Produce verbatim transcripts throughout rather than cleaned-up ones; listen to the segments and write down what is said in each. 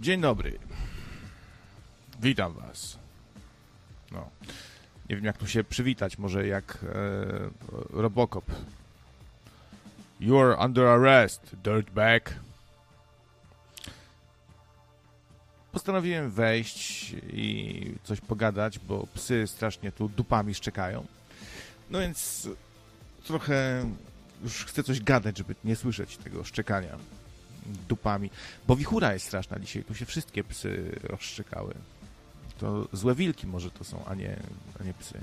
Dzień dobry. Witam was. No. Nie wiem, jak tu się przywitać. Może jak e, Robocop. You're under arrest, dirtbag. Postanowiłem wejść i coś pogadać, bo psy strasznie tu dupami szczekają. No więc trochę już chcę coś gadać, żeby nie słyszeć tego szczekania dupami. Bo wichura jest straszna dzisiaj. Tu się wszystkie psy rozszczekały. To złe wilki może to są, a nie, a nie psy.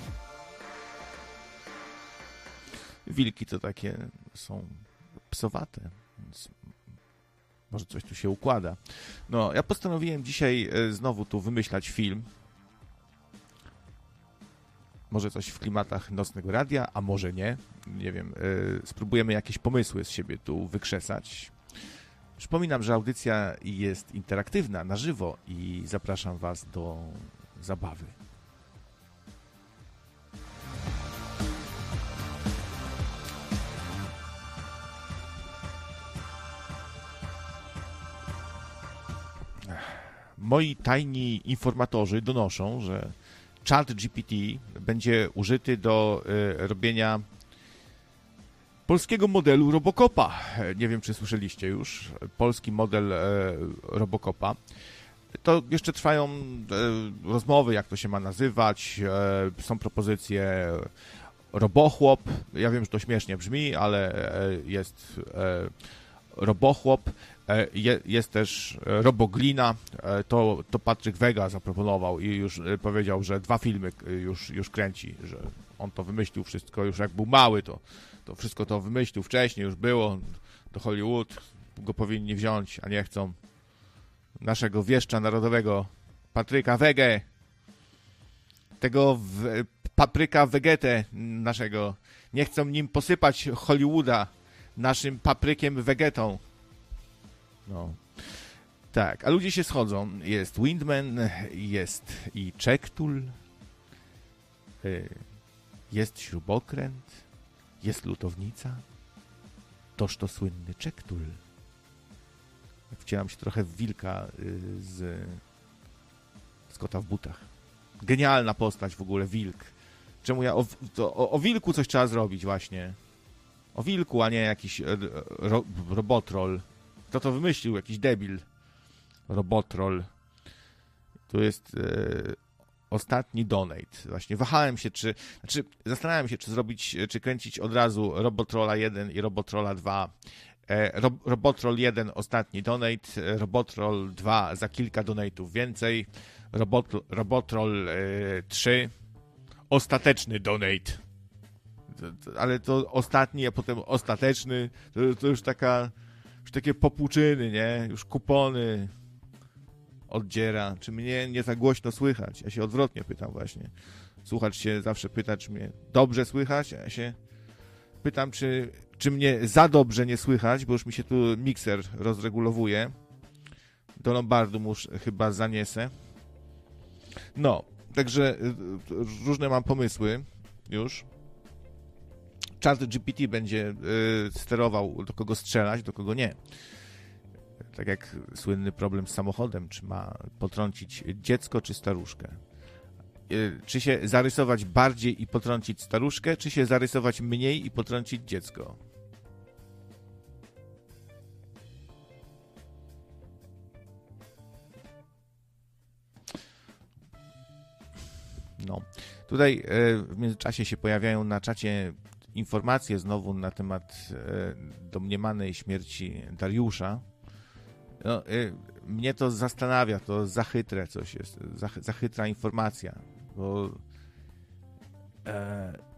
Wilki to takie są psowate, więc może coś tu się układa. No, ja postanowiłem dzisiaj znowu tu wymyślać film. Może coś w klimatach Nocnego Radia, a może nie. Nie wiem, spróbujemy jakieś pomysły z siebie tu wykrzesać. Przypominam, że audycja jest interaktywna, na żywo i zapraszam was do zabawy. Moi tajni informatorzy donoszą, że ChatGPT będzie użyty do y, robienia polskiego modelu Robocopa. Nie wiem, czy słyszeliście już. Polski model e, Robocopa. To jeszcze trwają e, rozmowy, jak to się ma nazywać. E, są propozycje Robochłop. Ja wiem, że to śmiesznie brzmi, ale e, jest e, Robochłop. E, je, jest też Roboglina. E, to, to Patryk Wega zaproponował i już e, powiedział, że dwa filmy już, już kręci, że on to wymyślił wszystko już jak był mały, to To wszystko to wymyślił wcześniej, już było. Do Hollywood go powinni wziąć, a nie chcą. Naszego wieszcza narodowego, Patryka Wegę. Tego w, papryka Vegetę naszego. Nie chcą nim posypać Hollywooda naszym paprykiem Vegetą. No. Tak, a ludzie się schodzą. Jest Windman, jest i Czektul, jest śrubokręt, jest lutownica, toż to słynny Czektul. Wcielam się trochę w wilka z, z kota w butach. Genialna postać w ogóle, wilk. Czemu ja... O, to, o, o wilku coś trzeba zrobić właśnie. O wilku, a nie jakiś ro, robotrol. Kto to wymyślił? Jakiś debil. Robotrol. Tu jest... E, ostatni donate. Właśnie wahałem się, czy... Znaczy, zastanawiam się, czy zrobić, czy kręcić od razu Robotrolla jeden i Robotrolla dwa. E, Rob, Robotroll jeden, ostatni donate. Robotroll dwa, za kilka donate'ów więcej. Robot, Robotroll e, trzy, ostateczny donate. To, to, ale to ostatni, a potem ostateczny. To, to już taka... Już takie popłuczyny, nie? Już kupony... oddziera, czy mnie nie za głośno słychać. Ja się odwrotnie pytam właśnie. Słuchacz się zawsze pyta, czy mnie dobrze słychać, a ja się pytam, czy, czy mnie za dobrze nie słychać, bo już mi się tu mikser rozregulowuje. Do Lombardu mu chyba zaniesę. No, także różne mam pomysły już. ChatGPT będzie y, sterował, do kogo strzelać, do kogo nie. Tak jak słynny problem z samochodem, czy ma potrącić dziecko, czy staruszkę. Czy się zarysować bardziej i potrącić staruszkę, czy się zarysować mniej i potrącić dziecko? No. Tutaj w międzyczasie się pojawiają na czacie informacje znowu na temat domniemanej śmierci Dariusza. No, y, mnie to zastanawia, to za chytre coś jest, za, za chytra informacja, bo e,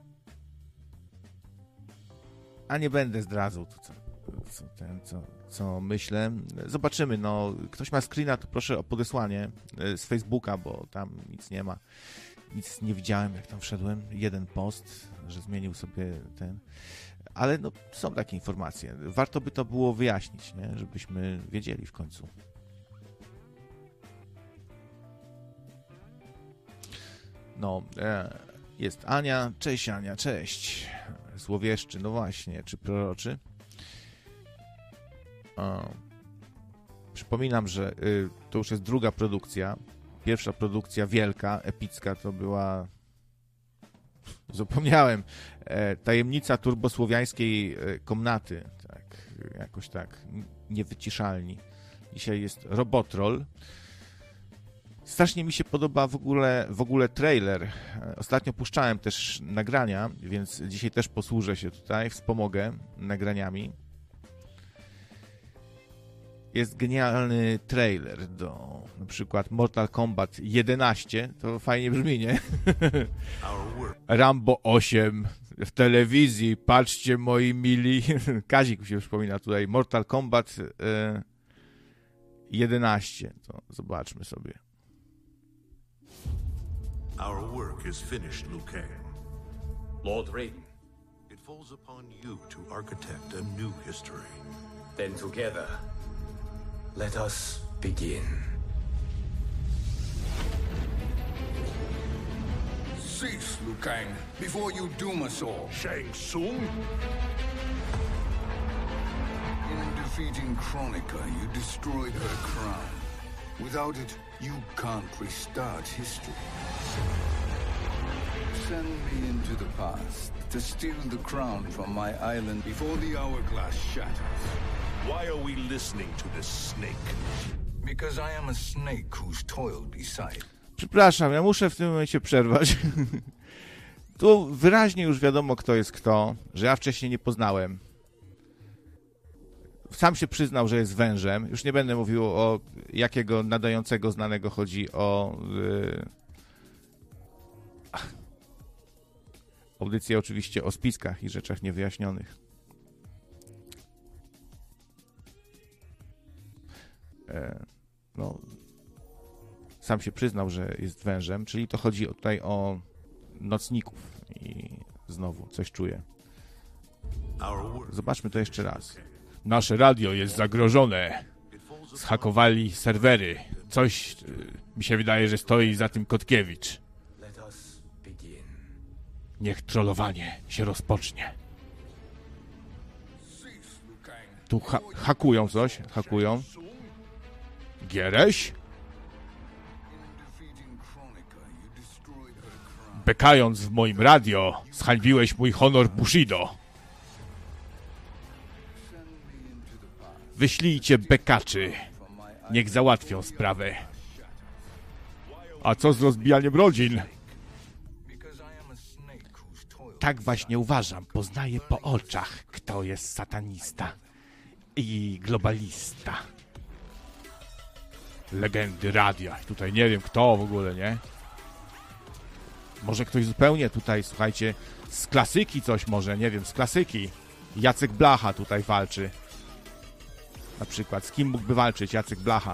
a nie będę zdradzał to, co, co, ten, co, co myślę. Zobaczymy, no, ktoś ma screena, to proszę o podesłanie z Facebooka, bo tam nic nie ma, nic nie widziałem, jak tam wszedłem, jeden post, że zmienił sobie ten... Ale no, są takie informacje. Warto by to było wyjaśnić, nie? Żebyśmy wiedzieli w końcu. No, e, jest Ania. Cześć Ania, cześć. Złowieszczy, no właśnie, czy proroczy? O. Przypominam, że y, to już jest druga produkcja. Pierwsza produkcja wielka, epicka, to była... Zapomniałem. E, tajemnica turbosłowiańskiej e, komnaty. Tak, jakoś tak. Niewyciszalni. Dzisiaj jest Robotrol. Strasznie mi się podoba w ogóle, w ogóle trailer. Ostatnio puszczałem też nagrania, więc dzisiaj też posłużę się tutaj, wspomogę nagraniami. Jest genialny trailer do na przykład Mortal Kombat jedenaście, to fajnie brzmi, nie? Rambo osiem w telewizji, patrzcie moi mili. Kazik mi się przypomina tutaj. Mortal Kombat e, jedenaście, to zobaczmy sobie. Our work is finished, Liu Kang. Lord Raiden. It falls upon you to architect a new history. Then together, let us begin. Cease, Liu Kang, before you doom us all. Shang Tsung? In defeating Kronika, you destroyed her crown. Without it, you can't restart history. Send me into the past to steal the crown from my island before the hourglass shatters. Why are we listening to this snake? Because I am a snake who's toiled beside. Przepraszam, ja muszę w tym momencie przerwać. Tu wyraźnie już wiadomo, kto jest kto, że ja wcześniej nie poznałem. Sam się przyznał, że jest wężem. Już nie będę mówił, o jakiego nadającego znanego chodzi o... Yy... Audycję oczywiście o spiskach i rzeczach niewyjaśnionych. E, no, sam się przyznał, że jest wężem, czyli to chodzi tutaj o nocników i znowu coś czuję. Zobaczmy to jeszcze raz. Nasze radio jest zagrożone. Zhakowali serwery. Coś mi się wydaje, że stoi za tym Kotkiewicz. Niech trollowanie się rozpocznie. Tu ha hakują coś. Hakują. Giereś? Bekając w moim radio, zhańbiłeś mój honor Bushido. Wyślijcie bekaczy. Niech załatwią sprawę. A co z rozbijaniem rodzin? Tak właśnie uważam. Poznaję po oczach, kto jest satanista i globalista. Legendy radia. Tutaj nie wiem kto w ogóle, nie? Może ktoś zupełnie tutaj, słuchajcie, z klasyki coś może, nie wiem, z klasyki. Jacek Blacha tutaj walczy. Na przykład, z kim mógłby walczyć Jacek Blacha?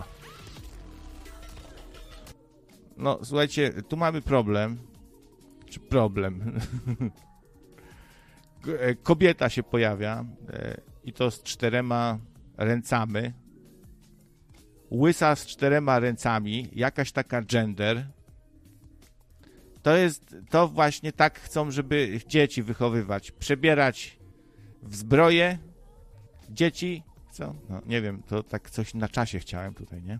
No, słuchajcie, tu mamy problem. Czy problem? Kobieta się pojawia i to z czterema ręcami. Łysa z czterema ręcami, jakaś taka gender. To jest, to właśnie tak chcą, żeby dzieci wychowywać. Przebierać w zbroję dzieci. Co? No, nie wiem, to tak coś na czasie chciałem tutaj, nie?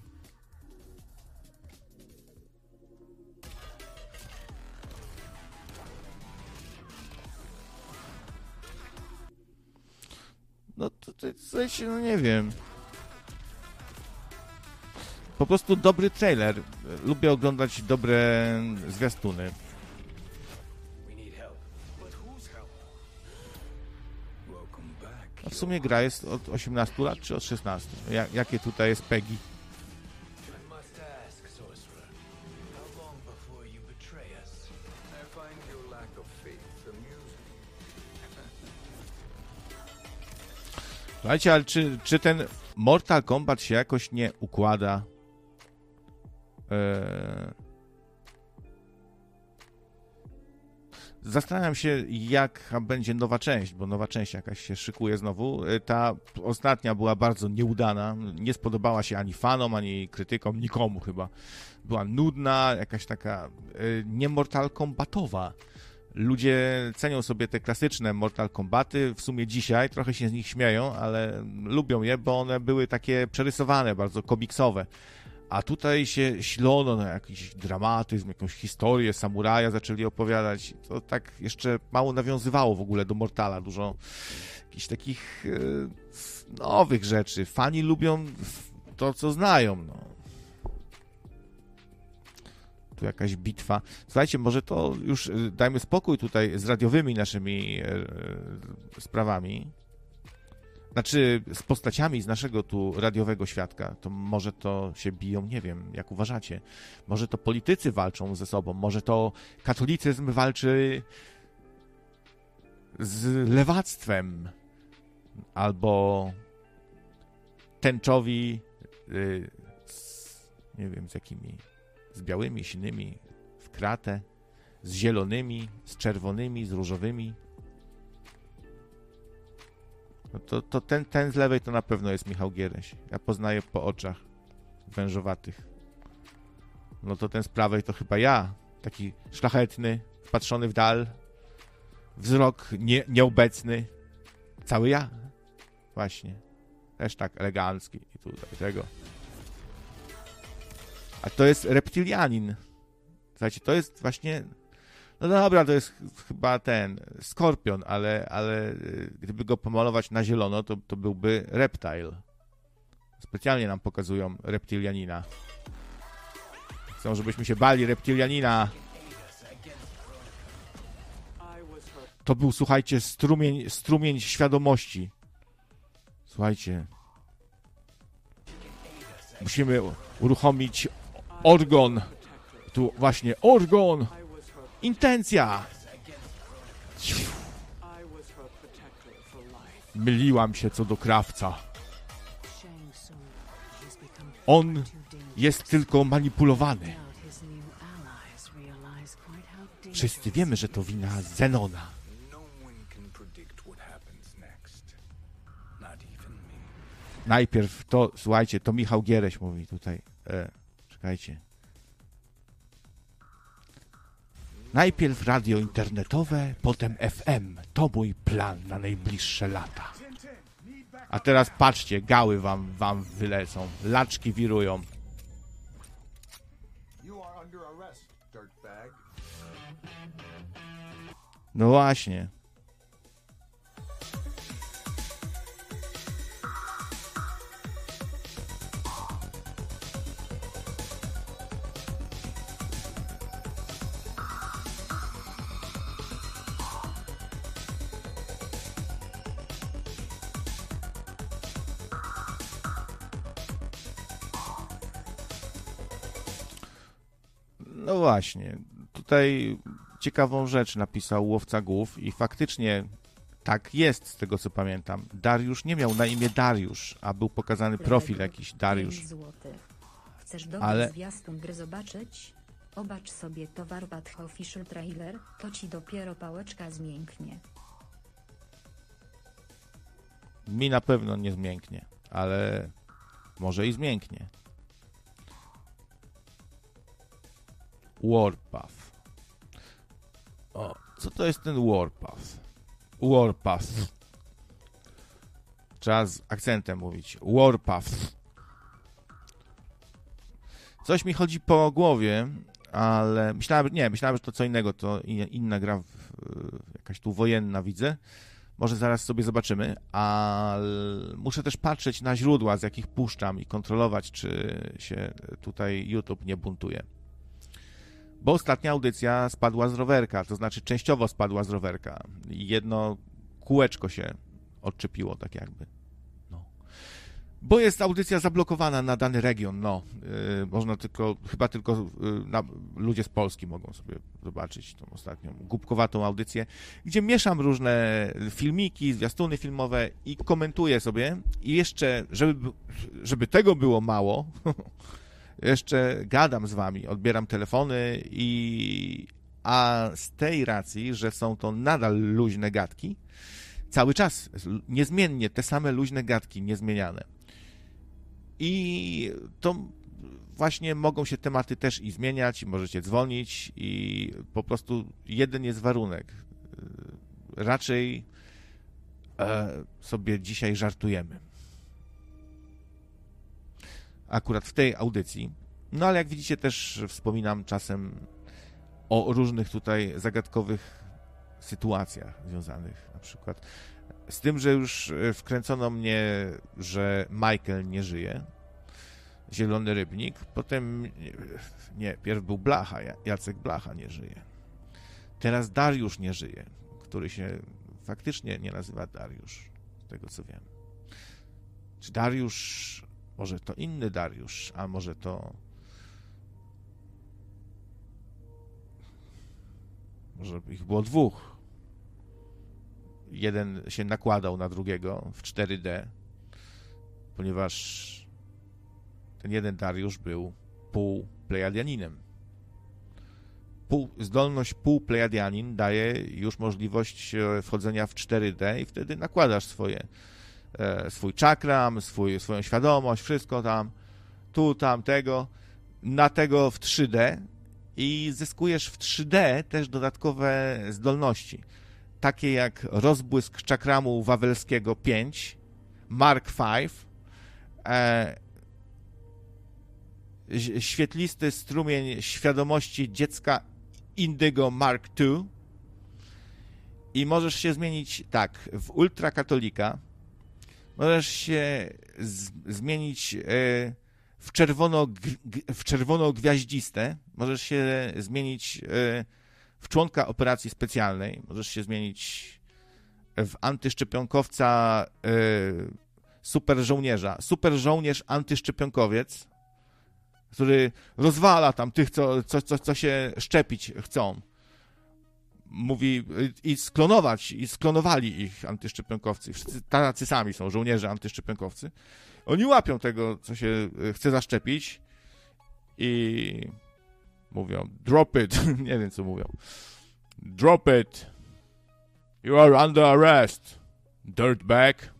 No to, to coś, no nie wiem. Po prostu dobry trailer. Lubię oglądać dobre zwiastuny. A w sumie gra jest od osiemnastu lat, czy od szesnastu? Ja, jakie tutaj jest PEGI? Słuchajcie, ale czy, czy ten Mortal Kombat się jakoś nie układa? Eee... Zastanawiam się, jaka będzie nowa część, bo nowa część jakaś się szykuje znowu. Ta ostatnia była bardzo nieudana. Nie spodobała się ani fanom, ani krytykom, nikomu chyba. Była nudna, jakaś taka e, nie Mortal Kombatowa. ludzie cenią sobie te klasyczne Mortal Kombaty, w sumie dzisiaj trochę się z nich śmieją, ale lubią je, bo one były takie przerysowane, bardzo komiksowe. A tutaj się ślono na jakiś dramatyzm, jakąś historię samuraja zaczęli opowiadać. To tak jeszcze mało nawiązywało w ogóle do Mortala. Dużo jakichś takich e, nowych rzeczy. Fani lubią to, co znają. No. Tu jakaś bitwa. Słuchajcie, może to już dajmy spokój tutaj z radiowymi naszymi e, e, sprawami. Znaczy, z postaciami z naszego tu radiowego świadka, to może to się biją, nie wiem, jak uważacie. Może to politycy walczą ze sobą, może to katolicyzm walczy z lewactwem, albo tęczowi, yy, z, nie wiem, z jakimi, z białymi, sinymi, w kratę, z zielonymi, z czerwonymi, z różowymi. No to, to ten, ten z lewej to na pewno jest Michał Giereś. Ja poznaję po oczach wężowatych. No to ten z prawej to chyba ja. Taki szlachetny, wpatrzony w dal. Wzrok nie, nieobecny. Cały ja. Właśnie. Też tak elegancki. I tutaj tego. A to jest reptilianin. Słuchajcie, to jest właśnie... No dobra, to jest chyba ten skorpion, ale, ale gdyby go pomalować na zielono, to, to byłby reptile. Specjalnie nam pokazują reptilianina. Chcą, żebyśmy się bali reptilianina. To był, słuchajcie, strumień, strumień świadomości. Słuchajcie. Musimy uruchomić organ. Tu właśnie organ. Intencja! Myliłam się co do krawca. On jest tylko manipulowany. Wszyscy wiemy, że to wina Zenona. Najpierw to, słuchajcie, to Michał Giereś mówi tutaj. E, czekajcie. Najpierw radio internetowe, potem F M. To mój plan na najbliższe lata. A teraz patrzcie, gały wam, wam wylecą. Laczki wirują. No właśnie. No właśnie, tutaj ciekawą rzecz napisał Łowca Głów i faktycznie tak jest, z tego co pamiętam. Dariusz nie miał na imię Dariusz, a był pokazany profil jakiś Dariusz. Chcesz dobry Ale... zwiastun gry zobaczyć? Obacz sobie to Warbat Official Trailer, to ci dopiero pałeczka zmięknie. Mi na pewno nie zmięknie, ale może i zmięknie. Warpath. O, co to jest ten Warpath? Warpath. Trzeba z akcentem mówić. Warpath. Coś mi chodzi po głowie, ale myślałem, nie, myślałem, że to co innego, to inna gra, jakaś tu wojenna widzę. Może zaraz sobie zobaczymy, ale muszę też patrzeć na źródła, z jakich puszczam i kontrolować, czy się tutaj YouTube nie buntuje. Bo ostatnia audycja spadła z rowerka, to znaczy częściowo spadła z rowerka. I jedno kółeczko się odczepiło, tak jakby. No. Bo jest audycja zablokowana na dany region, no. Yy, można tylko, chyba tylko yy, na, ludzie z Polski mogą sobie zobaczyć tą ostatnią głupkowatą audycję, gdzie mieszam różne filmiki, zwiastuny filmowe i komentuję sobie. I jeszcze, żeby, żeby tego było mało... Jeszcze gadam z wami, odbieram telefony i... A z tej racji, że są to nadal luźne gadki, cały czas, niezmiennie, te same luźne gadki, niezmieniane. I to właśnie mogą się tematy też i zmieniać, i możecie dzwonić, i po prostu jeden jest warunek. Raczej e, sobie dzisiaj żartujemy. Akurat w tej audycji. No ale jak widzicie, też wspominam czasem o różnych tutaj zagadkowych sytuacjach związanych na przykład z tym, że już wkręcono mnie, że Michael nie żyje, Zielony Rybnik, potem nie, pierw był Blacha, Jacek Blacha nie żyje. Teraz Dariusz nie żyje, który się faktycznie nie nazywa Dariusz, z tego co wiem. Czy Dariusz, może to inny Dariusz, a może to może ich było dwóch. Jeden się nakładał na drugiego w cztery D, ponieważ ten jeden Dariusz był półplejadianinem. Pół, zdolność półplejadianin daje już możliwość wchodzenia w cztery D i wtedy nakładasz swoje, e, swój czakram, swój, swoją świadomość, wszystko tam, tu, tam, tego, na tego w trzy D i zyskujesz w trzy D też dodatkowe zdolności, takie jak rozbłysk czakramu wawelskiego pięć, Mark pięć, e, świetlisty strumień świadomości dziecka Indygo Mark dwa i możesz się zmienić tak, w ultrakatolika, możesz się z, zmienić e, w, czerwono, w czerwono-gwiaździste, możesz się zmienić e, w członka operacji specjalnej, możesz się zmienić w antyszczepionkowca e, super żołnierza, super żołnierz antyszczepionkowiec, który rozwala tam tych, co, co, co, co się szczepić chcą. Mówi i sklonować, i sklonowali ich antyszczepionkowcy. Wszyscy tacy sami są żołnierze antyszczepionkowcy. Oni łapią tego, co się chce zaszczepić i mówią drop it. Nie wiem, co mówią. Drop it. You are under arrest. Dirtbag.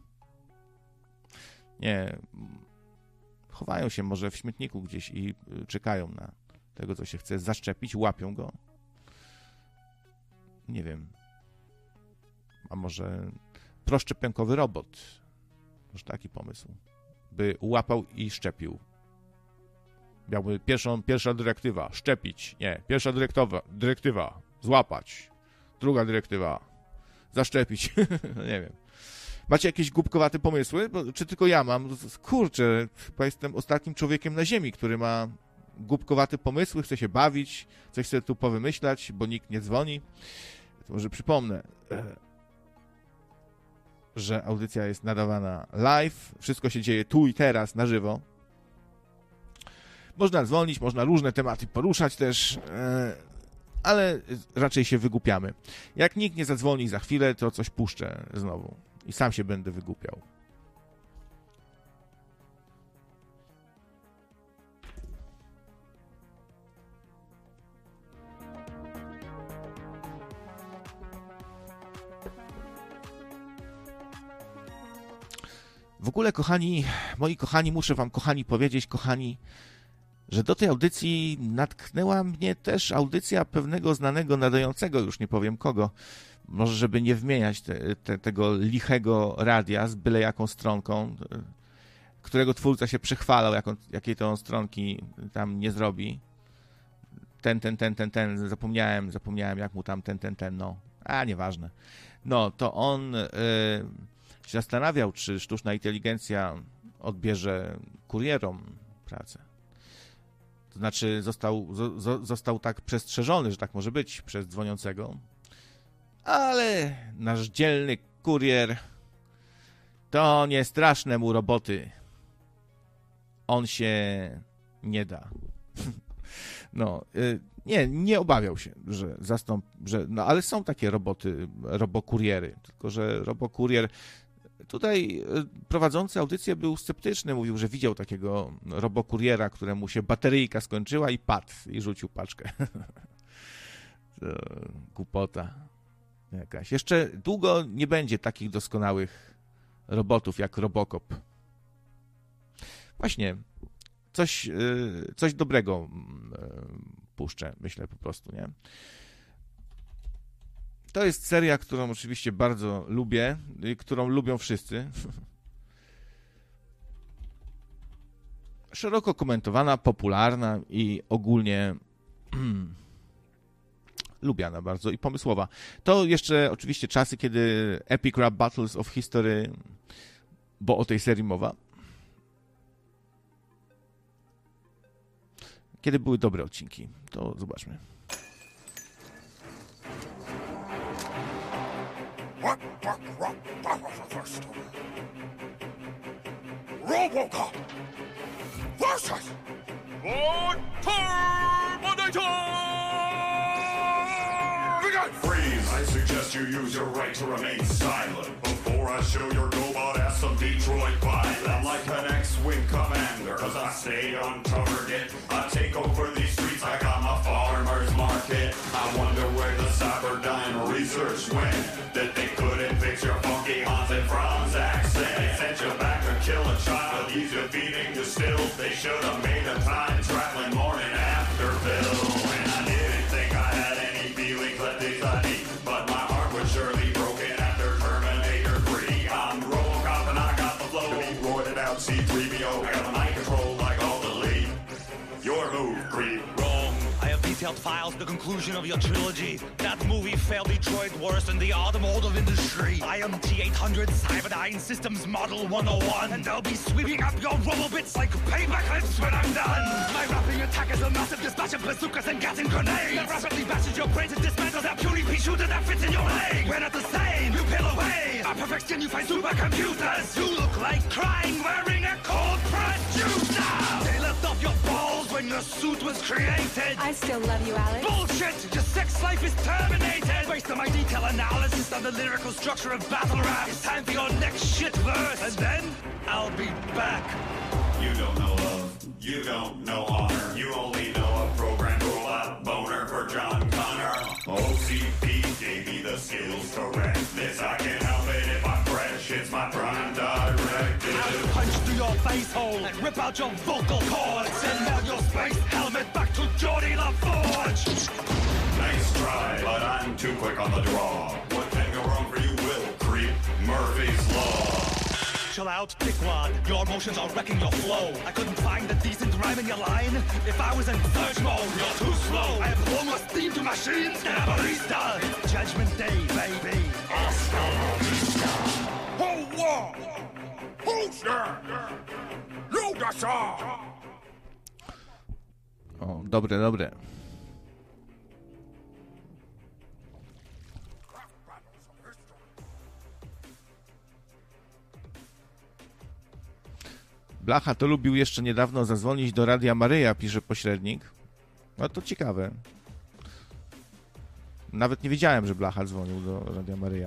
Nie. Chowają się może w śmietniku gdzieś i czekają na tego, co się chce zaszczepić, łapią go. Nie wiem. A może proszczepionkowy robot? Może taki pomysł. By łapał i szczepił. Miałby pierwszą, pierwsza dyrektywa, szczepić. Nie, pierwsza dyrektywa, dyrektywa, złapać. Druga dyrektywa, zaszczepić. Nie wiem. Macie jakieś głupkowate pomysły? Bo, czy tylko ja mam? Kurczę, chyba jestem ostatnim człowiekiem na ziemi, który ma głupkowate pomysły, chce się bawić, coś chce tu powymyślać, bo nikt nie dzwoni. To może przypomnę, że audycja jest nadawana live, wszystko się dzieje tu i teraz, na żywo. Można dzwonić, można różne tematy poruszać też, ale raczej się wygłupiamy. Jak nikt nie zadzwoni za chwilę, to coś puszczę znowu. I sam się będę wygłupiał. W ogóle, kochani, moi kochani, muszę wam, kochani, powiedzieć, kochani, że do tej audycji natknęła mnie też audycja pewnego znanego nadającego, już nie powiem kogo, może żeby nie wymieniać te, te, tego lichego radia z byle jaką stronką, którego twórca się przechwalał, jak on, jakiej to on stronki tam nie zrobi. Ten, ten, ten, ten, ten, zapomniałem, zapomniałem jak mu tam ten, ten, ten, no. A, nieważne. No, to on y, się zastanawiał, czy sztuczna inteligencja odbierze kurierom pracę. To znaczy został, zo, został tak przestrzeżony, że tak może być, przez dzwoniącego. Ale nasz dzielny kurier to nie straszne mu roboty. On się nie da. No, nie, nie obawiał się, że zastąp, że, no ale są takie roboty, robokuriery, tylko że robokurier, tutaj prowadzący audycję był sceptyczny, mówił, że widział takiego robokuriera, któremu się bateryjka skończyła i padł i rzucił paczkę. To głupota jakaś. Jeszcze długo nie będzie takich doskonałych robotów jak Robocop. Właśnie, coś, coś dobrego puszczę, myślę po prostu, nie? To jest seria, którą oczywiście bardzo lubię i którą lubią wszyscy. Szeroko komentowana, popularna i ogólnie lubiana bardzo i pomysłowa. To jeszcze oczywiście czasy, kiedy Epic Rap Battles of History, bo o tej serii mowa, kiedy były dobre odcinki. To zobaczmy. Robocop versus Freeze! I suggest you use your right to remain silent before I show your GoBot ass some Detroit violence. I'm like an X-Wing commander, cause I stay on target. I take over these streets, I got my farmer's market. I wonder where the Cyberdyne research went, that they couldn't fix your funky Hans and Franz accent. They sent you back to kill a child, he's defeating the still. They should have made a time-traveling morning after pill. And I didn't think I had any feelings left inside me, but my heart was surely broken after Terminator three. I'm Robocop and I got the flow to be roided out C three P O. I got the mind control like all the lead. Your move, creep. Wrong. I have detailed files, the conclusion of your trilogy. That movie failed Detroit worse than the automotive industry. I am T eight hundred Cyberdyne Systems Model one oh one, and I'll be sweeping up your rubble bits like paper clips when I'm done. My rapping attack is a massive dispatch of bazookas and gas and grenades that rapidly bashes your brains and dismantles that puny pea shooter that fits in your leg. We're not the same, you peel away. Our perfection, you find supercomputers. You look like crying wearing a cold pressed juice now. They left off your balls when your suit was created. I still love you, Alex. Bullshit! Your sex life is terminated! Based on my detailed analysis of the lyrical structure of battle rap, it's time for your next shit verse, and then I'll be back. You don't know love, you don't know honor. You only know a program robot boner for John Connor. O C P gave me the skills to wreck this. I can't help it if I'm fresh, it's my prime directive. I'll punch through your face hole and rip out your vocal cords. Send out your space helmet back to Geordie LaForge. Nice try, but I'm too quick on the draw. What can go wrong for you will creep? Murphy's Law. Chill out, dickwad. Your emotions are wrecking your flow. I couldn't find a decent rhyme in your line if I was in search mode. You're too slow. I have blown my steam to machines. And a barista. It's Judgment Day, baby. Hasta la vista. Hold war! Hold there! Load us all! O, dobre, dobre. Blacha to lubił jeszcze niedawno zadzwonić do Radia Maryja, pisze pośrednik. No to ciekawe. Nawet nie wiedziałem, że Blacha dzwonił do Radia Maryja.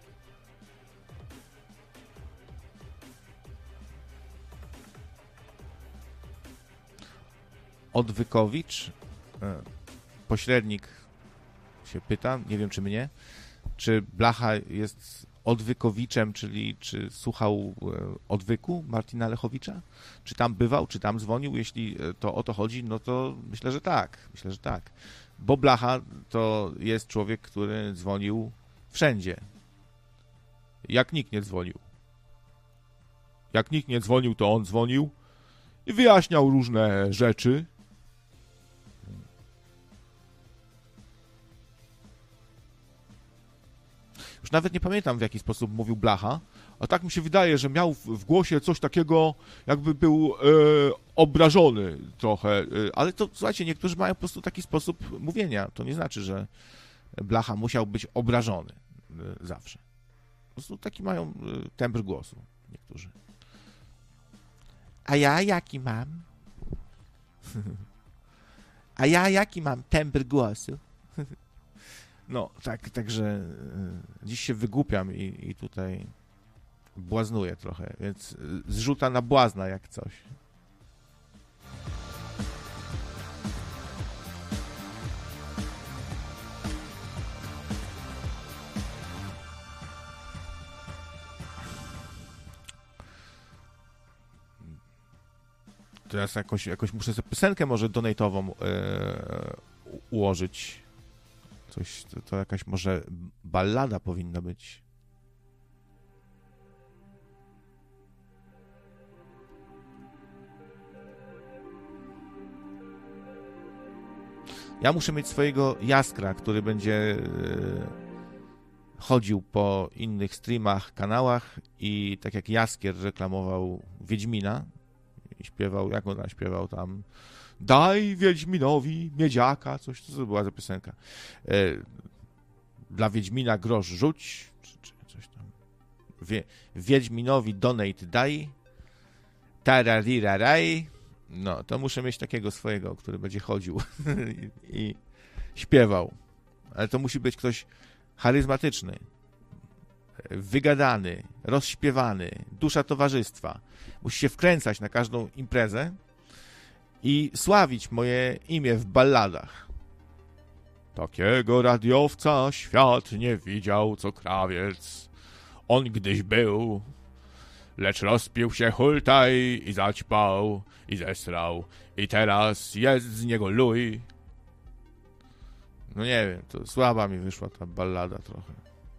Odwykowicz, pośrednik się pyta, nie wiem czy mnie, czy Blacha jest Odwykowiczem, czyli czy słuchał Odwyku Martina Lechowicza? Czy tam bywał, czy tam dzwonił? Jeśli to o to chodzi, no to myślę, że tak. Myślę, że tak. Bo Blacha to jest człowiek, który dzwonił wszędzie. Jak nikt nie dzwonił. Jak nikt nie dzwonił, to on dzwonił i wyjaśniał różne rzeczy. Już nawet nie pamiętam, w jaki sposób mówił Blacha, a tak mi się wydaje, że miał w, w głosie coś takiego, jakby był e, obrażony trochę, e, ale to, słuchajcie, niektórzy mają po prostu taki sposób mówienia. To nie znaczy, że Blacha musiał być obrażony e, zawsze. Po prostu taki mają e, tembr głosu niektórzy. A ja jaki mam? A ja jaki mam tembr głosu? No, tak, także dziś się wygłupiam i, i tutaj błaznuję trochę, więc zrzuta na błazna jak coś. teraz jakoś, jakoś muszę sobie piosenkę może donatową e, ułożyć. Coś, to, to jakaś może ballada powinna być. Ja muszę mieć swojego Jaskra, który będzie e, chodził po innych streamach, kanałach i tak jak Jaskier reklamował Wiedźmina i śpiewał, jak on śpiewał tam daj Wiedźminowi miedziaka, coś, co to była za piosenka. E, dla Wiedźmina grosz rzuć, czy, czy coś tam. Wie, Wiedźminowi donate daj, tarariraraj. No, to muszę mieć takiego swojego, który będzie chodził i, i śpiewał. Ale to musi być ktoś charyzmatyczny, wygadany, rozśpiewany, dusza towarzystwa. Musi się wkręcać na każdą imprezę i sławić moje imię w balladach. Takiego radiowca świat nie widział, co krawiec. On gdyś był, lecz rozpił się hultaj i zaćpał i zesrał i teraz jest z niego luj. No nie wiem, to słaba mi wyszła ta ballada trochę.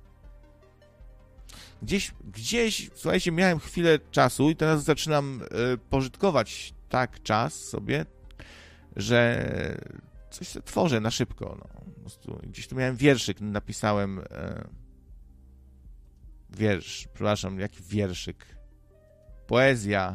Gdzieś, gdzieś, słuchajcie, miałem chwilę czasu i teraz zaczynam y, pożytkować tak czas sobie, że coś sobie tworzę na szybko. No. Po prostu gdzieś tu miałem wierszyk, napisałem y, wiersz, przepraszam, jaki wierszyk? Poezja.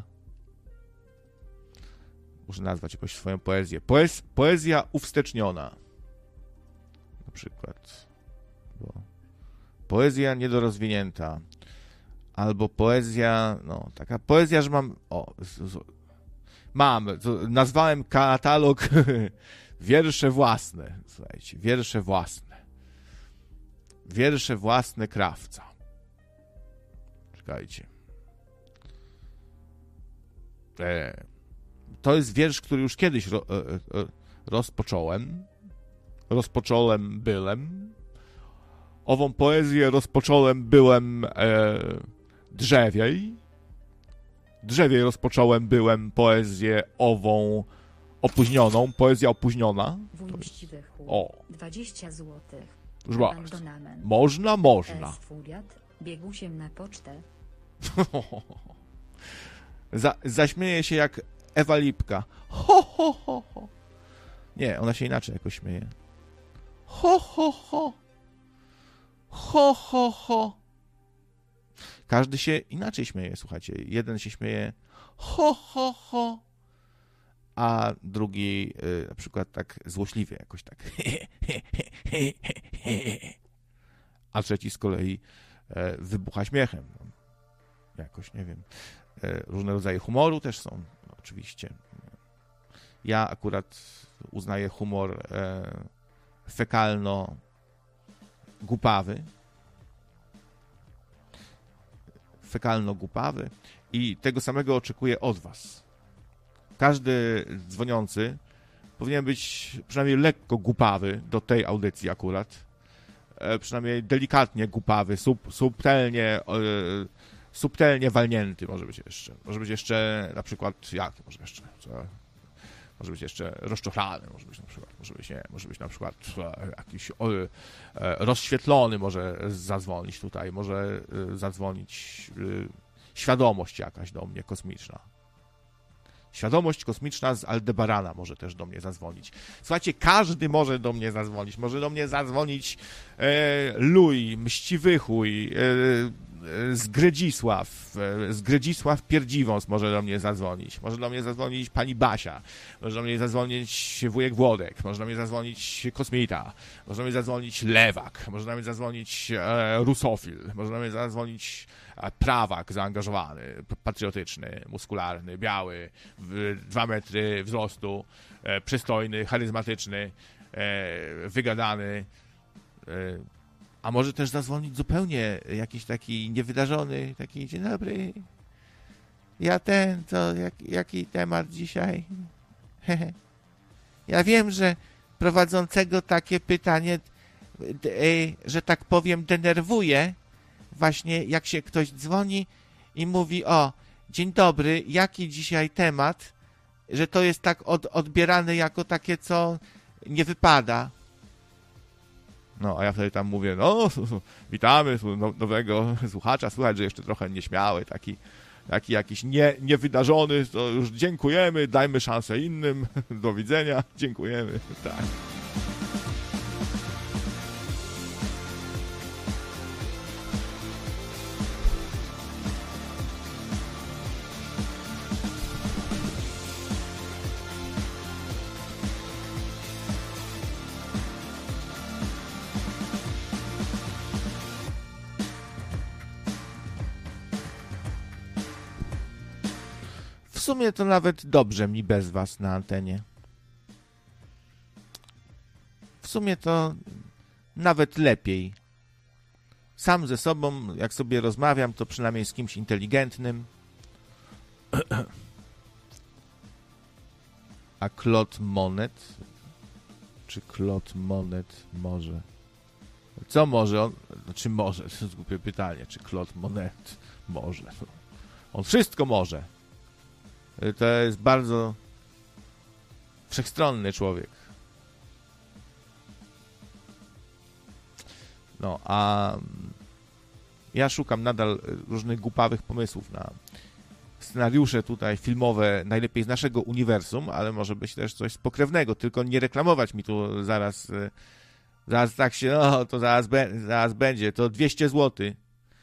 Muszę nazwać jakoś swoją poezję. Poez, poezja uwsteczniona. Na przykład. Bo poezja niedorozwinięta. Albo poezja, no, taka poezja, że mam, o, z, z, mam, to nazwałem katalog wiersze własne. Słuchajcie, wiersze własne. Wiersze własne krawca. Czekajcie. E, to jest wiersz, który już kiedyś ro, e, e, rozpocząłem. Rozpocząłem byłem. Ową poezję rozpocząłem byłem e, drzewiej. Drzewiej rozpocząłem byłem poezję ową opóźnioną. Poezja opóźniona. Wuściwy chłop. O. dwadzieścia złotych. Już bardzo. Można, można. Furiat, biegusiem na pocztę. Za, zaśmieje się jak Ewa Lipka. Ho, ho, ho, ho. Nie, ona się inaczej jakoś śmieje. Ho, ho, ho. Ho, ho, ho. Każdy się inaczej śmieje, słuchajcie. Jeden się śmieje ho, ho, ho, a drugi y, na przykład tak złośliwie jakoś tak. A trzeci z kolei e, wybucha śmiechem. Jakoś, nie wiem. E, różne rodzaje humoru też są, no, oczywiście. Ja akurat uznaję humor e, fekalno-głupawy. Fekalno-głupawy i tego samego oczekuję od was. Każdy dzwoniący powinien być przynajmniej lekko głupawy do tej audycji akurat. E, przynajmniej delikatnie głupawy, sub, subtelnie e, subtelnie walnięty może być jeszcze. Może być jeszcze na przykład jak? Może jeszcze co? Może być jeszcze rozczochrany, może być na przykład, może być nie, może być na przykład jakiś o, e, rozświetlony może zadzwonić tutaj, może e, zadzwonić e, świadomość jakaś do mnie kosmiczna. Świadomość kosmiczna z Aldebarana może też do mnie zadzwonić. Słuchajcie, każdy może do mnie zadzwonić. Może do mnie zadzwonić e, Luj, Mściwy Chuj, e, z Gredzisław, z Gredzisław Pierdziwąs może do mnie zadzwonić. Może do mnie zadzwonić pani Basia. Może do mnie zadzwonić wujek Włodek. Może do mnie zadzwonić Kosmita. Może do mnie zadzwonić Lewak. Może do mnie zadzwonić e, Rusofil. Może do mnie zadzwonić e, Prawak zaangażowany, patriotyczny, muskularny, biały, w, dwa metry wzrostu, e, przystojny, charyzmatyczny, e, wygadany, e, a może też zadzwonić zupełnie jakiś taki niewydarzony, taki dzień dobry. Ja ten, to jak, jaki temat dzisiaj? Ja wiem, że prowadzącego takie pytanie, że tak powiem, denerwuje. Właśnie jak się ktoś dzwoni i mówi, o, dzień dobry, jaki dzisiaj temat? że to jest tak od, odbierane jako takie, co nie wypada. No, a ja wtedy tam mówię, no, witamy nowego słuchacza, słuchaj, że jeszcze trochę nieśmiały, taki, taki jakiś nie, niewydarzony, to już dziękujemy, dajmy szansę innym, do widzenia, dziękujemy, tak. W sumie to nawet dobrze mi bez was na antenie. W sumie to nawet lepiej. Sam ze sobą, jak sobie rozmawiam, to przynajmniej z kimś inteligentnym. A Claude Monet? Czy Claude Monet może? Co może on? Znaczy może, to jest głupie pytanie. Czy Claude Monet może? On wszystko może. To jest bardzo wszechstronny człowiek. No, a ja szukam nadal różnych głupawych pomysłów na scenariusze tutaj filmowe, najlepiej z naszego uniwersum, ale może być też coś spokrewnego, tylko nie reklamować mi tu zaraz, zaraz tak się, no to zaraz, be, zaraz będzie, to dwieście złotych.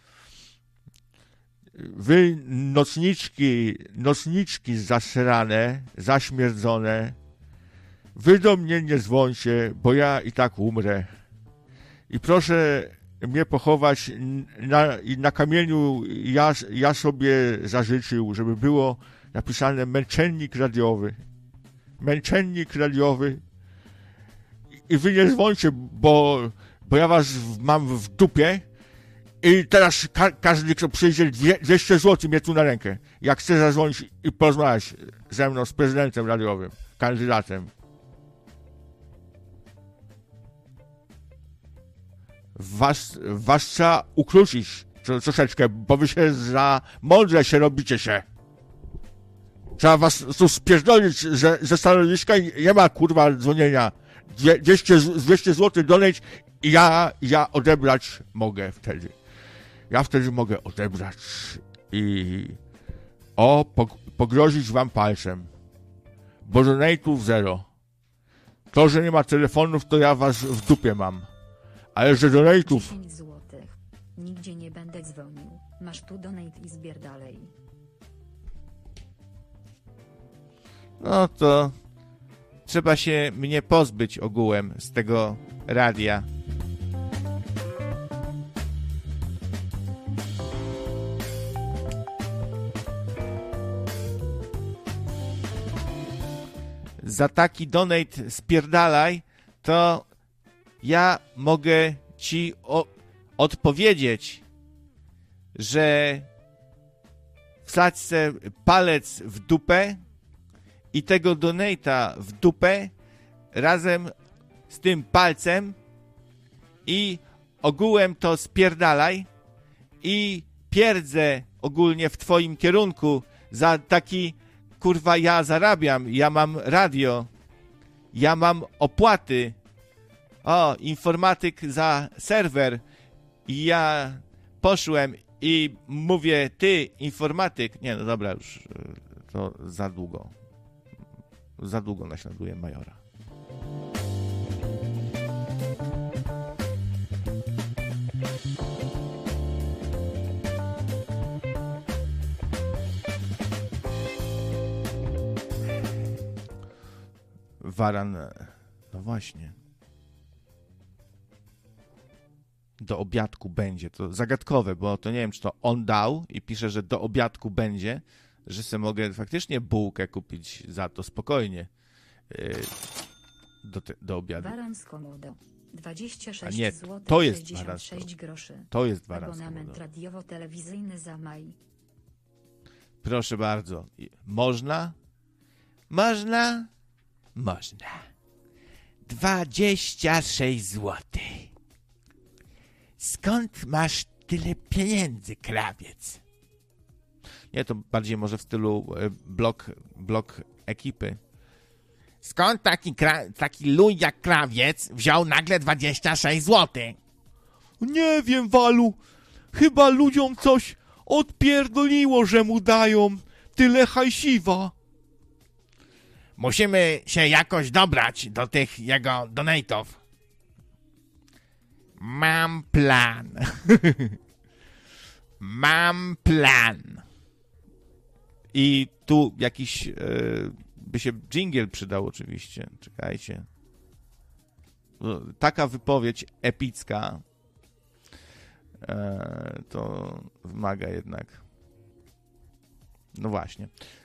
Wy nocniczki, nocniczki zasrane, zaśmierdzone, wy do mnie nie dzwońcie, bo ja i tak umrę. I proszę mnie pochować na, na kamieniu, ja, ja sobie zażyczył, żeby było napisane męczennik radiowy. Męczennik radiowy. I wy nie dzwońcie, bo, bo ja was mam w dupie. I teraz ka- każdy, kto przyjdzie, dwieście złotych mnie tu na rękę. Jak chce zadzwonić i porozmawiać ze mną, z prezydentem radiowym, kandydatem. Was, was trzeba ukrócić troszeczkę, bo wy się za mądre się robicie się. Trzeba was tu spierdolić ze, ze stanowiska i nie ma, kurwa, dzwonienia. dwieście złotych doleć i ja, ja odebrać mogę wtedy. Ja wtedy mogę odebrać i o, pogrozić wam palcem. Bo donate'ów zero. To, że nie ma telefonów, to ja was w dupie mam. Ale że donate'ów... dziesięć złotych. Nigdzie nie będę dzwonił. Masz tu donate i zbier dalej. No to trzeba się mnie pozbyć ogółem z tego radia. Za taki donate spierdalaj, to ja mogę ci o- odpowiedzieć, że wsadź se palec w dupę i tego donate'a w dupę razem z tym palcem i ogółem to spierdalaj i pierdzę ogólnie w twoim kierunku za taki, kurwa, ja zarabiam, ja mam radio, ja mam opłaty, o, informatyk za serwer i ja poszłem i mówię, ty, informatyk, nie, no dobra, już to za długo, za długo naśladuję majora. Waran, no właśnie. Do obiadku będzie. To zagadkowe, bo to nie wiem, czy to on dał i pisze, że do obiadku będzie, że sobie mogę faktycznie bułkę kupić za to spokojnie yy, do, te, do obiadu. Waran z Komodo. dwadzieścia A sześć nie, złotych to jest sześćdziesiąt sześć waran. groszy. To jest waran. Abonament radiowo-telewizyjny za maj. Proszę bardzo. Można? Można? Można. dwadzieścia sześć złotych. Skąd masz tyle pieniędzy, krawiec? Nie, to bardziej może w stylu blok, blok ekipy. Skąd taki, kra- taki luj jak krawiec wziął nagle dwadzieścia sześć złotych? Nie wiem, Walu. Chyba ludziom coś odpierdoliło, że mu dają tyle hajsiwa. Musimy się jakoś dobrać do tych jego donate'ów. Mam plan. Mam plan. I tu jakiś e, by się dżingiel przydał oczywiście. Czekajcie. Taka wypowiedź epicka e, to wymaga jednak. No właśnie.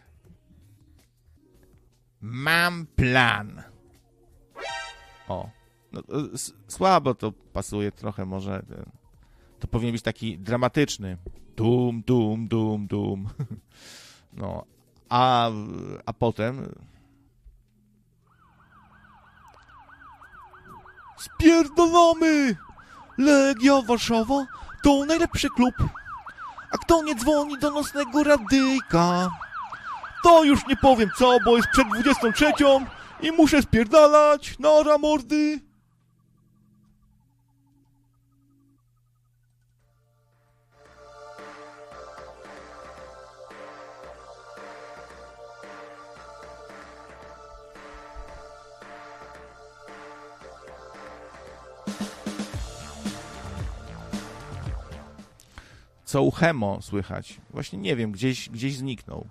Mam plan. O. No, s- słabo to pasuje trochę może. To powinien być taki dramatyczny. Dum, dum, dum, dum. No. A, a potem... Spierdolamy! Legia Warszawa to najlepszy klub. A kto nie dzwoni do nocnego radyjka, to już nie powiem co, bo jest przed dwudziestą trzecią i muszę spierdalać. Nara mordy! Co u Hemo słychać? Właśnie nie wiem, gdzieś, gdzieś zniknął.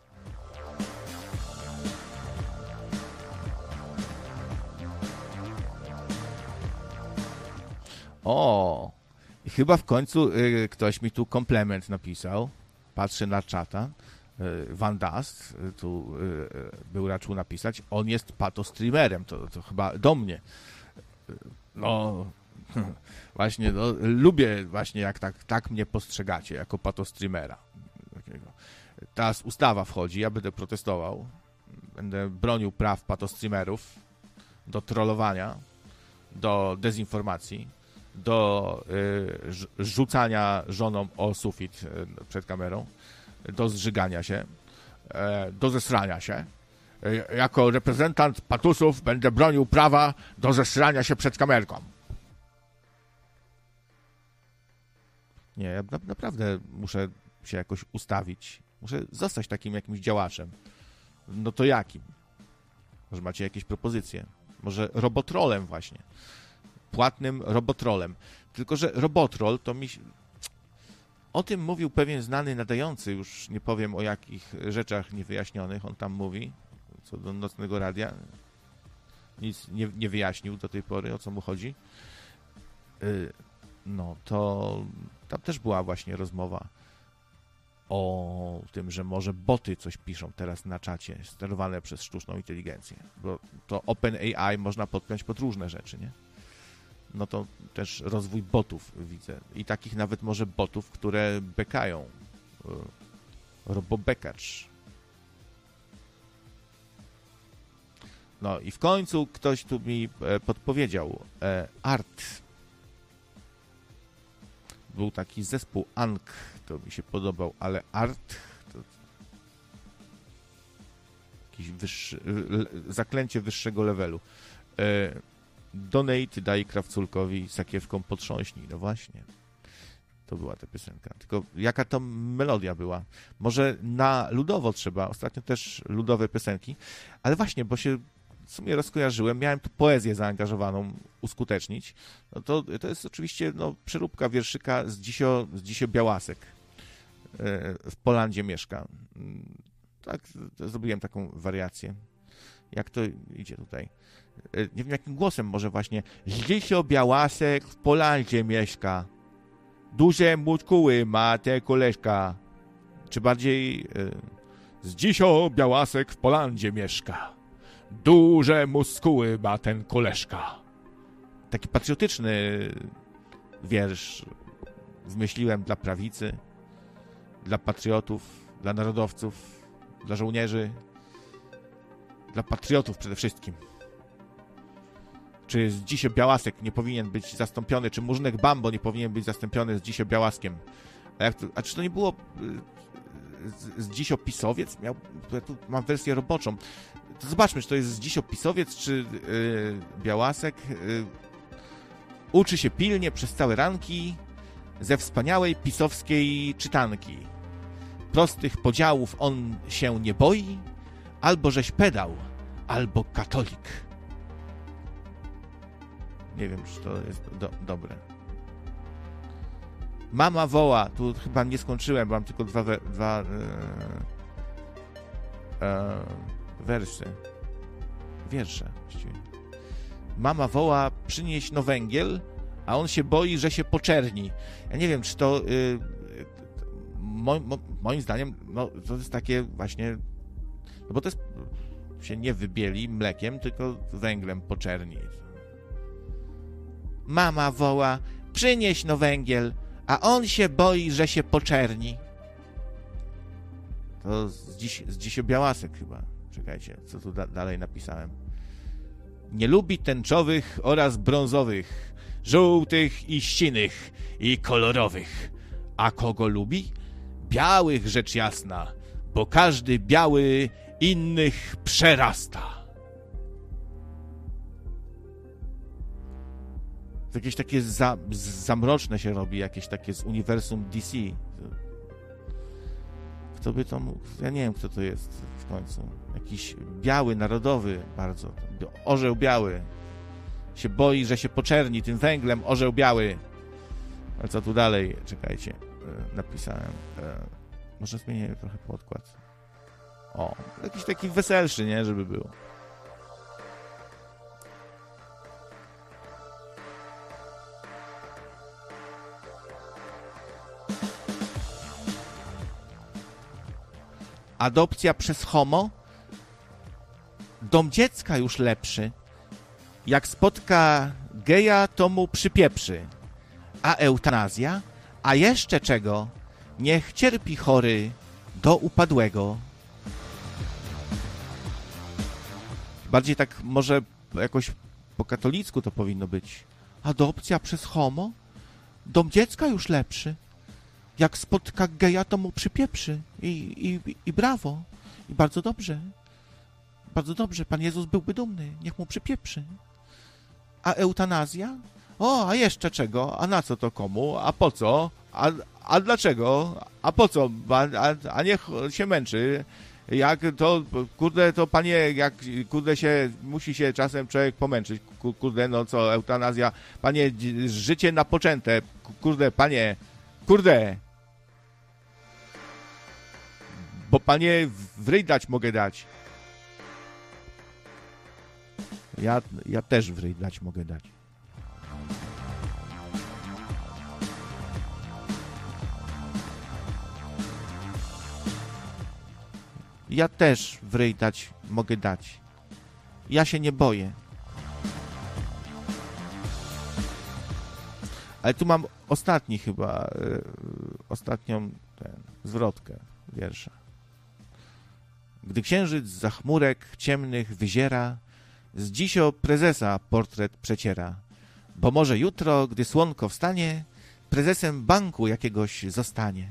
O, i chyba w końcu y, ktoś mi tu komplement napisał. Patrzę na czata. Y, Van Dust y, tu y, był raczył napisać. On jest patostreamerem. To, to chyba do mnie. Y, no... Właśnie, no, lubię właśnie jak tak, tak mnie postrzegacie jako patostreamera. Takiego. Teraz ustawa wchodzi, ja będę protestował. Będę bronił praw patostreamerów do trollowania, do dezinformacji, do y, rzucania żonom o sufit y, przed kamerą, do zżygania się, y, do zesrania się. Y, jako reprezentant patusów będę bronił prawa do zesrania się przed kamerką. Nie, ja na, naprawdę muszę się jakoś ustawić. Muszę zostać takim jakimś działaczem. No to jakim? Może macie jakieś propozycje? Może robotrolem właśnie. Płatnym robotrolem. Tylko że robotrol to mi... O tym mówił pewien znany nadający, już nie powiem o jakich rzeczach niewyjaśnionych on tam mówi, co do nocnego radia. Nic nie, nie wyjaśnił do tej pory, o co mu chodzi. Yy, no to... Tam też była właśnie rozmowa o tym, że może boty coś piszą teraz na czacie, sterowane przez sztuczną inteligencję. Bo to OpenAI można podpiąć pod różne rzeczy, nie? No to też rozwój botów widzę. I takich nawet może botów, które bekają. Robobekacz. No i w końcu ktoś tu mi podpowiedział. Art. Był taki zespół Ankh, to mi się podobał, ale Art to jakiś wyższy, zaklęcie wyższego levelu. E, donate daj Krawculkowi sakiewką potrząśnij. No właśnie. To była ta piosenka. Tylko jaka to melodia była? Może na ludowo trzeba. Ostatnio też ludowe piosenki. Ale właśnie, bo się w sumie rozkojarzyłem, miałem tu poezję zaangażowaną uskutecznić, no to, to jest oczywiście no, przeróbka wierszyka z Dzisio, z Dzisio Białasek. W Polandzie mieszka. Tak, zrobiłem taką wariację. Jak to idzie tutaj? Nie wiem, jakim głosem może właśnie. Z Dzisio Białasek w Polandzie mieszka. Duże muskuły ma te koleżka. Czy bardziej z Dzisio Białasek w Polandzie mieszka. Duże muskuły ma ten koleżka. Taki patriotyczny wiersz wymyśliłem dla prawicy, dla patriotów, dla narodowców, dla żołnierzy, dla patriotów przede wszystkim. Czy z Dzisio Białasek nie powinien być zastąpiony, czy Murzynek Bambo nie powinien być zastąpiony z Dzisio Białaskiem? A, jak to, a czy to nie było z, z Dzisiopisowiec? Miał, ja tu mam wersję roboczą. To zobaczmy, czy to jest Dzisiopisowiec, czy yy, Białasek. Yy, uczy się pilnie przez całe ranki ze wspaniałej pisowskiej czytanki. Prostych podziałów on się nie boi, albo żeś pedał, albo katolik. Nie wiem, czy to jest do, dobre. Mama woła. Tu chyba nie skończyłem, bo mam tylko dwa, we, dwa e, e, wersy. Wiersze właściwie. Mama woła, przynieś no węgiel, a on się boi, że się poczerni. Ja nie wiem, czy to y, mo, mo, moim zdaniem no, to jest takie właśnie, no bo to jest, się nie wybieli mlekiem, tylko węglem poczerni. Mama woła, przynieś no węgiel, a on się boi, że się poczerni. To z, dziś, z Dzisiobiałasek chyba. Czekajcie, co tu da, dalej napisałem. Nie lubi tęczowych oraz brązowych, żółtych i ścinych i kolorowych. A kogo lubi? Białych, rzecz jasna, bo każdy biały innych przerasta. To jakieś takie za, zamroczne się robi, jakieś takie z uniwersum D C. Kto by to mógł? Ja nie wiem, kto to jest w końcu. Jakiś biały, narodowy bardzo. Orzeł biały. Się boi, że się poczerni tym węglem. Orzeł biały. A co tu dalej? Czekajcie. Napisałem. Może zmienię trochę podkład. O, jakiś taki weselszy, nie? Żeby było. Adopcja przez homo? Dom dziecka już lepszy. Jak spotka geja, to mu przypieprzy. A eutanazja? A jeszcze czego? Niech cierpi chory do upadłego. Bardziej tak może jakoś po katolicku to powinno być. Adopcja przez homo? Dom dziecka już lepszy. Jak spotka geja, to mu przypieprzy. I, i, i brawo. I bardzo dobrze. Bardzo dobrze. Pan Jezus byłby dumny. Niech mu przypieprzy. A eutanazja? O, a jeszcze czego? A na co to komu? A po co? A, a dlaczego? A po co? A, a, a niech się męczy. Jak to, kurde, to panie, jak kurde się, musi się czasem człowiek pomęczyć. Kurde, no co, eutanazja. Panie, życie napoczęte. Kurde, panie, kurde. Bo panie w ryj dać mogę dać. Ja, ja też w ryj dać mogę dać. Ja też w ryj dać mogę dać. Ja się nie boję. Ale tu mam ostatni chyba, yy, ostatnią ten, zwrotkę wiersza. Gdy księżyc za chmurek ciemnych wyziera, z dzisio prezesa portret przeciera, bo może jutro, gdy słonko wstanie, prezesem banku jakiegoś zostanie.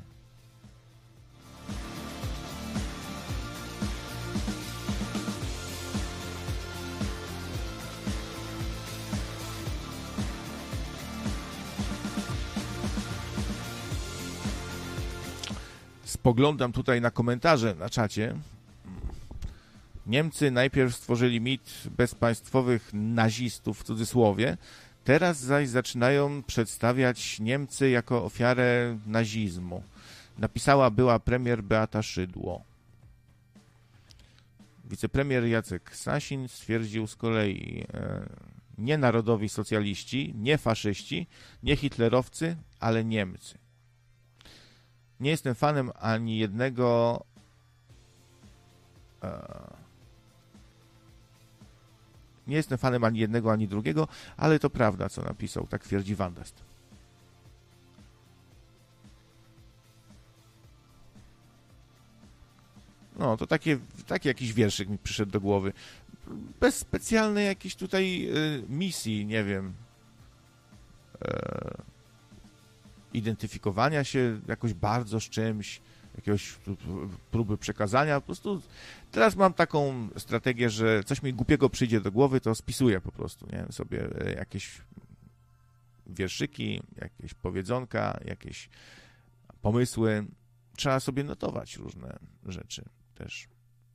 Spoglądam tutaj na komentarze na czacie. Niemcy najpierw stworzyli mit bezpaństwowych nazistów w cudzysłowie, teraz zaś zaczynają przedstawiać Niemcy jako ofiarę nazizmu. Napisała była premier Beata Szydło. Wicepremier Jacek Sasin stwierdził z kolei e, nie narodowi socjaliści, nie faszyści, nie hitlerowcy, ale Niemcy. Nie jestem fanem ani jednego e, nie jestem fanem ani jednego, ani drugiego, ale to prawda, co napisał, tak twierdzi Wandest. No, to takie, taki jakiś wierszyk mi przyszedł do głowy. Bez specjalnej jakiejś tutaj y, misji, nie wiem, y, identyfikowania się jakoś bardzo z czymś, jakiegoś próby przekazania. Po prostu teraz mam taką strategię, że coś mi głupiego przyjdzie do głowy, to spisuję po prostu, nie? Sobie jakieś wierszyki, jakieś powiedzonka, jakieś pomysły. Trzeba sobie notować różne rzeczy też.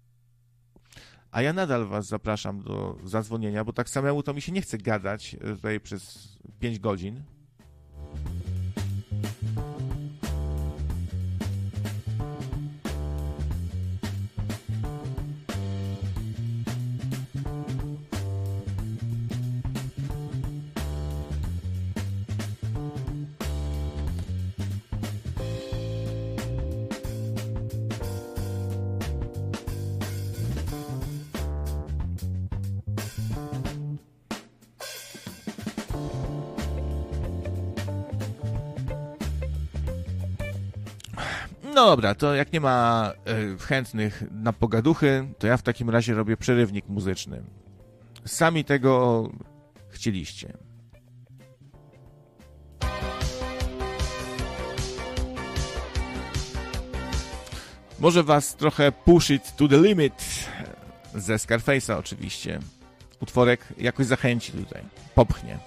A ja nadal was zapraszam do zadzwonienia, bo tak samemu to mi się nie chce gadać tutaj przez pięć godzin. No dobra, to jak nie ma y, chętnych na pogaduchy, to ja w takim razie robię przerywnik muzyczny. Sami tego chcieliście. Może was trochę push it to the limit ze Scarface'a oczywiście. Utworek jakoś zachęci tutaj, popchnie.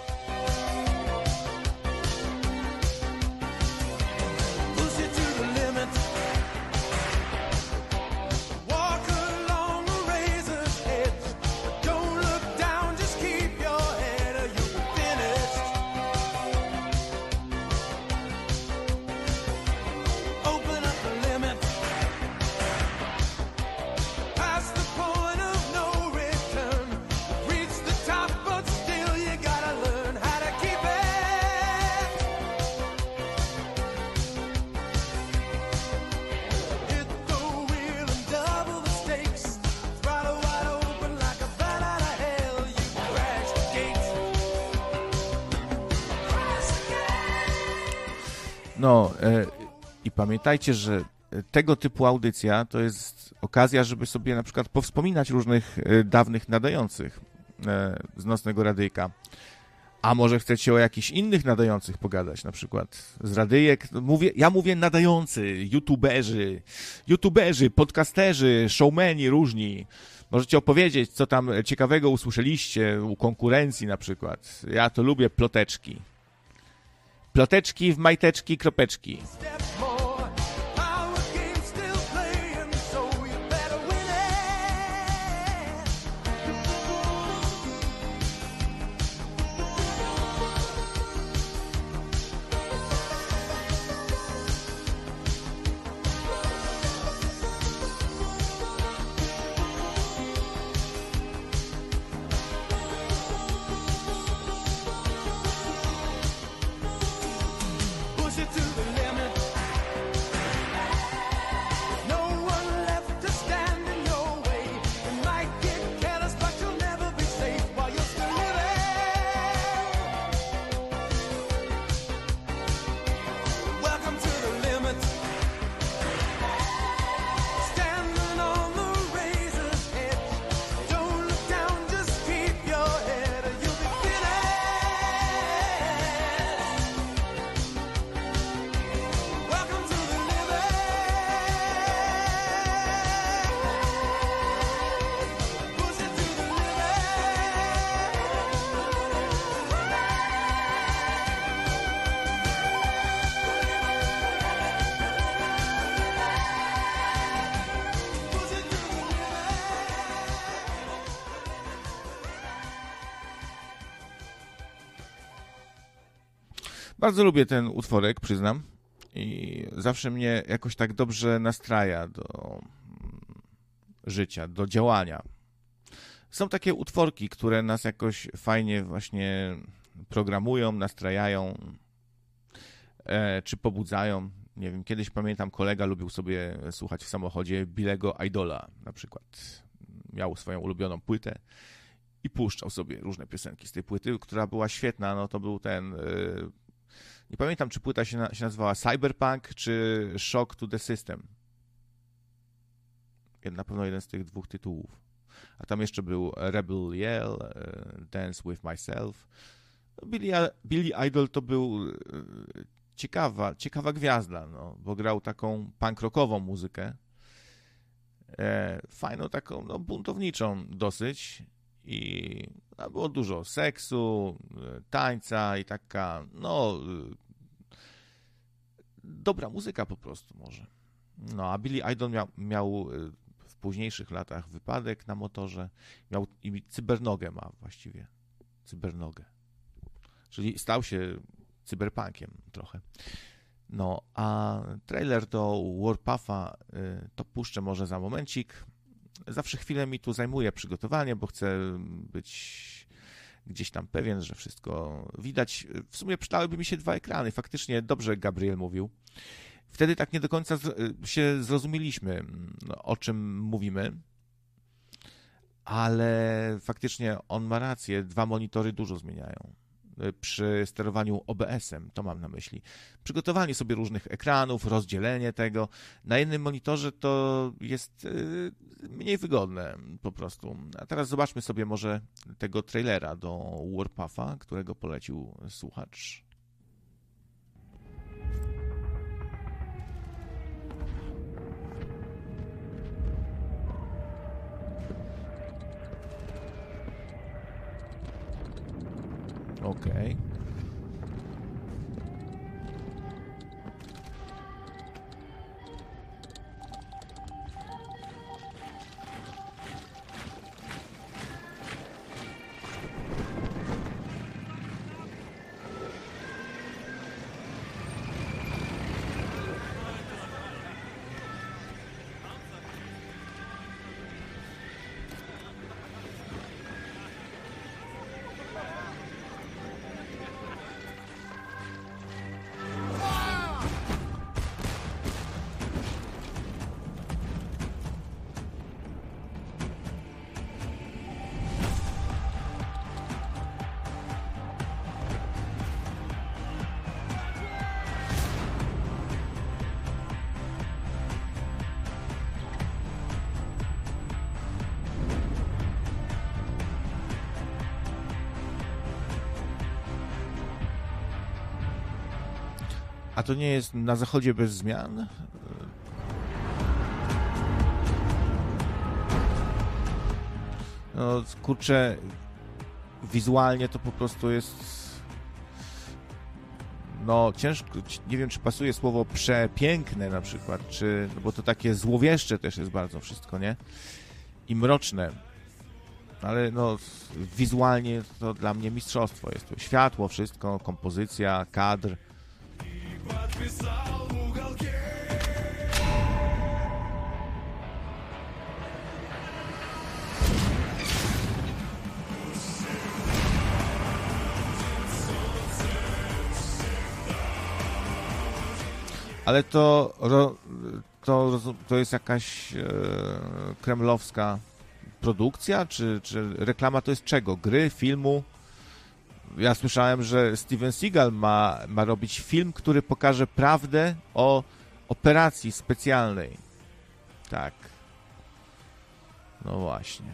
No e, i pamiętajcie, że tego typu audycja to jest okazja, żeby sobie na przykład powspominać różnych e, dawnych nadających e, z Nocnego Radyjka. A może chcecie o jakichś innych nadających pogadać, na przykład z radyjek. Mówię, ja mówię nadający, youtuberzy, youtuberzy, podcasterzy, showmeni różni. Możecie opowiedzieć, co tam ciekawego usłyszeliście u konkurencji na przykład. Ja to lubię ploteczki. Ploteczki w majteczki, kropeczki. Bardzo lubię ten utworek, przyznam. I zawsze mnie jakoś tak dobrze nastraja do życia, do działania. Są takie utworki, które nas jakoś fajnie właśnie programują, nastrajają, e, czy pobudzają. Nie wiem, kiedyś pamiętam, kolega lubił sobie słuchać w samochodzie Billego Idola na przykład. Miał swoją ulubioną płytę i puszczał sobie różne piosenki z tej płyty, która była świetna. No to był ten... E, nie pamiętam, czy płyta się, na, się nazywała Cyberpunk, czy Shock to the System. Na pewno jeden z tych dwóch tytułów. A tam jeszcze był Rebel Yell, Dance with Myself. Billy, Billy Idol to był ciekawa, ciekawa gwiazda, no, bo grał taką punk rockową muzykę. E, fajną, taką no, buntowniczą dosyć i no, było dużo seksu, tańca i taka, no, dobra muzyka po prostu może. No, a Billy Idol miał, miał w późniejszych latach wypadek na motorze, miał i cybernogę ma właściwie, cybernogę, czyli stał się cyberpunkiem trochę. No, a trailer do Warpatha to puszczę może za momencik. Zawsze chwilę mi tu zajmuje przygotowanie, bo chcę być gdzieś tam pewien, że wszystko widać. W sumie przydałyby mi się dwa ekrany. Faktycznie dobrze Gabriel mówił. Wtedy tak nie do końca się zrozumieliśmy, o czym mówimy, ale faktycznie on ma rację. Dwa monitory dużo zmieniają. Przy sterowaniu O B S-em, to mam na myśli. Przygotowanie sobie różnych ekranów, rozdzielenie tego. Na jednym monitorze to jest mniej wygodne po prostu. A teraz zobaczmy sobie może tego trailera do Warpatha, którego polecił słuchacz. Okej. Okay. A to nie jest na zachodzie bez zmian? No kurczę, wizualnie to po prostu jest, no ciężko, nie wiem czy pasuje słowo przepiękne na przykład, czy, no bo to takie złowieszcze też jest bardzo wszystko, nie? I mroczne. Ale no wizualnie to dla mnie mistrzostwo jest to. Światło, wszystko, kompozycja, kadr. Ale to, to, to jest jakaś e, kremlowska produkcja, czy, czy reklama to jest czego? Gry, filmu? Ja słyszałem, że Steven Seagal ma, ma robić film, który pokaże prawdę o operacji specjalnej. Tak. No właśnie.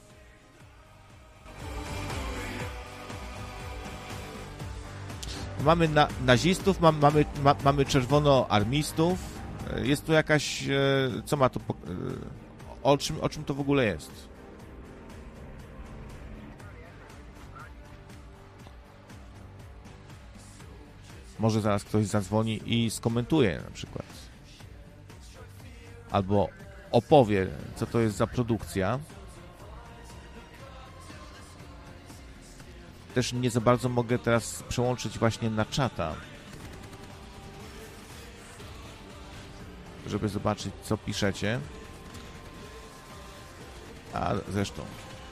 Mamy na, nazistów, ma, mamy, ma, mamy czerwonoarmistów. Jest tu jakaś... Co ma to... O czym, o czym to w ogóle jest? Może zaraz ktoś zadzwoni i skomentuje na przykład. Albo opowie, co to jest za produkcja. Też nie za bardzo mogę teraz przełączyć właśnie na czata, żeby zobaczyć, co piszecie. A zresztą...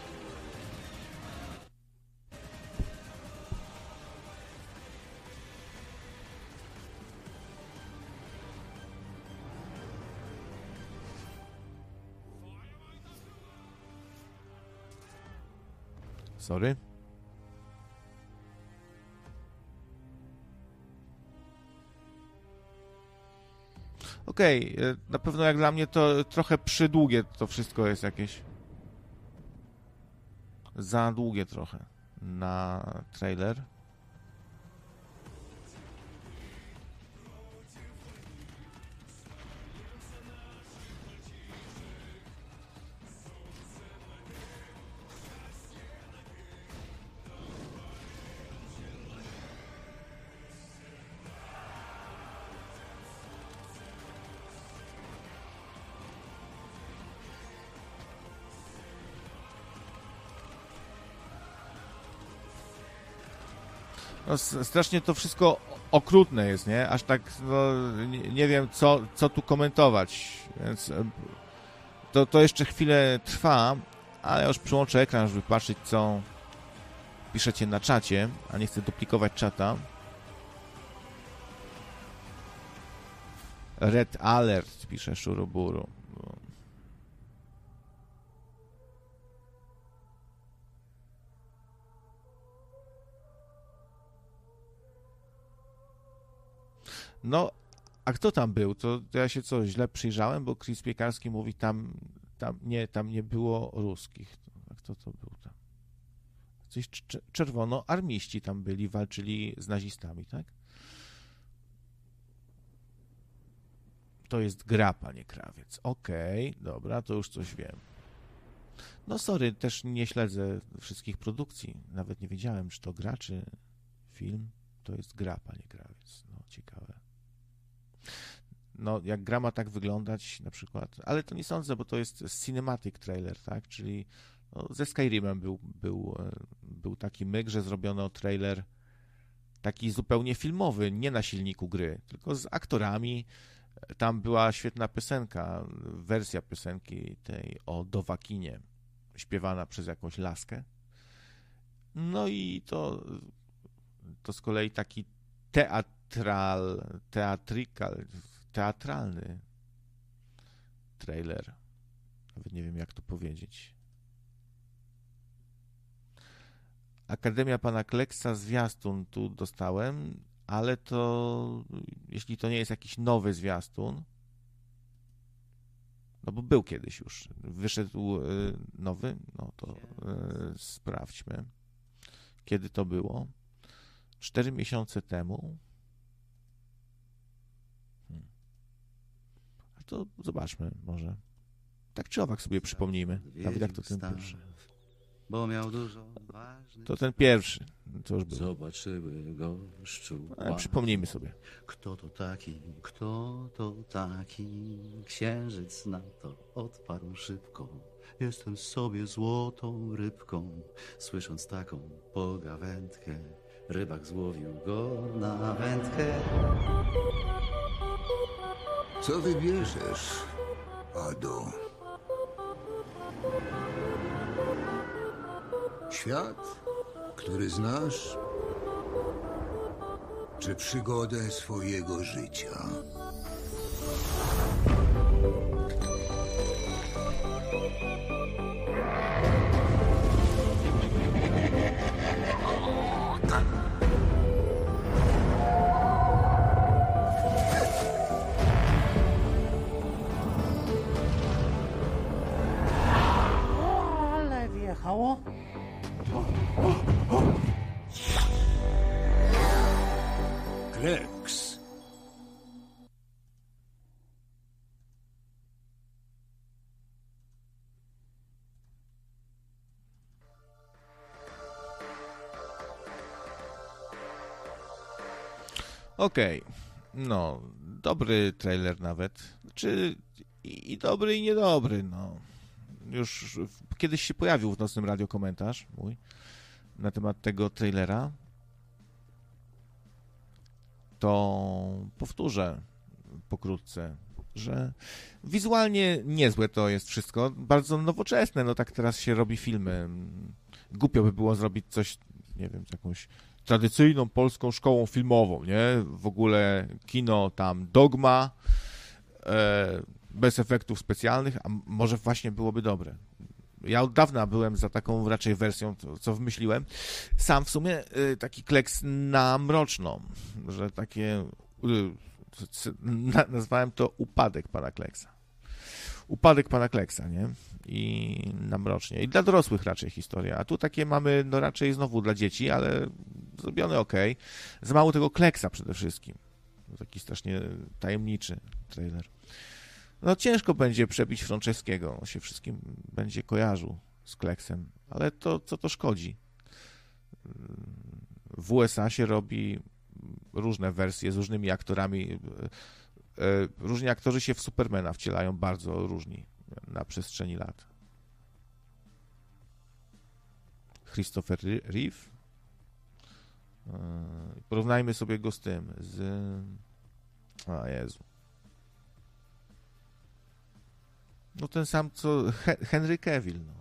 Sorry. Okej, okay, na pewno jak dla mnie to trochę przydługie to wszystko jest jakieś. Za długie trochę na trailer. No, strasznie to wszystko okrutne jest, nie? Aż tak, no, nie, nie wiem, co, co tu komentować, więc to, to jeszcze chwilę trwa, ale ja już przyłączę ekran, żeby patrzeć, co piszecie na czacie, a nie chcę duplikować czata. Red Alert, pisze Szuruburu. No, a kto tam był? To ja się co, źle przyjrzałem, bo Chris Piekarski mówi tam, tam nie, tam nie było ruskich. A kto to był tam? Coś czerwonoarmiści tam byli, walczyli z nazistami, tak? To jest gra, panie Krawiec. Okej, okay, dobra, to już coś wiem. No sorry, też nie śledzę wszystkich produkcji. Nawet nie wiedziałem, czy to gra, czy film. To jest gra, panie Krawiec. No, ciekawe. No, jak gra ma tak wyglądać na przykład, ale to nie sądzę, bo to jest cinematic trailer, tak? Czyli no, ze Skyrimem był, był, był taki myk, że zrobiono trailer taki zupełnie filmowy, nie na silniku gry, tylko z aktorami. Tam była świetna piosenka, wersja piosenki tej o Dowakinie, śpiewana przez jakąś laskę. No i to, to z kolei taki teatral, teatrykal, teatralny trailer. Nawet nie wiem, jak to powiedzieć. Akademia Pana Kleksa, zwiastun tu dostałem, ale to, jeśli to nie jest jakiś nowy zwiastun, no bo był kiedyś już, wyszedł nowy, no to sprawdźmy, kiedy to było. Cztery miesiące temu. Hmm. A to zobaczmy może. Tak czy owak sobie przypomnijmy. Nawet jak to ten pierwszy. Bo miał dużo ważnych... To ten pierwszy. To już był. Zobaczyły go szczupła. Przypomnijmy sobie. Kto to taki, kto to taki? Księżyc na to odparł szybko. Jestem sobie złotą rybką. Słysząc taką pogawędkę, rybak złowił go na wędkę. Co wybierzesz, Ado? Świat, który znasz, czy przygodę swojego życia? Ale wjechało. Kleks. Okej, okay. No, dobry trailer nawet, czy i, i dobry i niedobry, no. Już kiedyś się pojawił w Nocnym Radio komentarz mój na temat tego trailera. To powtórzę pokrótce, że wizualnie niezłe to jest wszystko, bardzo nowoczesne, no tak teraz się robi filmy. Głupio by było zrobić coś, nie wiem, z jakąś tradycyjną polską szkołą filmową, nie? W ogóle kino tam dogma, e, bez efektów specjalnych, a może właśnie byłoby dobre. Ja od dawna byłem za taką raczej wersją, co wymyśliłem. Sam w sumie taki kleks na mroczno, że takie, nazwałem to upadek pana Kleksa. Upadek pana Kleksa, nie? I na mrocznie. I dla dorosłych raczej historia. A tu takie mamy, no raczej znowu dla dzieci, ale zrobione okej. Okay. Za mało tego Kleksa przede wszystkim. Taki strasznie tajemniczy trailer. No ciężko będzie przebić Franceskiego, on się wszystkim będzie kojarzył z Kleksem, ale to co to szkodzi? W U S A się robi różne wersje z różnymi aktorami, różni aktorzy się w Supermana wcielają bardzo różni na przestrzeni lat. Christopher Reeve? Porównajmy sobie go z tym, z... O Jezu. No ten sam, co He- Henry Cavill, no.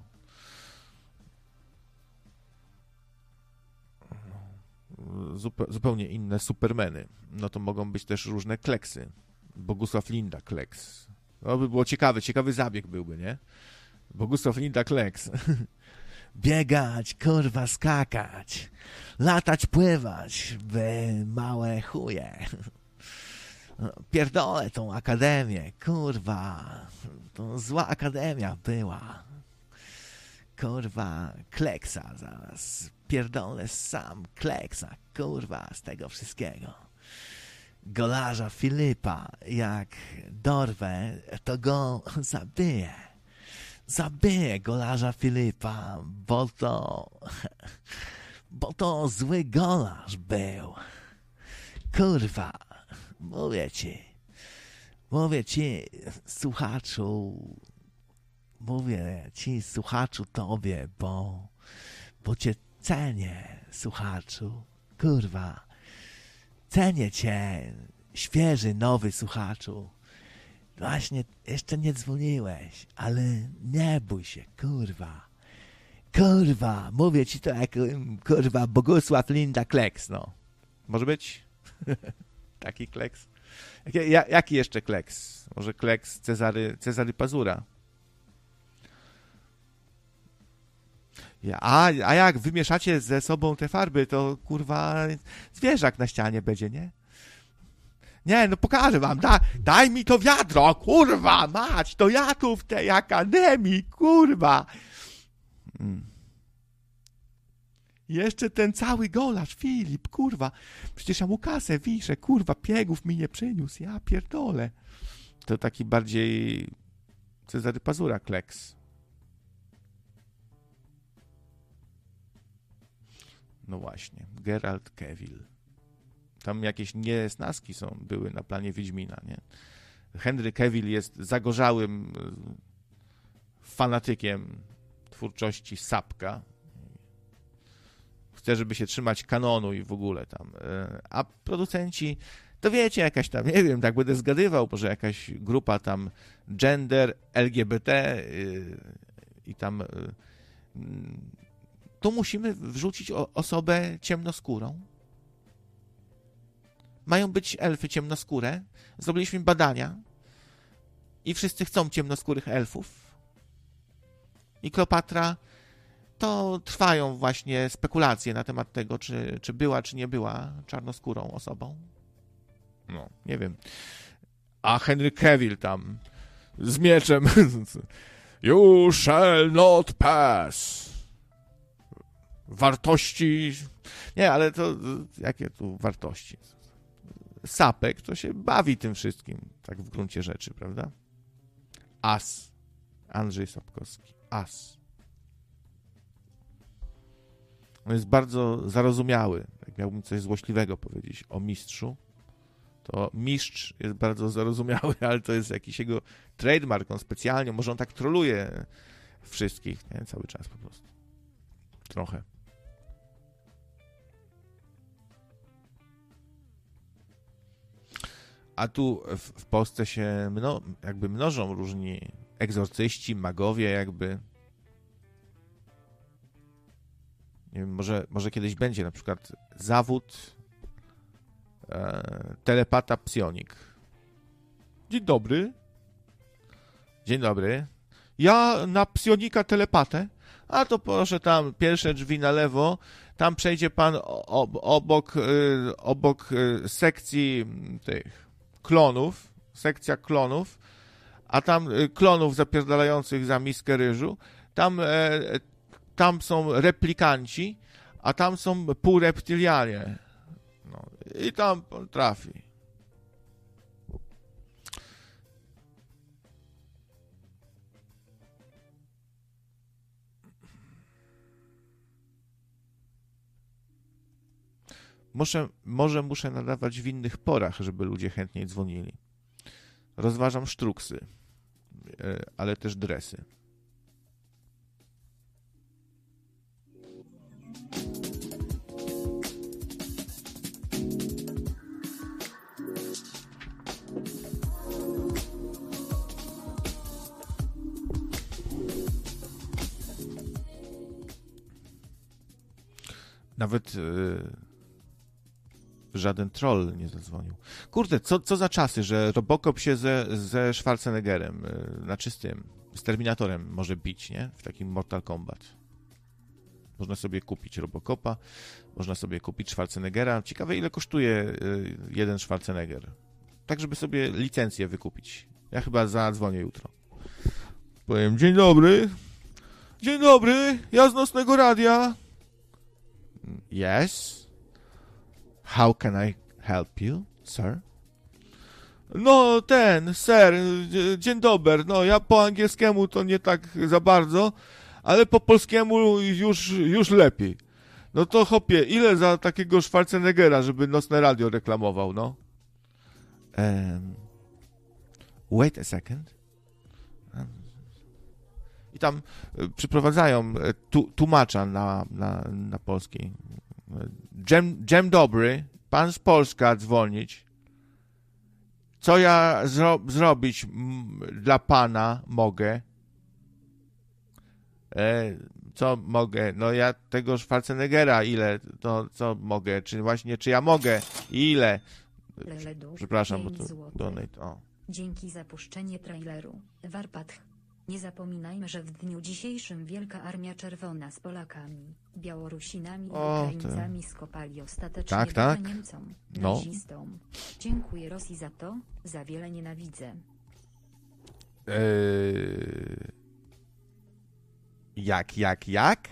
Zupe- zupełnie inne Supermany. No to mogą być też różne kleksy. Bogusław Linda kleks. To by było ciekawe, ciekawy zabieg byłby, nie? Bogusław Linda kleks. Biegać, kurwa, skakać, latać, pływać, by małe chuje. Pierdolę tą akademię, kurwa, to zła akademia była. Kurwa, kleksa zaraz, pierdolę sam kleksa, kurwa, z tego wszystkiego. Golarza Filipa, jak dorwę, to go zabiję. Zabiję golarza Filipa, bo to... bo to zły golarz był. Kurwa, mówię ci, mówię ci, słuchaczu, mówię ci, słuchaczu, tobie, bo, bo cię cenię, słuchaczu, kurwa, cenię cię, świeży, nowy słuchaczu. Właśnie, jeszcze nie dzwoniłeś, ale nie bój się, kurwa. Kurwa, mówię ci to jak, kurwa, Bogusław Linda kleks, no. Może być? Taki kleks? Jaki, jaki jeszcze kleks? Może kleks Cezary, Cezary Pazura? A, a jak wymieszacie ze sobą te farby, to kurwa zwierzak na ścianie będzie, nie? Nie, no pokażę wam, da, daj mi to wiadro, kurwa, mać, to ja tu w tej akademii, kurwa. Hmm. Jeszcze ten cały golarz, Filip, kurwa, przecież ja mu kasę wiszę, kurwa, piegów mi nie przyniósł, ja pierdolę. To taki bardziej Cezary Pazura kleks. No właśnie, Geralt Cavill. Tam jakieś niesnaski są, były na planie Wiedźmina, nie? Henry Cavill jest zagorzałym fanatykiem twórczości Sapka. Chce, żeby się trzymać kanonu i w ogóle tam. A producenci, to wiecie, jakaś tam, nie wiem, tak będę zgadywał, może jakaś grupa tam gender, L G B T i tam tu musimy wrzucić osobę ciemnoskórą. Mają być elfy ciemnoskóre. Zrobiliśmy badania i wszyscy chcą ciemnoskórych elfów. I Kleopatra, to trwają właśnie spekulacje na temat tego, czy, czy była, czy nie była czarnoskórą osobą. No, nie wiem. A Henry Cavill tam z mieczem You shall not pass. Wartości... Nie, ale to... Jakie tu wartości? Sapek to się bawi tym wszystkim, tak w gruncie rzeczy, prawda? As. Andrzej Sapkowski. As. On jest bardzo zarozumiały. Jak miałbym coś złośliwego powiedzieć o mistrzu, to mistrz jest bardzo zarozumiały, ale to jest jakiś jego trademark. On specjalnie, może on tak troluje wszystkich, nie? Cały czas po prostu. Trochę. A tu w, w Polsce się mno, jakby mnożą różni egzorcyści, magowie jakby. Nie wiem, może, może kiedyś będzie na przykład zawód e, telepata psionik. Dzień dobry. Dzień dobry. Ja na psionika telepatę. A to proszę tam, pierwsze drzwi na lewo. Tam przejdzie pan ob, obok, y, obok y, sekcji tych klonów, sekcja klonów, a tam y, klonów zapierdalających za miskę ryżu. Tam, e, tam są replikanci, a tam są półreptylianie. No, i tam trafi. Muszę, może muszę nadawać w innych porach, żeby ludzie chętniej dzwonili. Rozważam sztruksy, ale też dresy. Nawet yy, żaden troll nie zadzwonił. Kurde, co, co za czasy, że Robocop się ze, ze Schwarzeneggerem, yy, znaczy z tym, z Terminatorem może bić, nie? W takim Mortal Kombat. Można sobie kupić Robocopa, można sobie kupić Schwarzeneggera. Ciekawe, ile kosztuje yy, jeden Schwarzenegger. Tak, żeby sobie licencję wykupić. Ja chyba zadzwonię jutro. Powiem, dzień dobry. Dzień dobry, ja z Nocnego Radia. Yes? How can I help you, sir? No, ten, sir, dzień dobry. No, ja po angielskiemu to nie tak za bardzo, ale po polskiemu już, już lepiej. No to hopie, ile za takiego Schwarzeneggera, żeby Nocne Radio reklamował, no? Um, wait a second. I tam przyprowadzają tu, tłumacza na, na, na polski. Dzień, dzień dobry, pan z Polska dzwonić. Co ja zro, zrobić m, dla pana mogę? E, co mogę? No ja tego Schwarzeneggera ile? To co mogę? Czy właśnie, czy ja mogę? Ile? Leledu, Przepraszam, bo pięć to złotych. donate. O. Dzięki za puszczenie traileru. Warpath. Nie zapominajmy, że w dniu dzisiejszym Wielka Armia Czerwona z Polakami, Białorusinami i O, Ukraińcami skopali ostatecznie Tak, tak. dupę Niemcom, No. nazistom. Dziękuję Rosji za to, za wiele nienawidzę. Eee... Jak, jak, jak?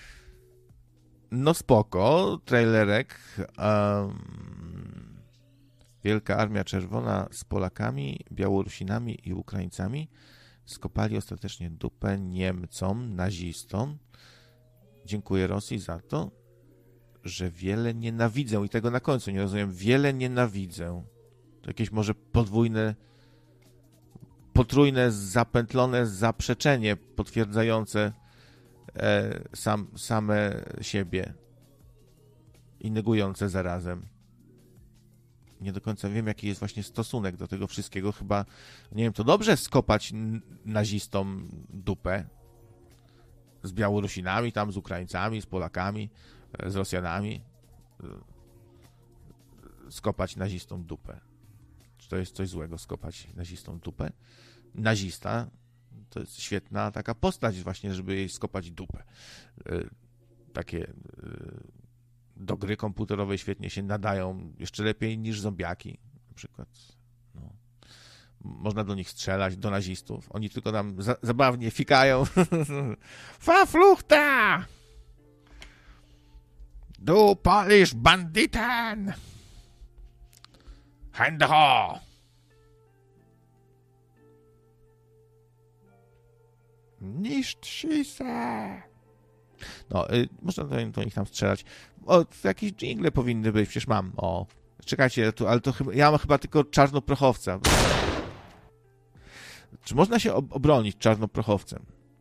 No spoko, trailerek. Um... Wielka Armia Czerwona z Polakami, Białorusinami i Ukraińcami skopali ostatecznie dupę Niemcom, nazistom. Dziękuję Rosji za to, że wiele nienawidzę. I tego na końcu nie rozumiem. Wiele nienawidzę. To jakieś może podwójne, potrójne, zapętlone zaprzeczenie potwierdzające e, sam, same siebie i negujące zarazem. Nie do końca wiem, jaki jest właśnie stosunek do tego wszystkiego. Chyba, nie wiem, to dobrze skopać nazistom dupę z Białorusinami, tam z Ukraińcami, z Polakami, z Rosjanami. Skopać nazistom dupę. Czy to jest coś złego, skopać nazistom dupę? Nazista to jest świetna taka postać właśnie, żeby jej skopać dupę. Takie do gry komputerowej świetnie się nadają, jeszcze lepiej niż zombiaki na przykład. No. Można do nich strzelać, do nazistów. Oni tylko tam za- zabawnie fikają. Verfluchter! Du Polish Banditen! Hände hoch! Nicht schieße! No, y, można do, do nich tam strzelać. O, jakieś dżingle powinny być, przecież mam. O, czekajcie, tu, ale to chyba, ja mam chyba tylko czarnoprochowca. Czy można się ob- obronić czarnoprochowcem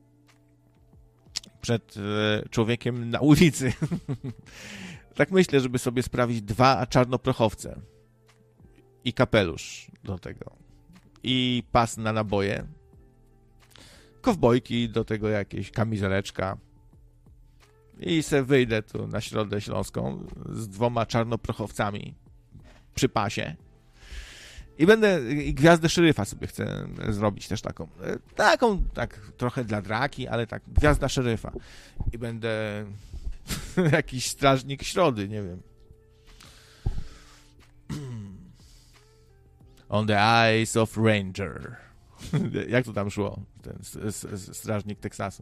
przed e, człowiekiem na ulicy? Tak myślę, żeby sobie sprawić dwa czarnoprochowce i kapelusz do tego i pas na naboje, kowbojki do tego, jakieś kamizeleczka. I se wyjdę tu na Środę Śląską z dwoma czarnoprochowcami przy pasie. I będę, i gwiazdę szeryfa sobie chcę zrobić też taką. Taką, tak trochę dla draki, ale tak, gwiazda szeryfa. I będę jakiś strażnik Środy, nie wiem. On the eyes of Ranger. Jak to tam szło? Ten s- s- strażnik Teksasu.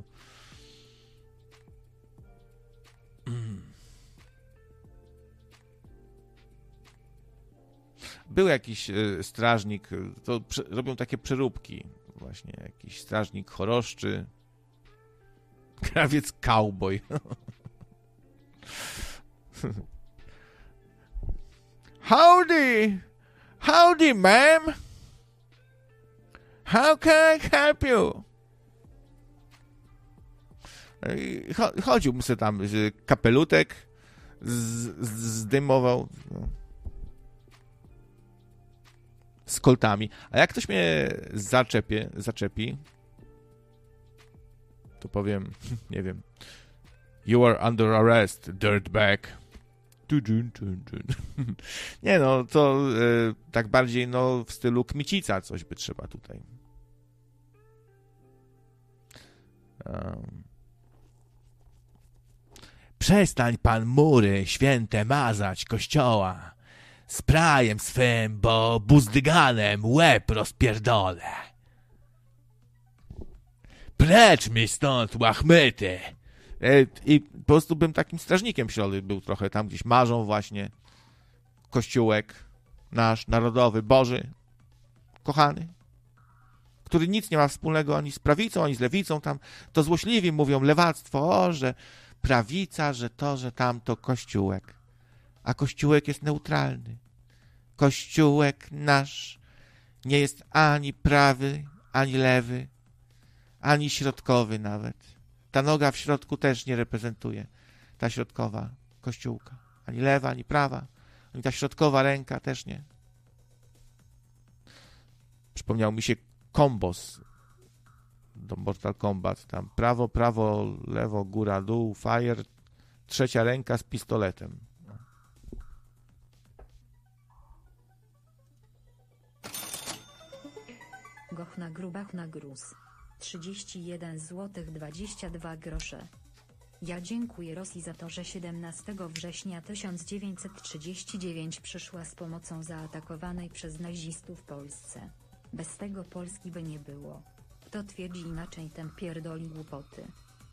Był jakiś y, strażnik, to prze, robią takie przeróbki. Właśnie jakiś strażnik choroszczy. Krawiec cowboy. Howdy! Howdy, ma'am! How can I help you? I cho- chodził sobie tam, że kapelutek z- z- zdejmował. No. Z koltami. A jak ktoś mnie zaczepie, zaczepi, to powiem, nie wiem, You are under arrest, dirtbag. Nie no, to y, tak bardziej no w stylu Kmicica coś by trzeba tutaj. Um. Przestań pan mury święte mazać kościoła sprajem swym, bo buzdyganem łeb rozpierdolę. Precz mi stąd, łachmyty! I po prostu bym takim strażnikiem w środę był trochę. Tam gdzieś marzą właśnie kościółek nasz, narodowy, Boży, kochany, który nic nie ma wspólnego ani z prawicą, ani z lewicą. Tam to złośliwi mówią lewactwo, o, że prawica, że to, że tamto kościółek. A kościółek jest neutralny. Kościółek nasz nie jest ani prawy, ani lewy, ani środkowy nawet. Ta noga w środku też nie reprezentuje, ta środkowa kościółka. Ani lewa, ani prawa. Ani ta środkowa ręka też nie. Przypomniał mi się kombos do Mortal Kombat. Tam prawo, prawo, lewo, góra, dół, fire. Trzecia ręka z pistoletem. Goch na grubach na gruz. trzydzieści jeden złotych dwadzieścia dwa grosze. Ja dziękuję Rosji za to, że siedemnastego września tysiąc dziewięćset trzydziestego dziewiątego przyszła z pomocą zaatakowanej przez nazistów Polsce. Bez tego Polski by nie było. Kto twierdzi inaczej, ten pierdoli głupoty.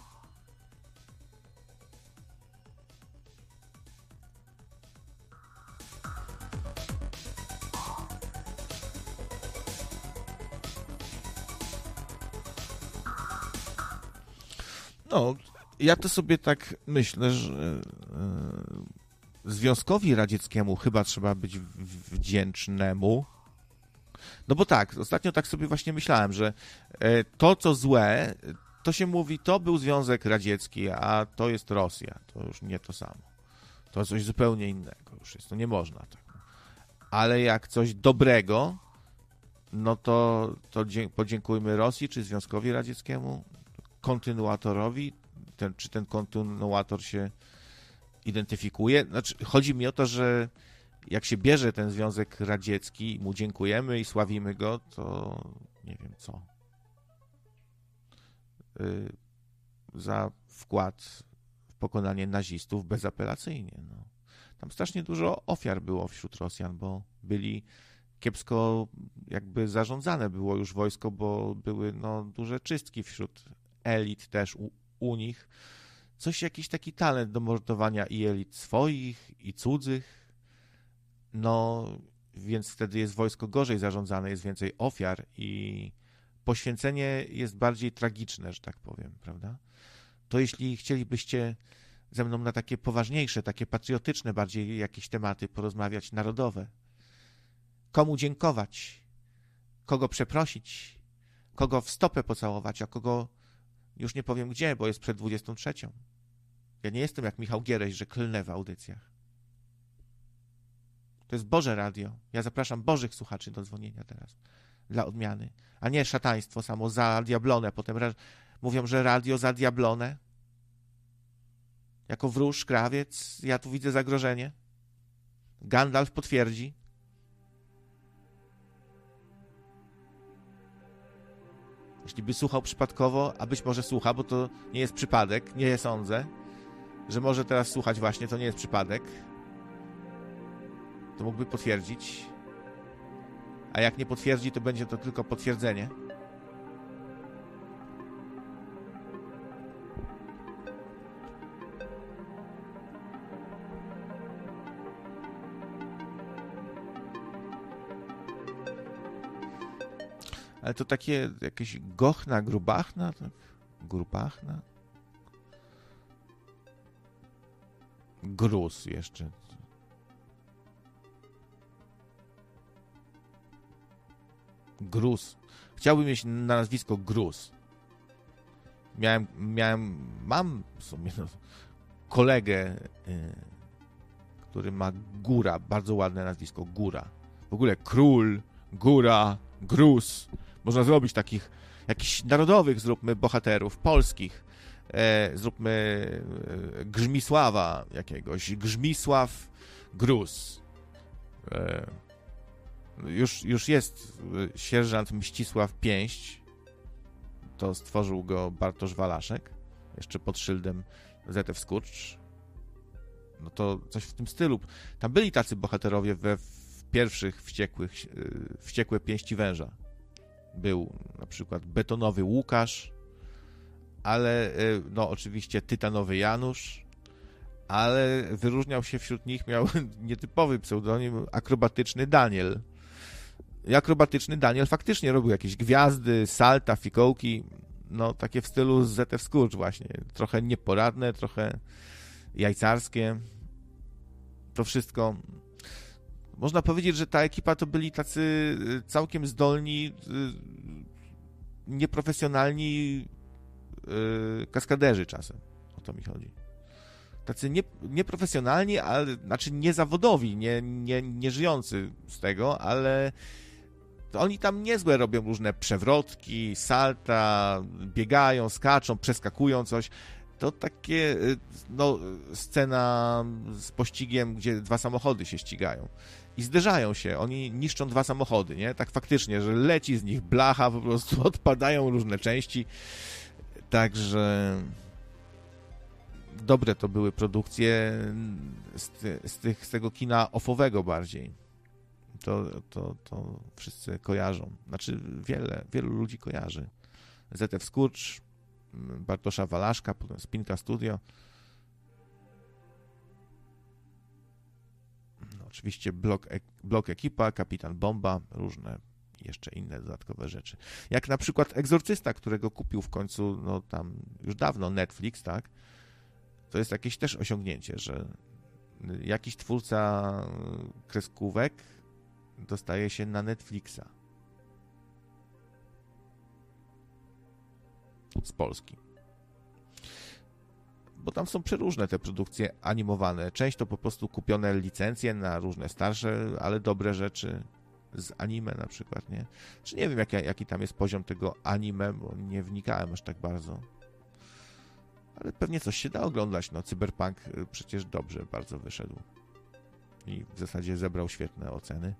No, ja to sobie tak myślę, że e, Związkowi Radzieckiemu chyba trzeba być wdzięcznemu. No bo tak, ostatnio tak sobie właśnie myślałem, że e, to, co złe, to się mówi, to był Związek Radziecki, a to jest Rosja. To już nie to samo. To coś zupełnie innego już jest. To nie można tak. Ale jak coś dobrego, no to, to dzie- podziękujmy Rosji czy Związkowi Radzieckiemu, kontynuatorowi, ten, czy ten kontynuator się identyfikuje. Znaczy, chodzi mi o to, że jak się bierze ten Związek Radziecki, mu dziękujemy i sławimy go, to nie wiem co. Yy, za wkład w pokonanie nazistów bezapelacyjnie. No. Tam strasznie dużo ofiar było wśród Rosjan, bo byli kiepsko jakby zarządzane było już wojsko, bo były no, duże czystki wśród elit też u, u nich. Coś, jakiś taki talent do mordowania i elit swoich, i cudzych. No, więc wtedy jest wojsko gorzej zarządzane, jest więcej ofiar i poświęcenie jest bardziej tragiczne, że tak powiem, prawda? To jeśli chcielibyście ze mną na takie poważniejsze, takie patriotyczne bardziej jakieś tematy porozmawiać, narodowe. Komu dziękować? Kogo przeprosić? Kogo w stopę pocałować? A kogo już nie powiem gdzie, bo jest przed dwudziestą trzecią. Ja nie jestem jak Michał Giereś, że klnę w audycjach. To jest Boże Radio. Ja zapraszam Bożych słuchaczy do dzwonienia teraz. Dla odmiany. A nie szataństwo samo za diablone. Potem ra- mówią, że radio za diablone. Jako wróż, krawiec, ja tu widzę zagrożenie. Gandalf potwierdzi. Jeśli by słuchał przypadkowo, a być może słucha, bo to nie jest przypadek, nie sądzę, że może teraz słuchać właśnie, to nie jest przypadek, to mógłby potwierdzić. A jak nie potwierdzi, to będzie to tylko potwierdzenie. Ale to takie jakieś gochna, grubachna, tak? Grubachna. Gruz jeszcze. Gruz. Chciałbym mieć na nazwisko Gruz. Miałem, miałem, mam w sumie no, kolegę, y, który ma Góra, bardzo ładne nazwisko, Góra. W ogóle Król, Góra, Gruz. Można zrobić takich, jakichś narodowych, zróbmy, bohaterów, polskich. e, zróbmy e, Grzmisława jakiegoś, Grzmisław Gruz. E, już, już jest sierżant Mścisław Pięść, to stworzył go Bartosz Walaszek, jeszcze pod szyldem Z F Skurcz. No to coś w tym stylu. Tam byli tacy bohaterowie we w pierwszych wściekłych, wściekłe pięści węża. Był na przykład betonowy Łukasz, ale no oczywiście tytanowy Janusz, ale wyróżniał się wśród nich, miał nietypowy pseudonim akrobatyczny Daniel. I akrobatyczny Daniel faktycznie robił jakieś gwiazdy, salta, fikołki, no takie w stylu Z F Skurcz właśnie. Trochę nieporadne, trochę jajcarskie. To wszystko. Można powiedzieć, że ta ekipa to byli tacy całkiem zdolni, nieprofesjonalni kaskaderzy czasem. O to mi chodzi. Tacy nie, nieprofesjonalni, ale znaczy niezawodowi, nie, nie, nie żyjący z tego, ale to oni tam niezłe robią różne przewrotki, salta, biegają, skaczą, przeskakują coś. To takie, no, scena z pościgiem, gdzie dwa samochody się ścigają i zderzają się, oni niszczą dwa samochody, nie? Tak faktycznie, że leci z nich blacha, po prostu odpadają różne części, także dobre to były produkcje z, ty, z, tych, z tego kina offowego bardziej. To, to, to wszyscy kojarzą, znaczy wiele, wielu ludzi kojarzy. Z F Skurcz, Bartosza Walaszka, potem Spinka Studio. No, oczywiście blok, blok Ekipa, Kapitan Bomba, różne jeszcze inne dodatkowe rzeczy. Jak na przykład Egzorcysta, którego kupił w końcu, no tam już dawno Netflix, tak? To jest jakieś też osiągnięcie, że jakiś twórca kreskówek dostaje się na Netflixa. Z Polski. Bo tam są przeróżne te produkcje animowane. Część to po prostu kupione licencje na różne starsze, ale dobre rzeczy z anime na przykład, nie? Czy nie wiem, jaki, jaki tam jest poziom tego anime, bo nie wnikałem aż tak bardzo. Ale pewnie coś się da oglądać. No, Cyberpunk przecież dobrze bardzo wyszedł. I w zasadzie zebrał świetne oceny.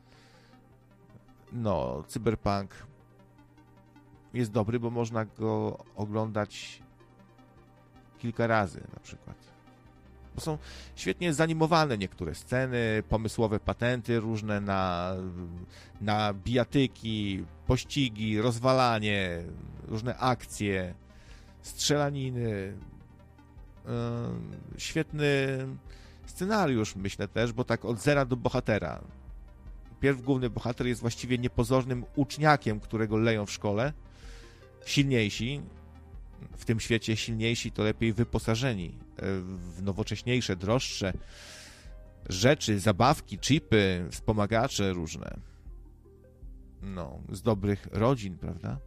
No, Cyberpunk jest dobry, bo można go oglądać kilka razy na przykład. Bo są świetnie zanimowane niektóre sceny, pomysłowe patenty różne na, na bijatyki, pościgi, rozwalanie, różne akcje, strzelaniny. Yy, świetny scenariusz, myślę też, bo tak od zera do bohatera. Pierw główny bohater jest właściwie niepozornym uczniakiem, którego leją w szkole. Silniejsi, w tym świecie silniejsi to lepiej wyposażeni w nowocześniejsze, droższe rzeczy, zabawki, chipy, wspomagacze różne. No, z dobrych rodzin, prawda?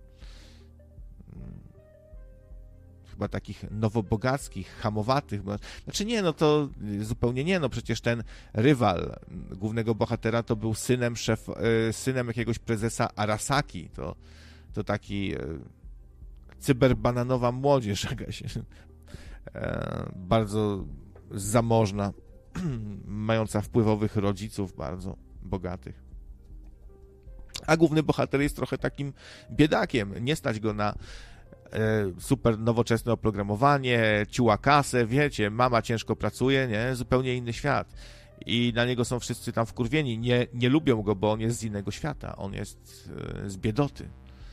Chyba takich nowobogackich, hamowatych. Znaczy nie, no to zupełnie nie, no przecież ten rywal głównego bohatera to był synem szef, synem jakiegoś prezesa Arasaki. To, to taki cyberbananowa młodzież jakaś, e, bardzo zamożna, mająca wpływowych rodziców, bardzo bogatych. A główny bohater jest trochę takim biedakiem. Nie stać go na e, super nowoczesne oprogramowanie, ciuła kasę, wiecie, mama ciężko pracuje, nie? Zupełnie inny świat. I na niego są wszyscy tam wkurwieni. Nie, nie lubią go, bo on jest z innego świata. On jest e, z biedoty.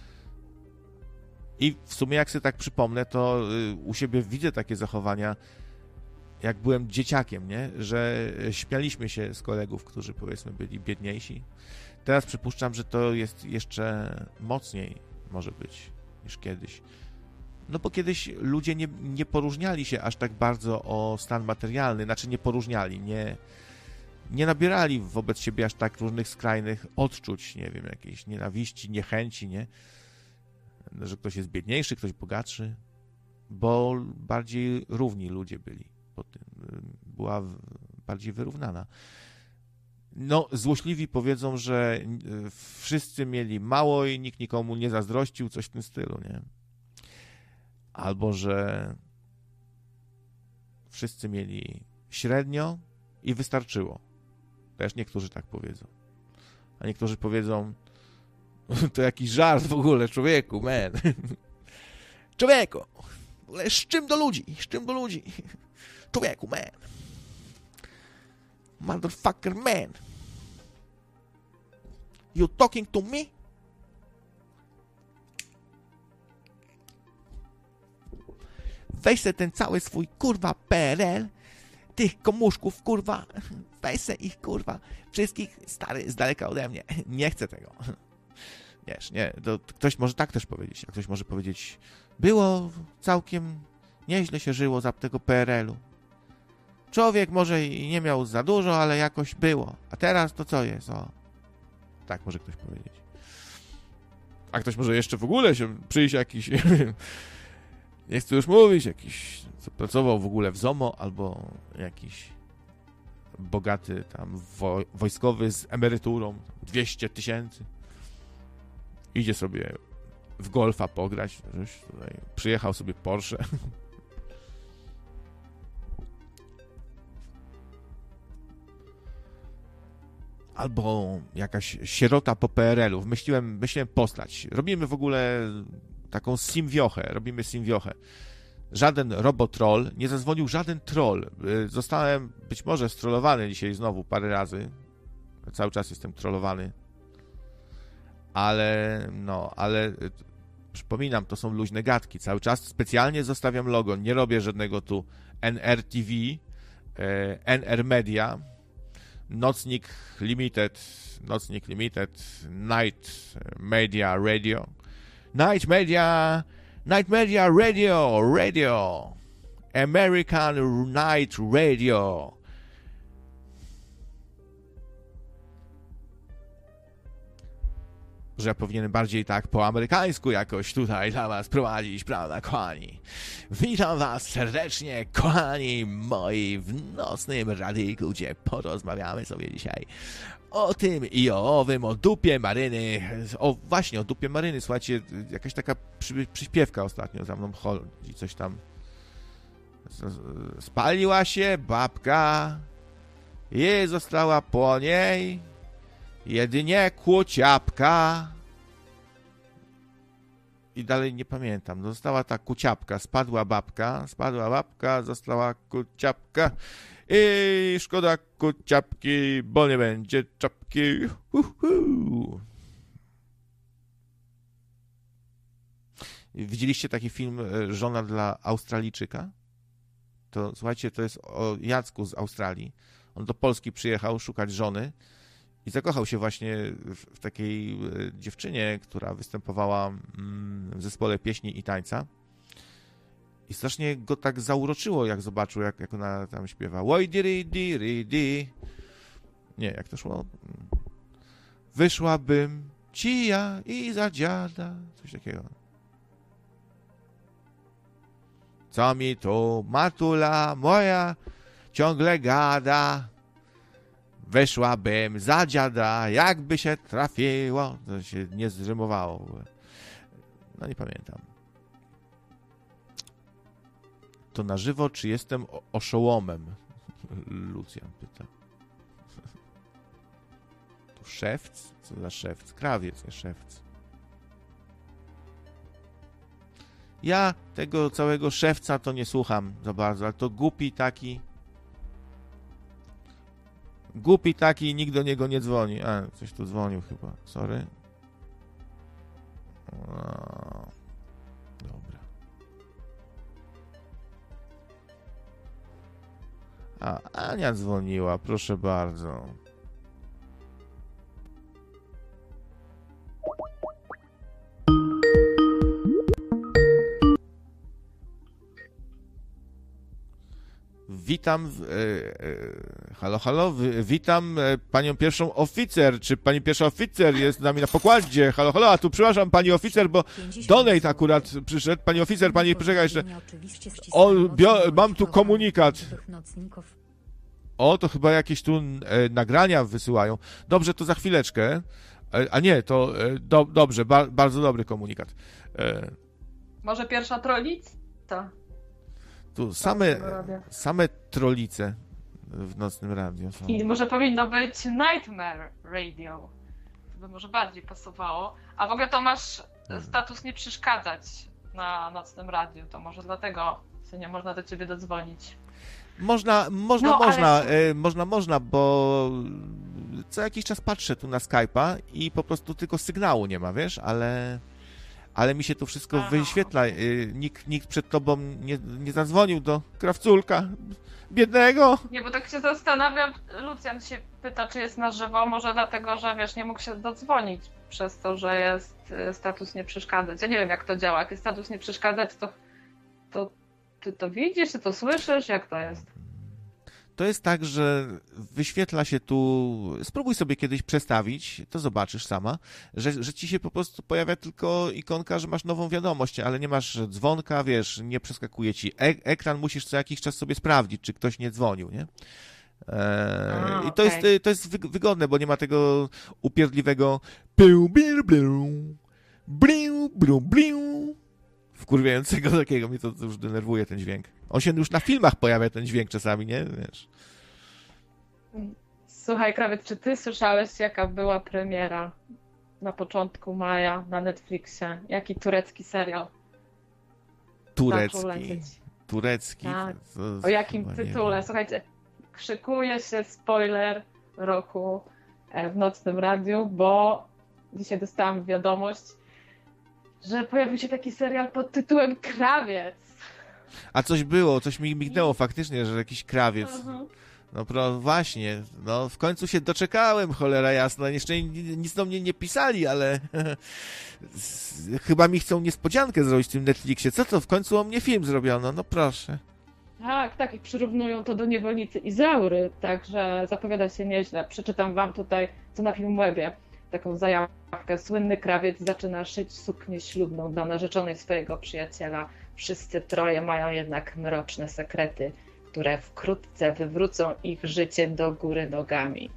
I w sumie jak sobie tak przypomnę, to u siebie widzę takie zachowania, jak byłem dzieciakiem, nie? Że śmialiśmy się z kolegów, którzy powiedzmy byli biedniejsi. Teraz przypuszczam, że to jest jeszcze mocniej może być niż kiedyś. No bo kiedyś ludzie nie, nie poróżniali się aż tak bardzo o stan materialny, znaczy nie poróżniali, nie, nie nabierali wobec siebie aż tak różnych skrajnych odczuć, nie wiem, jakiejś nienawiści, niechęci, nie? Że ktoś jest biedniejszy, ktoś bogatszy, bo bardziej równi ludzie byli. Po tym była bardziej wyrównana. No, złośliwi powiedzą, że wszyscy mieli mało i nikt nikomu nie zazdrościł, coś w tym stylu, nie? albo że wszyscy mieli średnio i wystarczyło. Też niektórzy tak powiedzą. A niektórzy powiedzą, to jakiś żart w ogóle, człowieku, man. Człowieku, w ogóle z czym do ludzi, z czym do ludzi. Człowieku, man. Motherfucker, man. You talking to me? Weź se ten cały swój, kurwa, P R L, tych komuszków, kurwa, weź se ich, kurwa, wszystkich, stary, z daleka ode mnie. Nie chcę tego. Wiesz, nie, to ktoś może tak też powiedzieć, a ktoś może powiedzieć, było całkiem nieźle się żyło za tego P R L-u. Człowiek może i nie miał za dużo, ale jakoś było. A teraz to co jest? O. Tak może ktoś powiedzieć. A ktoś może jeszcze w ogóle się przyjść jakiś, nie wiem, nie chcę już mówić, jakiś, co pracował w ogóle w ZOMO, albo jakiś bogaty tam wo- wojskowy z emeryturą dwieście tysięcy. Idzie sobie w golfa pograć, żeś tutaj przyjechał sobie Porsche. Albo jakaś sierota po P R L-u. Myśliłem, myślałem postać. Robimy w ogóle taką simwiochę. Robimy simwiochę. Żaden robotroll, nie zadzwonił żaden troll. Zostałem być może strollowany dzisiaj znowu parę razy. Cały czas jestem trollowany. Ale, no, ale przypominam, to są luźne gadki. Cały czas specjalnie zostawiam logo. Nie robię żadnego tu N R T V, N R Media, Nocnik Limited, Nocnik Limited, Night Media Radio, Night Media, Night Media Radio, Radio, American Night Radio. Że ja powinienem bardziej tak po amerykańsku jakoś tutaj dla was prowadzić, prawda, kochani? Witam was serdecznie, kochani moi, w nocnym radyjku, gdzie porozmawiamy sobie dzisiaj o tym i o owym, o dupie maryny. O, właśnie, o dupie maryny, słuchajcie, jakaś taka przy, przyśpiewka ostatnio za mną chodzi, coś tam. Spaliła się babka i została po niej jedynie kuciapka. I dalej nie pamiętam. Została ta kuciapka, spadła babka, spadła babka, została kuciapka. I szkoda kuciapki, bo nie będzie czapki. Uhu. Widzieliście taki film Żona dla Australijczyka? To słuchajcie, to jest o Jacku z Australii. On do Polski przyjechał szukać żony. I zakochał się właśnie w, w takiej dziewczynie, która występowała w zespole pieśni i tańca. I strasznie go tak zauroczyło, jak zobaczył, jak, jak ona tam śpiewa. Oj, diri, diri, di. Nie, jak to szło? Wyszłabym ci ja i za dziada. Coś takiego. Co mi tu matula moja ciągle gada. Wyszłabym za dziada, jakby się trafiło. To się nie zrymowało. No nie pamiętam. To na żywo, czy jestem oszołomem? Lucjan pyta. Tu szewc? Co za szewc? Krawiec, nie szewc. Ja tego całego szewca to nie słucham za bardzo, ale to głupi taki... Głupi taki, nikt do niego nie dzwoni. A, coś tu dzwonił chyba. Sorry. O, dobra. A, Ania dzwoniła, proszę bardzo. Witam, e, e, halo, halo, w, witam e, panią pierwszą oficer, czy pani pierwsza oficer jest z nami na pokładzie, halo, halo, a tu przepraszam pani oficer, bo donate akurat przyszedł, pani oficer, pani, poczekaj jeszcze, o, bio, mam tu komunikat, o, to chyba jakieś tu e, nagrania wysyłają, dobrze, to za chwileczkę, e, a nie, to e, do, dobrze, ba, bardzo dobry komunikat. E, Może pierwsza trolic? Tu same, same trolice w nocnym radiu są. I może powinno być Nightmare Radio. To by może bardziej pasowało. A w ogóle to masz status nie przeszkadzać na nocnym radiu. To może dlatego się nie można do ciebie dodzwonić. Można, można, No, ale- można, e, można, można, bo co jakiś czas patrzę tu na Skype'a i po prostu tylko sygnału nie ma, wiesz, ale, ale mi się to wszystko Aha, wyświetla. E, Nikt, nikt przed tobą nie, nie zadzwonił do krawculka biednego. Nie, bo tak się zastanawiam, Lucjan się pyta, czy jest na żywo, może dlatego, że wiesz, nie mógł się dodzwonić przez to, że jest y, status nie przeszkadzać. Ja nie wiem, jak to działa. Jak jest status nie przeszkadzać, to, to ty to widzisz, ty to słyszysz? Jak to jest? To jest tak, że wyświetla się tu, spróbuj sobie kiedyś przestawić, to zobaczysz sama, że, że ci się po prostu pojawia tylko ikonka, że masz nową wiadomość, ale nie masz dzwonka, wiesz, nie przeskakuje ci e- ekran, musisz co jakiś czas sobie sprawdzić, czy ktoś nie dzwonił, nie? Eee, A, I to okej. jest, to jest wyg- wygodne, bo nie ma tego upierdliwego piu, biu, biu, bliu, bliu, bliu, wkurwiającego takiego, mnie to, to już denerwuje ten dźwięk. On się już na filmach pojawia, ten dźwięk czasami, nie? Wiesz. Słuchaj, Krawiec, czy ty słyszałeś, jaka była premiera na początku maja na Netflixie? Jaki turecki serial zaczął Turecki. lecieć? Turecki. Tak. To- to O jakim chyba nie tytule? wiem. Słuchajcie, szykuje się spoiler roku e, w Nocnym Radiu, bo dzisiaj dostałam wiadomość, że pojawił się taki serial pod tytułem Krawiec. A coś było, coś mi mignęło faktycznie, że jakiś krawiec. Mhm. No pro, właśnie, no w końcu się doczekałem, cholera jasna. Jeszcze ni- nic do mnie nie pisali, ale s- chyba mi chcą niespodziankę zrobić w tym Netflixie. Co to, w końcu o mnie film zrobiono? No proszę. Tak, tak, i przyrównują to do Niewolnicy Izaury, także zapowiada się nieźle. Przeczytam wam tutaj, co na Filmwebie, taką zajawkę. Słynny krawiec zaczyna szyć suknię ślubną dla narzeczonej swojego przyjaciela. Wszyscy troje mają jednak mroczne sekrety, które wkrótce wywrócą ich życie do góry nogami.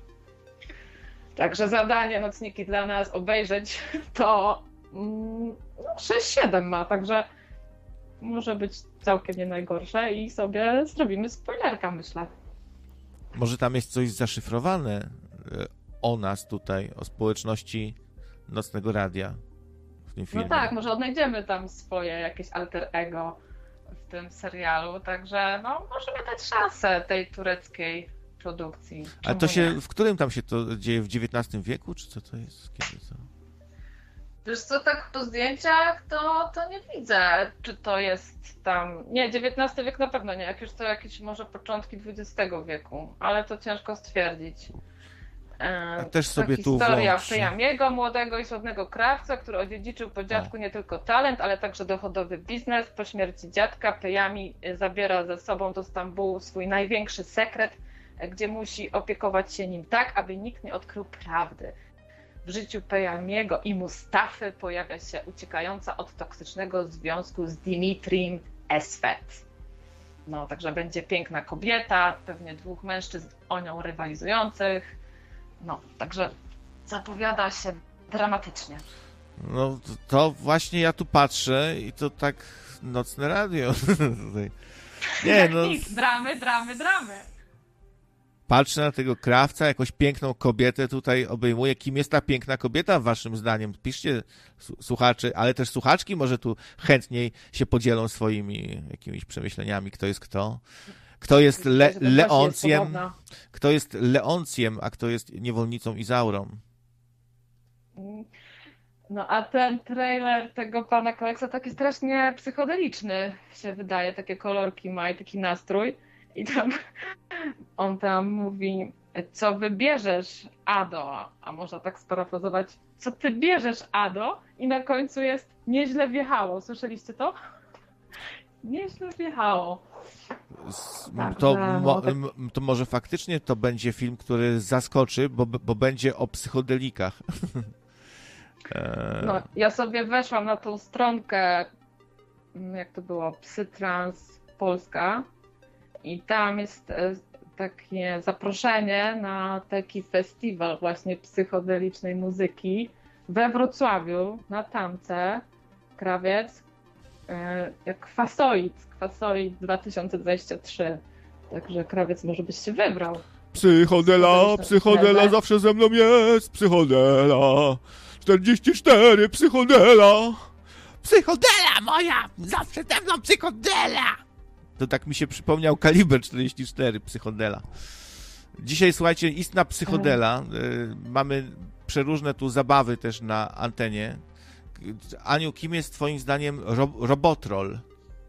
Także zadanie nocniki dla nas obejrzeć to mm, no, sześć siedem ma, także może być całkiem nie najgorsze i sobie zrobimy spoilerka, myślę. Może tam jest coś zaszyfrowane e, o nas tutaj, o społeczności Nocnego Radia w tym filmie. No tak, może odnajdziemy tam swoje jakieś alter ego w tym serialu, także no możemy dać szansę tej tureckiej produkcji. A Czemu to się, nie? w którym tam się to dzieje? W dziewiętnastym wieku, czy co to jest? Kiedy to? Wiesz co, tak po zdjęciach to, to nie widzę, czy to jest tam... Nie, dziewiętnasty wiek na pewno nie, jak już to jakieś może początki dwudziestego wieku, ale to ciężko stwierdzić. E, A też to sobie tu historia włączę. Pejamiego, młodego i sławnego krawca, który odziedziczył po dziadku nie tylko talent, ale także dochodowy biznes. Po śmierci dziadka Pejami zabiera ze sobą do Stambułu swój największy sekret, gdzie musi opiekować się nim tak, aby nikt nie odkrył prawdy. W życiu Pejamiego i Mustafy pojawia się uciekająca od toksycznego związku z Dimitrim Esfet. No, także będzie piękna kobieta, pewnie dwóch mężczyzn o nią rywalizujących. No, także zapowiada się dramatycznie. No to, to właśnie ja tu patrzę i to tak Nocne Radio. Tutaj. Nie, no Nic, dramy, dramy, dramy. patrzę na tego krawca, jakąś piękną kobietę tutaj obejmuje. Kim jest ta piękna kobieta waszym zdaniem? Piszcie, su- słuchacze, ale też słuchaczki może tu chętniej się podzielą swoimi jakimiś przemyśleniami, kto jest kto. Kto jest le- Myślę, że to właśnie jest Leoncjem, podobna. kto jest Leoncjem, a kto jest niewolnicą Izaurą. No a ten trailer tego pana Kaleksa taki strasznie psychodeliczny się wydaje, takie kolorki ma i taki nastrój. I tam on tam mówi, co wybierzesz, Ado, a można tak sparafrazować, co ty bierzesz, Ado? I na końcu jest nieźle wjechało. Słyszeliście to? Nieźle wjechało. S- Tak, To, że mo- no tak- m- to może faktycznie to będzie film, który zaskoczy, bo, bo będzie o psychodelikach. Eee, No, ja sobie weszłam na tą stronkę, mm, jak to było, Psytrans Polska i tam jest e, takie zaproszenie na taki festiwal właśnie psychodelicznej muzyki we Wrocławiu na Tamce, Krawiec. e, jak kwasoid, kwasoid dwa tysiące dwudziesty trzeci. Także krawiec może byś się wybrał. Psychodela, psychodela zawsze ze mną jest, psychodela. czterdzieści cztery, psychodela. Psychodela moja, zawsze ze mną psychodela. To tak mi się przypomniał Kaliber czterdzieści cztery, psychodela. Dzisiaj, słuchajcie, istna psychodela. Y, mamy przeróżne tu zabawy też na antenie. Aniu, kim jest twoim zdaniem ro- Robotrol?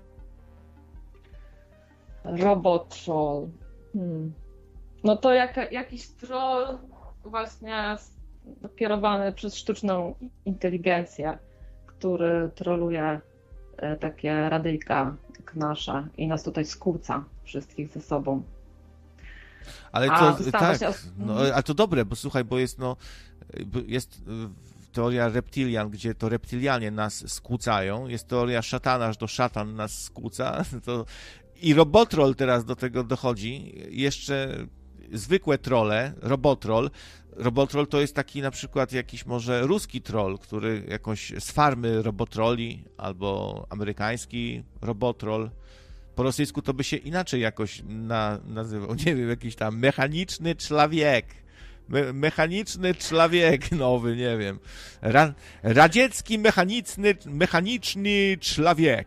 Robotrol. Hmm. No to jak, jakiś troll właśnie kierowany przez sztuczną inteligencję, który troluje takie radyjka jak nasze i nas tutaj skłóca wszystkich ze sobą. Ale to, tak, no, ale to dobre, bo słuchaj, bo jest no, jest teoria reptilian, gdzie to reptilianie nas skłócają, jest teoria szatana, że to szatan nas skłóca, to i Robotrol teraz do tego dochodzi, jeszcze zwykłe trolle, Robotrol. Robotrol to jest taki na przykład jakiś może ruski troll, który jakoś z farmy Robotroli, albo amerykański Robotrol. Po rosyjsku to by się inaczej jakoś na, nazywał, nie wiem, jakiś tam mechaniczny człowiek. Me, mechaniczny człowiek nowy, nie wiem. Ra, radziecki mechaniczny, mechaniczny człowiek.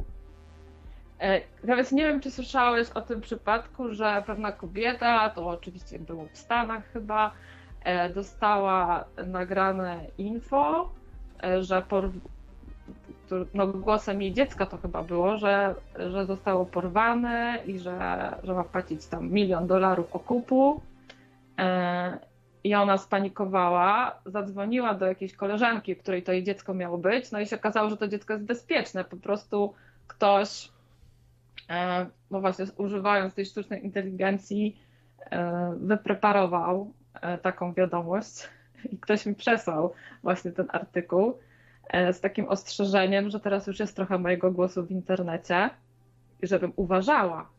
Nawet nie wiem, czy słyszałeś o tym przypadku, że pewna kobieta, to oczywiście było w Stanach chyba, dostała nagrane info, że por... no, głosem jej dziecka to chyba było, że, że zostało porwane i że, że ma płacić tam milion dolarów okupu. I ona spanikowała, zadzwoniła do jakiejś koleżanki, której to jej dziecko miało być, no i się okazało, że to dziecko jest bezpieczne. Po prostu ktoś, no właśnie używając tej sztucznej inteligencji, wypreparował taką wiadomość i ktoś mi przesłał właśnie ten artykuł z takim ostrzeżeniem, że teraz już jest trochę mojego głosu w internecie i żebym uważała.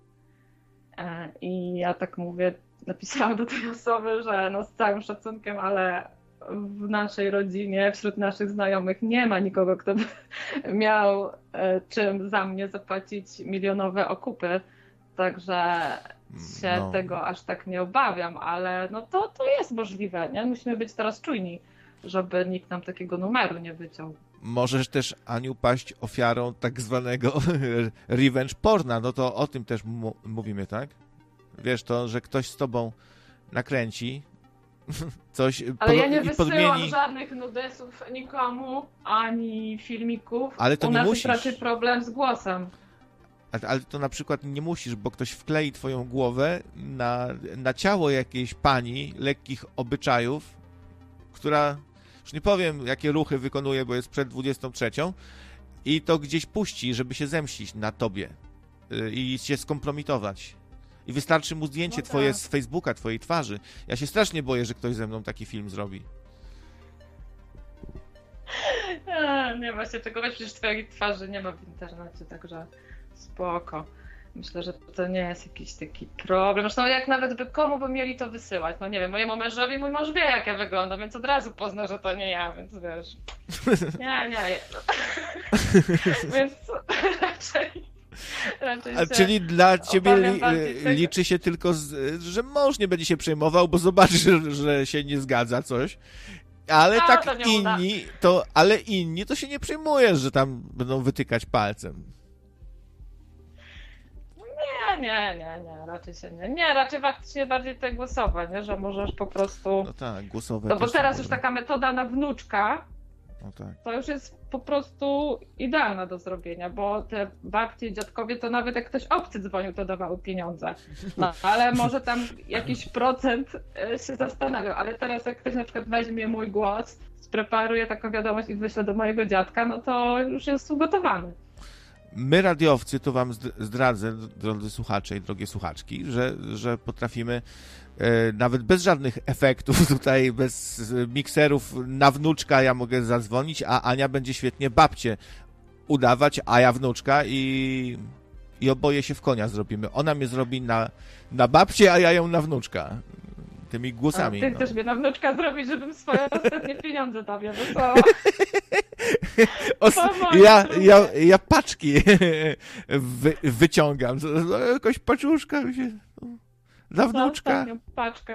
I ja tak mówię, napisałam do tej osoby, że no z całym szacunkiem, ale w naszej rodzinie, wśród naszych znajomych nie ma nikogo, kto by miał czym za mnie zapłacić milionowe okupy. Także się no. tego aż tak nie obawiam, ale no to, to jest możliwe, nie? Musimy być teraz czujni, żeby nikt nam takiego numeru nie wyciął. Możesz też, Aniu, paść ofiarą tak zwanego revenge porna, no to o tym też m- mówimy, tak? Wiesz to, że ktoś z tobą nakręci coś... Ale po, ja nie wysyłam podmieni... żadnych nudesów nikomu, ani filmików. Ale to U nie nas musisz. jest raczej problem z głosem. Ale to na przykład nie musisz, bo ktoś wklei twoją głowę na, na ciało jakiejś pani lekkich obyczajów, która, już nie powiem, jakie ruchy wykonuje, bo jest przed dwudziestą trzecią, i to gdzieś puści, żeby się zemścić na tobie i się skompromitować. I wystarczy mu zdjęcie no tak. twoje z Facebooka, twojej twarzy. Ja się strasznie boję, że ktoś ze mną taki film zrobi. A, nie właśnie czego, przecież twojej twarzy nie ma w internecie, także spoko. Myślę, że to nie jest jakiś taki problem. Zresztą jak nawet by komu by mieli to wysyłać, no nie wiem, mojemu mężowi mój mąż wie, jak ja wyglądam, więc od razu pozna, że to nie ja, więc wiesz. Nie, nie. Więc raczej... A czyli dla ciebie li, liczy się tylko, z, że mąż nie będzie się przejmował, bo zobaczy, że, że się nie zgadza coś. Ale no, tak to inni, to, ale inni to się nie przejmujesz, że tam będą wytykać palcem. Nie, nie, nie, nie, raczej się nie. Nie, raczej faktycznie bardziej te głosowe, nie? Że możesz po prostu... No tak, głosowe. No bo teraz już taka metoda na wnuczka, no tak. To już jest po prostu idealna do zrobienia, bo te babcie i dziadkowie to nawet jak ktoś obcy dzwonił, to dawały pieniądze. No, ale może tam jakiś procent się zastanawiał, ale teraz jak ktoś na przykład weźmie mój głos, spreparuje taką wiadomość i wyśle do mojego dziadka, no to już jest ugotowany. My, radiowcy, to wam zdradzę, drodzy słuchacze i drogie słuchaczki, że, że potrafimy e, nawet bez żadnych efektów tutaj, bez mikserów na wnuczka ja mogę zadzwonić, a Ania będzie świetnie babcię udawać, a ja wnuczka i, i oboje się w konia zrobimy. Ona mnie zrobi na, na babcię, a ja ją na wnuczka. tymi głosami. A ty no. chcesz mnie na wnuczka zrobić, żebym swoje ostatnie pieniądze tobie wysłała. Os ja, ja, ja paczki wy wyciągam. Jakaś paczuszka mi się... Dla wnuczka. Ostatnią paczkę.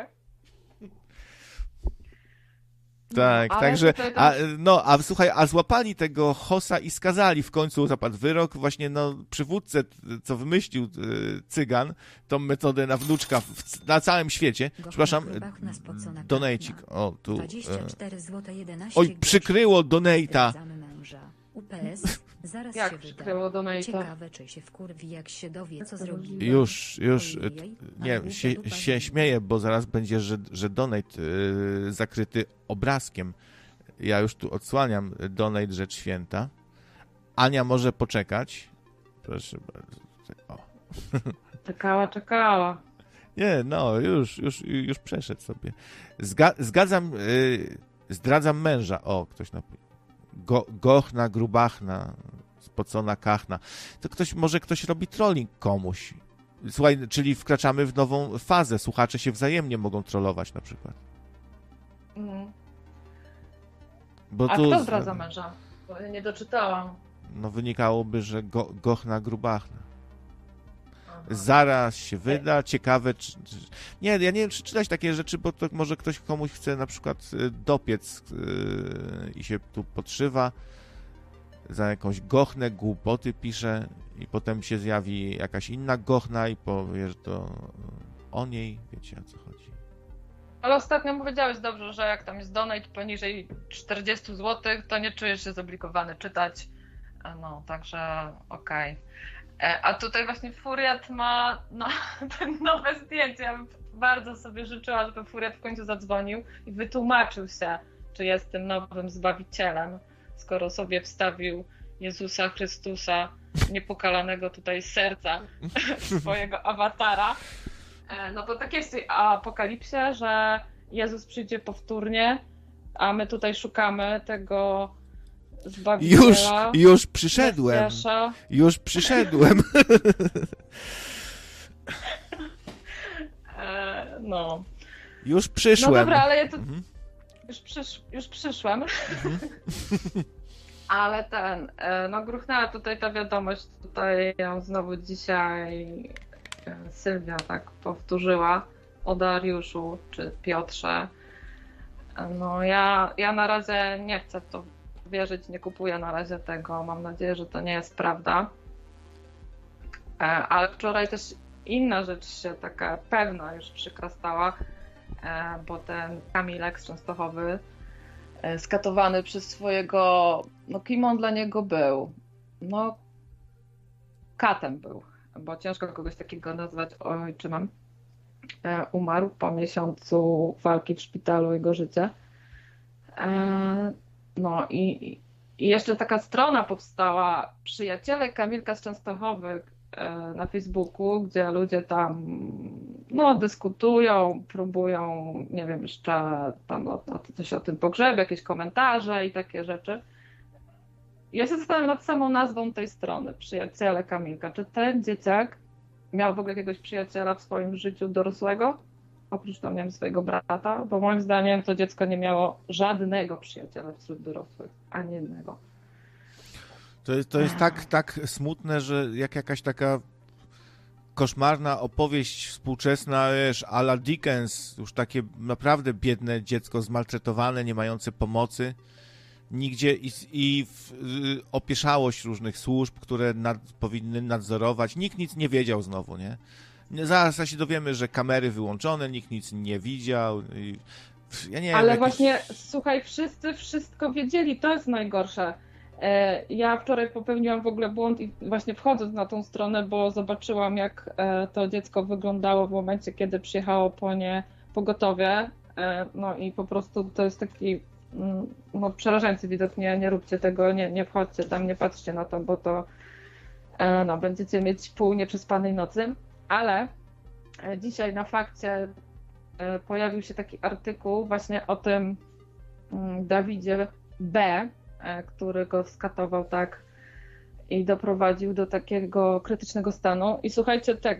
Tak, no, także, tam... a, no, a słuchaj, a złapali tego Hossa i skazali, w końcu zapadł wyrok, właśnie, no, przywódcę, co wymyślił y, Cygan, tą metodę na wnuczka w, na całym świecie, Gochna przepraszam, donejcik, o, tu, dwadzieścia cztery złote jedenaście oj, przykryło donejta. U P S, zaraz jak się przykryło donejta? Ciekawe, czy się wkurwi, jak się dowie, co zrobiłem. Już, już, Ojej, nie, się, się śmieję, bo zaraz będzie, że, że donate y, zakryty obrazkiem. Ja już tu odsłaniam donate Rzecz Święta. Ania może poczekać. Proszę bardzo. O. Czekała, czekała. Nie, no, już, już, już przeszedł sobie. Zga zgadzam, y, zdradzam męża. O, ktoś napisał. Go, gochna, grubachna, spocona kachna. To ktoś, może ktoś robi trolling komuś. Słuchaj, czyli wkraczamy w nową fazę. Słuchacze się wzajemnie mogą trollować na przykład. Mm. Bo A tu, kto zdradza męża? Bo ja nie doczytałam. No wynikałoby, że go, gochna, grubachna. Zaraz się wyda, ciekawe czy, czy... Nie, ja nie wiem, czy czytać takie rzeczy, bo to może ktoś komuś chce na przykład dopiec yy, i się tu podszywa, za jakąś gochnę, głupoty pisze i potem się zjawi jakaś inna gochna i powie, że to o niej, wiecie, o co chodzi. Ale ostatnio powiedziałeś dobrze, że jak tam jest donate poniżej czterdzieści złotych, to nie czujesz się zobligowany czytać. No, także okej. Okay. A tutaj właśnie Furiat ma no, te nowe zdjęcie. Ja bym bardzo sobie życzyła, żeby Furiat w końcu zadzwonił i wytłumaczył się, czy jest tym nowym Zbawicielem, skoro sobie wstawił Jezusa Chrystusa, niepokalanego tutaj serca swojego awatara. No to tak jest w tej apokalipsie, że Jezus przyjdzie powtórnie, a my tutaj szukamy tego Zbawiciela. Już, już przyszedłem. Mesjasza. Już przyszedłem. e, no. Już przyszłem. No dobra, ale ja tu mhm. już, przysz, już przyszłem. Mhm. Ale ten, no gruchnęła tutaj ta wiadomość, tutaj ją znowu dzisiaj Sylwia tak powtórzyła o Dariuszu czy Piotrze. No ja, ja na razie nie chcę w to wierzyć, nie kupuję na razie tego. Mam nadzieję, że to nie jest prawda. Ale wczoraj też inna rzecz się taka pewna już przykrastała, bo ten Kamilek z Częstochowy, skatowany przez swojego, no kim on dla niego był? No katem był, bo ciężko kogoś takiego nazwać ojczymem. Umarł po miesiącu walki w szpitalu, jego życie. No i, i jeszcze taka strona powstała, przyjaciele Kamilka z Częstochowy na Facebooku, gdzie ludzie tam no, dyskutują, próbują, nie wiem, jeszcze tam o, o, coś o tym pogrzebie, jakieś komentarze i takie rzeczy. Ja się zastanawiam nad samą nazwą tej strony, przyjaciele Kamilka. Czy ten dzieciak miał w ogóle jakiegoś przyjaciela w swoim życiu dorosłego? Oprócz tam, nie wiem, swojego brata, bo moim zdaniem to dziecko nie miało żadnego przyjaciela wśród dorosłych, ani jednego. To jest, to jest tak, tak smutne, że jak jakaś taka koszmarna opowieść współczesna, wiesz, a la Dickens, już takie naprawdę biedne dziecko, zmaltretowane, nie mające pomocy, nigdzie i, i w, y, opieszałość różnych służb, które nad, powinny nadzorować. Nikt nic nie wiedział znowu, nie? Zaraz się dowiemy, że kamery wyłączone, nikt nic nie widział. I, ja nie Ale wiem, właśnie, jakieś... słuchaj, wszyscy wszystko wiedzieli, to jest najgorsze. Ja wczoraj popełniłam w ogóle błąd i właśnie wchodząc na tą stronę, bo zobaczyłam, jak to dziecko wyglądało w momencie, kiedy przyjechało po nie pogotowie. No i po prostu to jest taki no, przerażający widok. Nie, nie róbcie tego, nie, nie wchodźcie tam, nie patrzcie na to, bo to no, będziecie mieć pół nieprzespanej nocy. Ale dzisiaj na Fakcie pojawił się taki artykuł właśnie o tym Dawidzie B., który go skatował tak i doprowadził do takiego krytycznego stanu. I słuchajcie tego.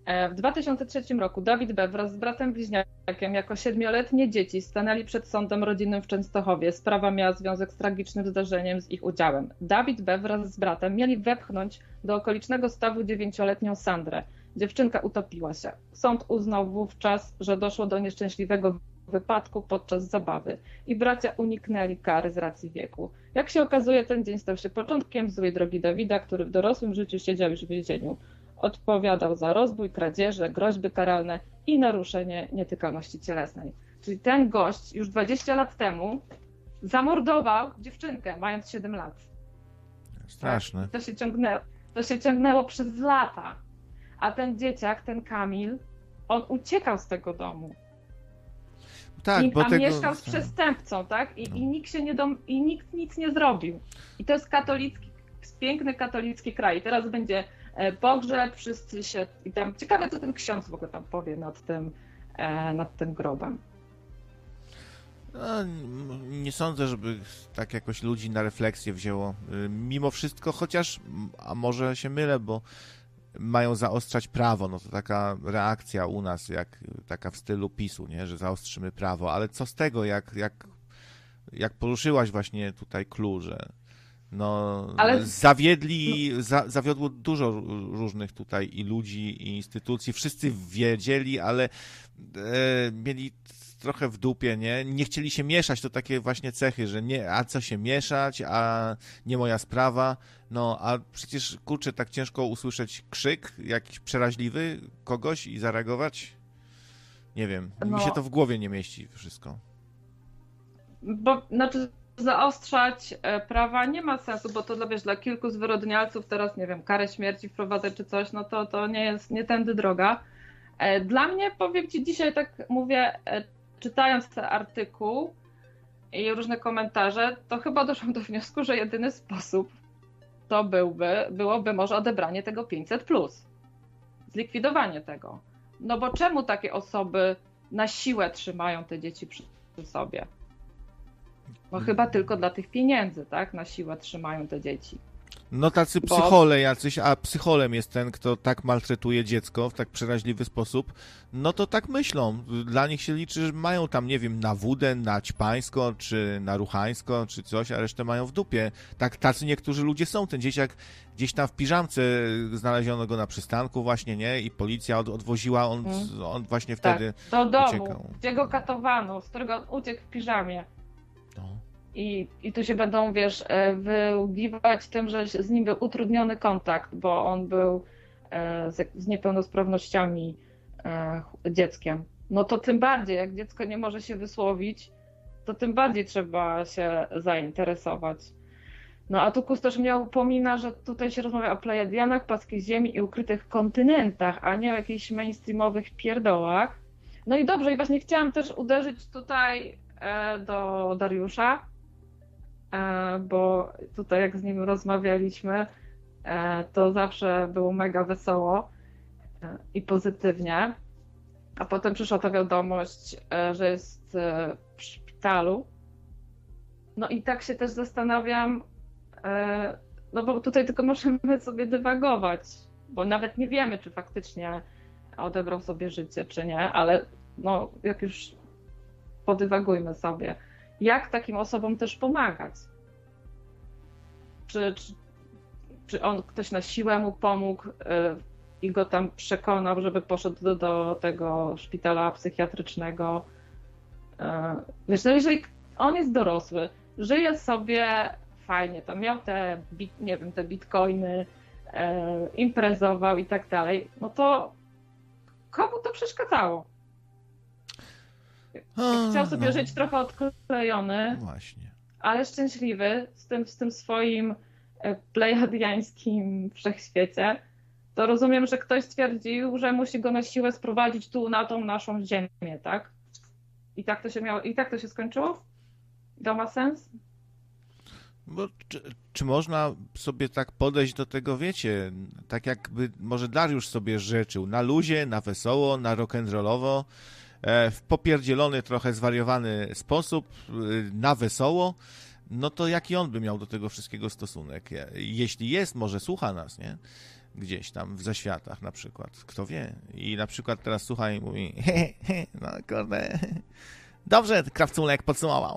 W dwa tysiące trzecim roku Dawid B. wraz z bratem bliźniakiem jako siedmioletnie dzieci stanęli przed sądem rodzinnym w Częstochowie. Sprawa miała związek z tragicznym zdarzeniem z ich udziałem. Dawid B. wraz z bratem mieli wepchnąć do okolicznego stawu dziewięcioletnią Sandrę. Dziewczynka utopiła się. Sąd uznał wówczas, że doszło do nieszczęśliwego wypadku podczas zabawy i bracia uniknęli kary z racji wieku. Jak się okazuje, ten dzień stał się początkiem złej drogi Dawida, który w dorosłym życiu siedział już w więzieniu. Odpowiadał za rozbój, kradzieże, groźby karalne i naruszenie nietykalności cielesnej. Czyli ten gość już dwadzieścia lat temu zamordował dziewczynkę, mając siedem lat. Straszne. Tak? To się ciągnęło, to się ciągnęło przez lata. A ten dzieciak, ten Kamil, on uciekał z tego domu. Tak, I, bo a tego... mieszkał z przestępcą, tak? I, No. i nikt się nie dom... i nikt nic nie zrobił. I to jest katolicki, piękny katolicki kraj. I teraz będzie pogrzeb, wszyscy się... I tam ciekawe, co ten ksiądz w ogóle tam powie nad tym, nad tym grobem. No, nie sądzę, żeby tak jakoś ludzi na refleksję wzięło. Mimo wszystko, chociaż, a może się mylę, bo mają zaostrzać prawo, no to taka reakcja u nas, jak taka w stylu PiSu, nie, że zaostrzymy prawo, ale co z tego, jak, jak, jak poruszyłaś właśnie tutaj clue, że no, ale... zawiedli, za, zawiodło dużo różnych tutaj i ludzi, i instytucji, wszyscy wiedzieli, ale e, mieli trochę w dupie, nie? Nie chcieli się mieszać, to takie właśnie cechy, że nie, a co się mieszać, a nie moja sprawa, no, a przecież, kurczę, tak ciężko usłyszeć krzyk jakiś przeraźliwy kogoś i zareagować? Nie wiem, no, mi się to w głowie nie mieści wszystko. Bo, znaczy, zaostrzać prawa nie ma sensu, bo to, wiesz, dla kilku zwyrodnialców teraz, nie wiem, karę śmierci wprowadzać czy coś, no to, to nie jest, nie tędy droga. Dla mnie, powiem ci, dzisiaj tak mówię, czytając ten artykuł i różne komentarze, to chyba doszłam do wniosku, że jedyny sposób to byłby, byłoby może odebranie tego pięćset plus. Zlikwidowanie tego. No bo czemu takie osoby na siłę trzymają te dzieci przy sobie? No chyba tylko dla tych pieniędzy, tak? Na siłę trzymają te dzieci. No tacy Bo... psychole jacyś, a psycholem jest ten, kto tak maltretuje dziecko w tak przeraźliwy sposób, no to tak myślą. Dla nich się liczy, że mają tam, nie wiem, na wódę, na ćpańsko, czy na ruchańsko, czy coś, a resztę mają w dupie. Tak, tacy niektórzy ludzie są. Ten dzieciak gdzieś tam w piżamce, znaleziono go na przystanku właśnie, nie? I policja od, odwoziła, on, hmm. on właśnie wtedy tak, do domu, uciekał. Gdzie go katowano, z którego on uciekł w piżamie. No. I, I tu się będą, wiesz, wyługiwać tym, że z nim był utrudniony kontakt, bo on był z, z niepełnosprawnościami dzieckiem. No to tym bardziej, jak dziecko nie może się wysłowić, to tym bardziej trzeba się zainteresować. No a tu kustosz mnie upomina, że tutaj się rozmawia o Plejadianach, płaskiej ziemi i ukrytych kontynentach, a nie o jakichś mainstreamowych pierdołach. No i dobrze, i właśnie chciałam też uderzyć tutaj do Dariusza, bo tutaj jak z nim rozmawialiśmy, to zawsze było mega wesoło i pozytywnie, a potem przyszła ta wiadomość, że jest w szpitalu. No i tak się też zastanawiam, no bo tutaj tylko możemy sobie dywagować, bo nawet nie wiemy, czy faktycznie odebrał sobie życie, czy nie, ale no jak już podywagujmy sobie, jak takim osobom też pomagać? Czy, czy, czy on, ktoś na siłę mu pomógł yy, i go tam przekonał, żeby poszedł do, do tego szpitala psychiatrycznego? Yy, wiesz, no jeżeli on jest dorosły, żyje sobie fajnie, tam miał te, nie wiem, te bitcoiny, yy, imprezował i tak dalej, no to komu to przeszkadzało? Chciał sobie no. żyć trochę odklejony, Właśnie. ale szczęśliwy z tym, z tym swoim plejadiańskim wszechświecie, to rozumiem, że ktoś stwierdził, że musi go na siłę sprowadzić tu na tą naszą ziemię, tak? I tak to się miało, i tak to się skończyło? To ma sens? Bo czy, czy można sobie tak podejść do tego, wiecie, tak jakby może Dariusz sobie życzył, na luzie, na wesoło, na rock'n'rollowo, w popierdzielony, trochę zwariowany sposób, na wesoło, no to jaki on by miał do tego wszystkiego stosunek? Jeśli jest, może słucha nas, nie? gdzieś tam w zaświatach na przykład. Kto wie? I na przykład teraz słucha i mówi he, he, no kurde, dobrze Krawculek podsumował.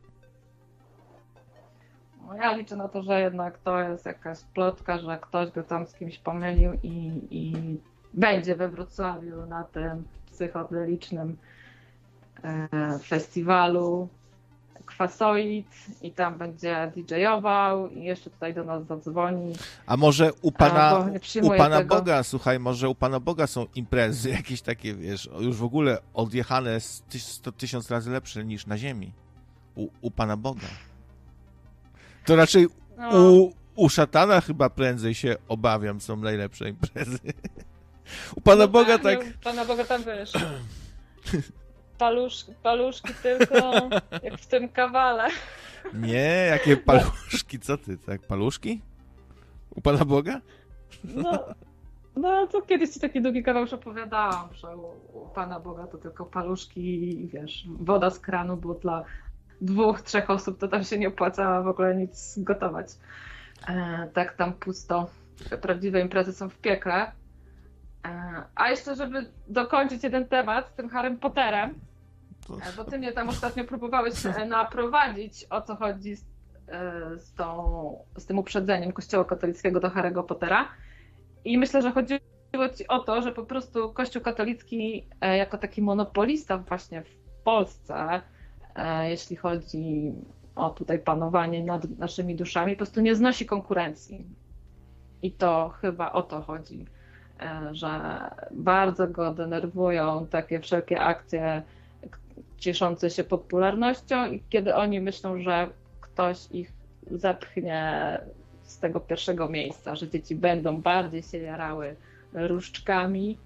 No ja liczę na to, że jednak to jest jakaś plotka, że ktoś go tam z kimś pomylił i, i będzie we Wrocławiu na tym psychodelicznym e, festiwalu Kwasoid i tam będzie didżejował i jeszcze tutaj do nas zadzwoni. A może u Pana, u Pana tego. Boga, słuchaj, może u Pana Boga są imprezy jakieś takie, wiesz, już w ogóle odjechane sto tysiąc razy lepsze niż na ziemi. U, u Pana Boga. To raczej no. u, u szatana chyba prędzej się obawiam, są najlepsze imprezy. U Pana no Boga tak... tak... U Pana Boga tam wiesz... Paluszki, paluszki tylko, jak w tym kawale. Nie, jakie paluszki, co ty, tak, paluszki? U Pana Boga? No, no to kiedyś ci taki długi kawał już opowiadałam, że u, u Pana Boga to tylko paluszki i wiesz, woda z kranu, bo dla dwóch, trzech osób to tam się nie opłaca w ogóle nic gotować. E, tak tam pusto. Te prawdziwe imprezy są w piekle. A jeszcze, żeby dokończyć jeden temat z tym Harrym Potterem, bo ty mnie tam ostatnio próbowałeś naprowadzić, o co chodzi z, z, tą, z tym uprzedzeniem Kościoła katolickiego do Harry'ego Pottera. I myślę, że chodziło ci o to, że po prostu Kościół katolicki jako taki monopolista właśnie w Polsce, jeśli chodzi o tutaj panowanie nad naszymi duszami, po prostu nie znosi konkurencji. I to chyba o to chodzi. Że bardzo go denerwują takie wszelkie akcje cieszące się popularnością i kiedy oni myślą, że ktoś ich zepchnie z tego pierwszego miejsca, że dzieci będą bardziej się jarały różdżkami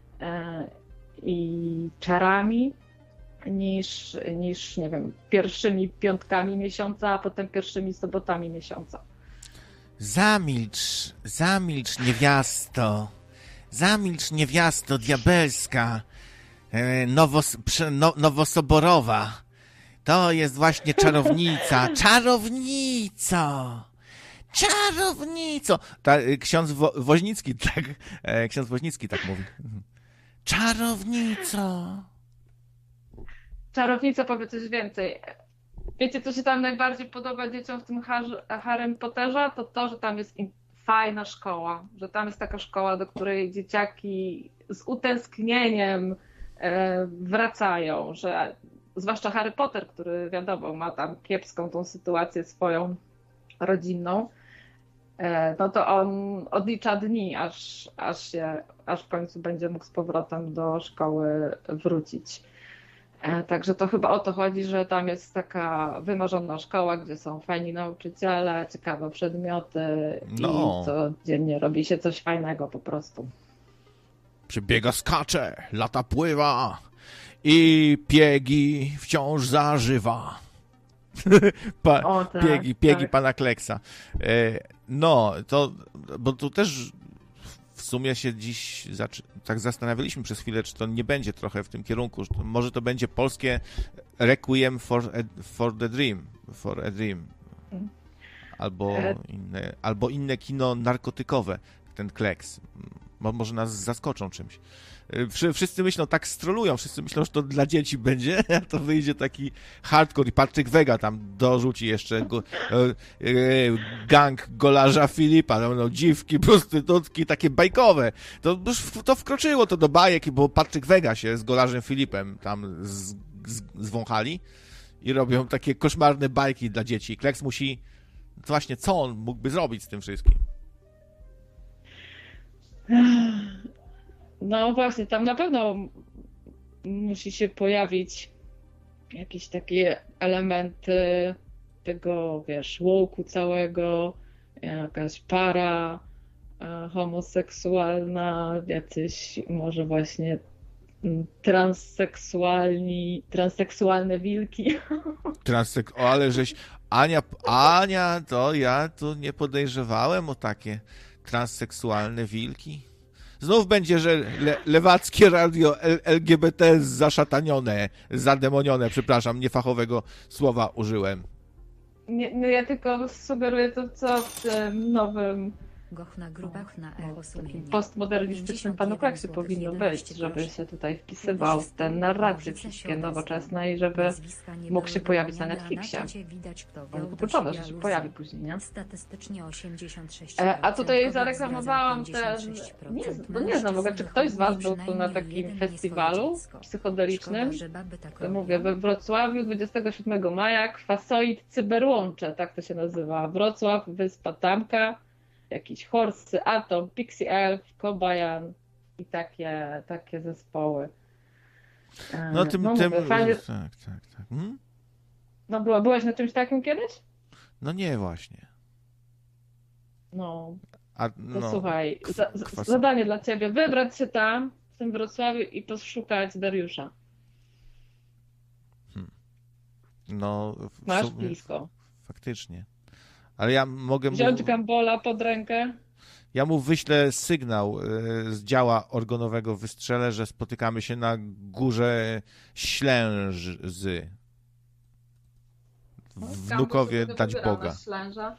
i czarami niż, niż, nie wiem, pierwszymi piątkami miesiąca, a potem pierwszymi sobotami miesiąca. Zamilcz, zamilcz, niewiasto. Zamilcz, niewiasto diabelska, nowos, no, nowosoborowa. To jest właśnie czarownica. Czarownico! Czarownico! Ta, ksiądz Wo, Woźnicki, tak, ksiądz Woźnicki tak mówi. Czarownico! Czarownica powie coś więcej. Wiecie, co się tam najbardziej podoba dzieciom w tym Harrym Potterze? To to, że tam jest fajna szkoła, że tam jest taka szkoła, do której dzieciaki z utęsknieniem wracają, że zwłaszcza Harry Potter, który wiadomo ma tam kiepską tą sytuację swoją rodzinną, no to on odlicza dni, aż, aż, się, aż w końcu będzie mógł z powrotem do szkoły wrócić. Także to chyba o to chodzi, że tam jest taka wymarzona szkoła, gdzie są fajni nauczyciele, ciekawe przedmioty no. I codziennie robi się coś fajnego po prostu. Przybiega, skacze, lata pływa i piegi wciąż zażywa. Pa, o, tak, piegi, piegi tak. Pana Kleksa. No, to, bo tu też w sumie się dziś tak zastanawialiśmy przez chwilę, czy to nie będzie trochę w tym kierunku, że to, może to będzie polskie Requiem for, a, for the Dream, for a Dream. Albo inne, albo inne kino narkotykowe, ten Kleks. Może nas zaskoczą czymś. Wszyscy myślą, tak strolują, wszyscy myślą, że to dla dzieci będzie, a to wyjdzie taki hardcore i Patryk Wega tam dorzuci jeszcze go, e, e, gang golarza Filipa, no, no, dziwki, prostytutki, takie bajkowe. To już to wkroczyło to do bajek, bo Patryk Wega się z golarzem Filipem tam z, z, zwąchali i robią takie koszmarne bajki dla dzieci. Kleks musi, właśnie co on mógłby zrobić z tym wszystkim? No właśnie, tam na pewno musi się pojawić jakieś takie elementy tego, wiesz, łoku całego, jakaś para homoseksualna, jacyś może właśnie transseksualni, transseksualne wilki. Transsek... O, ale żeś... Ania, Ania, to ja tu nie podejrzewałem o takie transseksualne wilki. Znów będzie, że le, lewackie radio L G B T zaszatanione, zademonione, przepraszam, niefachowego słowa użyłem. Nie, no ja tylko sugeruję to, co w tym nowym Goch na grubach na No, echo w takim sumienia. postmodernistycznym panokraksie powinno być, żeby się tutaj wpisywał w te narracje wszystkie nowoczesne i żeby mógł się pojawić na Netflixie. On wykluczone, że się pojawi później, nie? Statystycznie osiemdziesiąt sześć E, a tutaj procent zareklamowałam ten, nie, no nie znam w ogóle, czy ktoś z Was był tu na takim festiwalu psychodelicznym, mówię, we Wrocławiu dwudziestego siódmego maja, Kwasoid Cyberłącze, tak to się nazywa, Wrocław, Wyspa Tamka, jakiś Horsy, Atom, Pixie Elf, Kobayan i takie, takie zespoły. E, No tym, no, tym... mówię, fajnie... Tak, tak, tak. Hmm? No była, byłeś na czymś takim kiedyś? No nie, właśnie. No, A, to no, słuchaj, za, kwas... zadanie dla Ciebie, wybrać się tam, w tym Wrocławiu i poszukać Dariusza. Hmm. No, w Masz sumie, blisko. faktycznie. Ale ja mogę mu... Wziąć Gambola pod rękę. Ja mu wyślę sygnał z działa organowego, wystrzelę, że spotykamy się na górze Ślęży. Wnukowie dać Boga. Ślęża.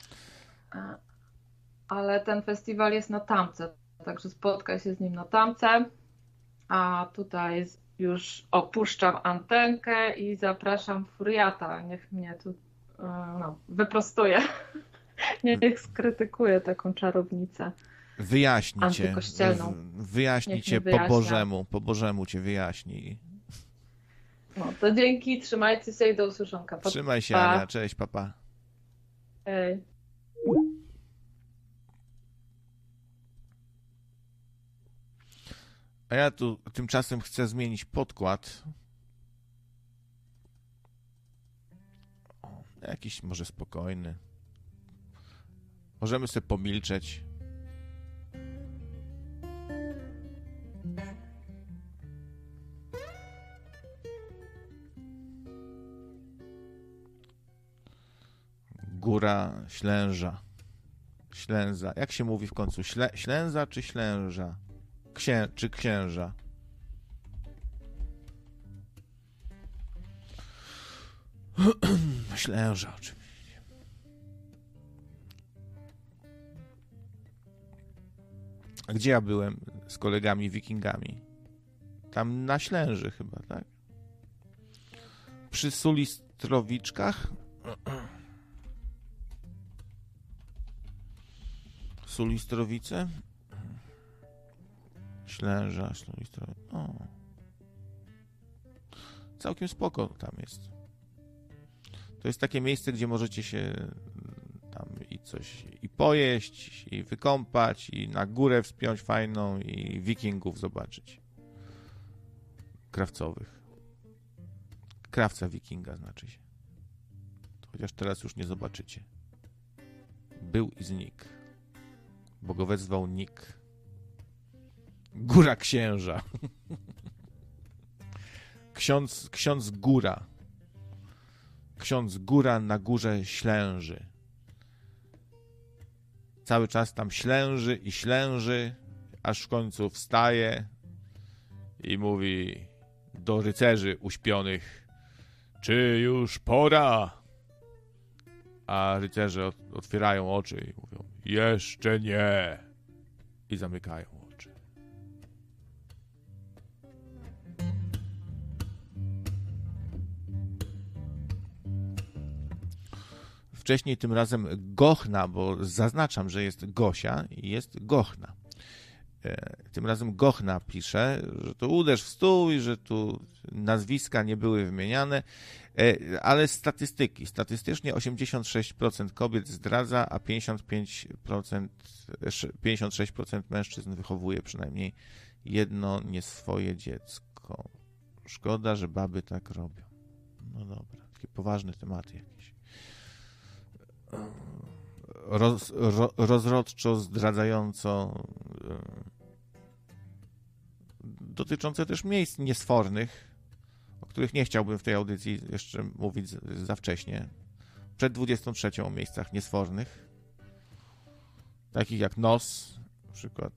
Ale ten festiwal jest na Tamce, także spotkaj się z nim na Tamce. A tutaj już opuszczam antenkę i zapraszam Furiata. Niech mnie tu no, wyprostuje. Niech skrytykuje taką czarownicę. Wyjaśnijcie. Antykościelną. Wyjaśnijcie po Bożemu. Po Bożemu cię wyjaśni. No to dzięki, trzymajcie się i do usłyszonka. Pa, Trzymaj się, pa. Ania. Cześć, papa. Hej. A ja tu tymczasem chcę zmienić podkład. O, jakiś może spokojny. Możemy sobie pomilczeć. Góra Ślęża. Ślęza. Jak się mówi w końcu? Ślę, ślęza czy ślęża? Księ, czy księża? Ślęża oczywiście. A gdzie ja byłem z kolegami wikingami? Tam na Ślęży chyba, tak? Przy Sulistrowiczkach? Sulistrowice? Ślęża, Sulistrowice. O. Całkiem spoko tam jest. To jest takie miejsce, gdzie możecie się tam i coś i pojeść, i wykąpać, i na górę wspiąć fajną, i wikingów zobaczyć. Krawcowych. Krawca wikinga znaczy się. Chociaż teraz już nie zobaczycie. Był i znikł. Bo go wezwał Nick. Góra księża. Ksiądz, ksiądz góra. Ksiądz góra na górze Ślęży. Cały czas tam ślęży i ślęży, aż w końcu wstaje i mówi do rycerzy uśpionych: czy już pora? A rycerze otwierają oczy i mówią: jeszcze nie. I zamykają oczy. Wcześniej tym razem Gochna, bo zaznaczam, że jest Gosia i jest Gochna. Tym razem Gochna pisze, że to uderz w stół i że tu nazwiska nie były wymieniane, ale statystyki. Statystycznie osiemdziesiąt sześć procent kobiet zdradza, a pięćdziesiąt pięć procent, pięćdziesiąt sześć procent mężczyzn wychowuje przynajmniej jedno nie swoje dziecko. Szkoda, że baby tak robią. No dobra, takie poważne tematy jakieś. Roz, ro, rozrodczo, zdradzająco, dotyczące też miejsc niesfornych, o których nie chciałbym w tej audycji jeszcze mówić za wcześnie. Przed dwudziestą trzecią o miejscach niesfornych, takich jak nos, na przykład.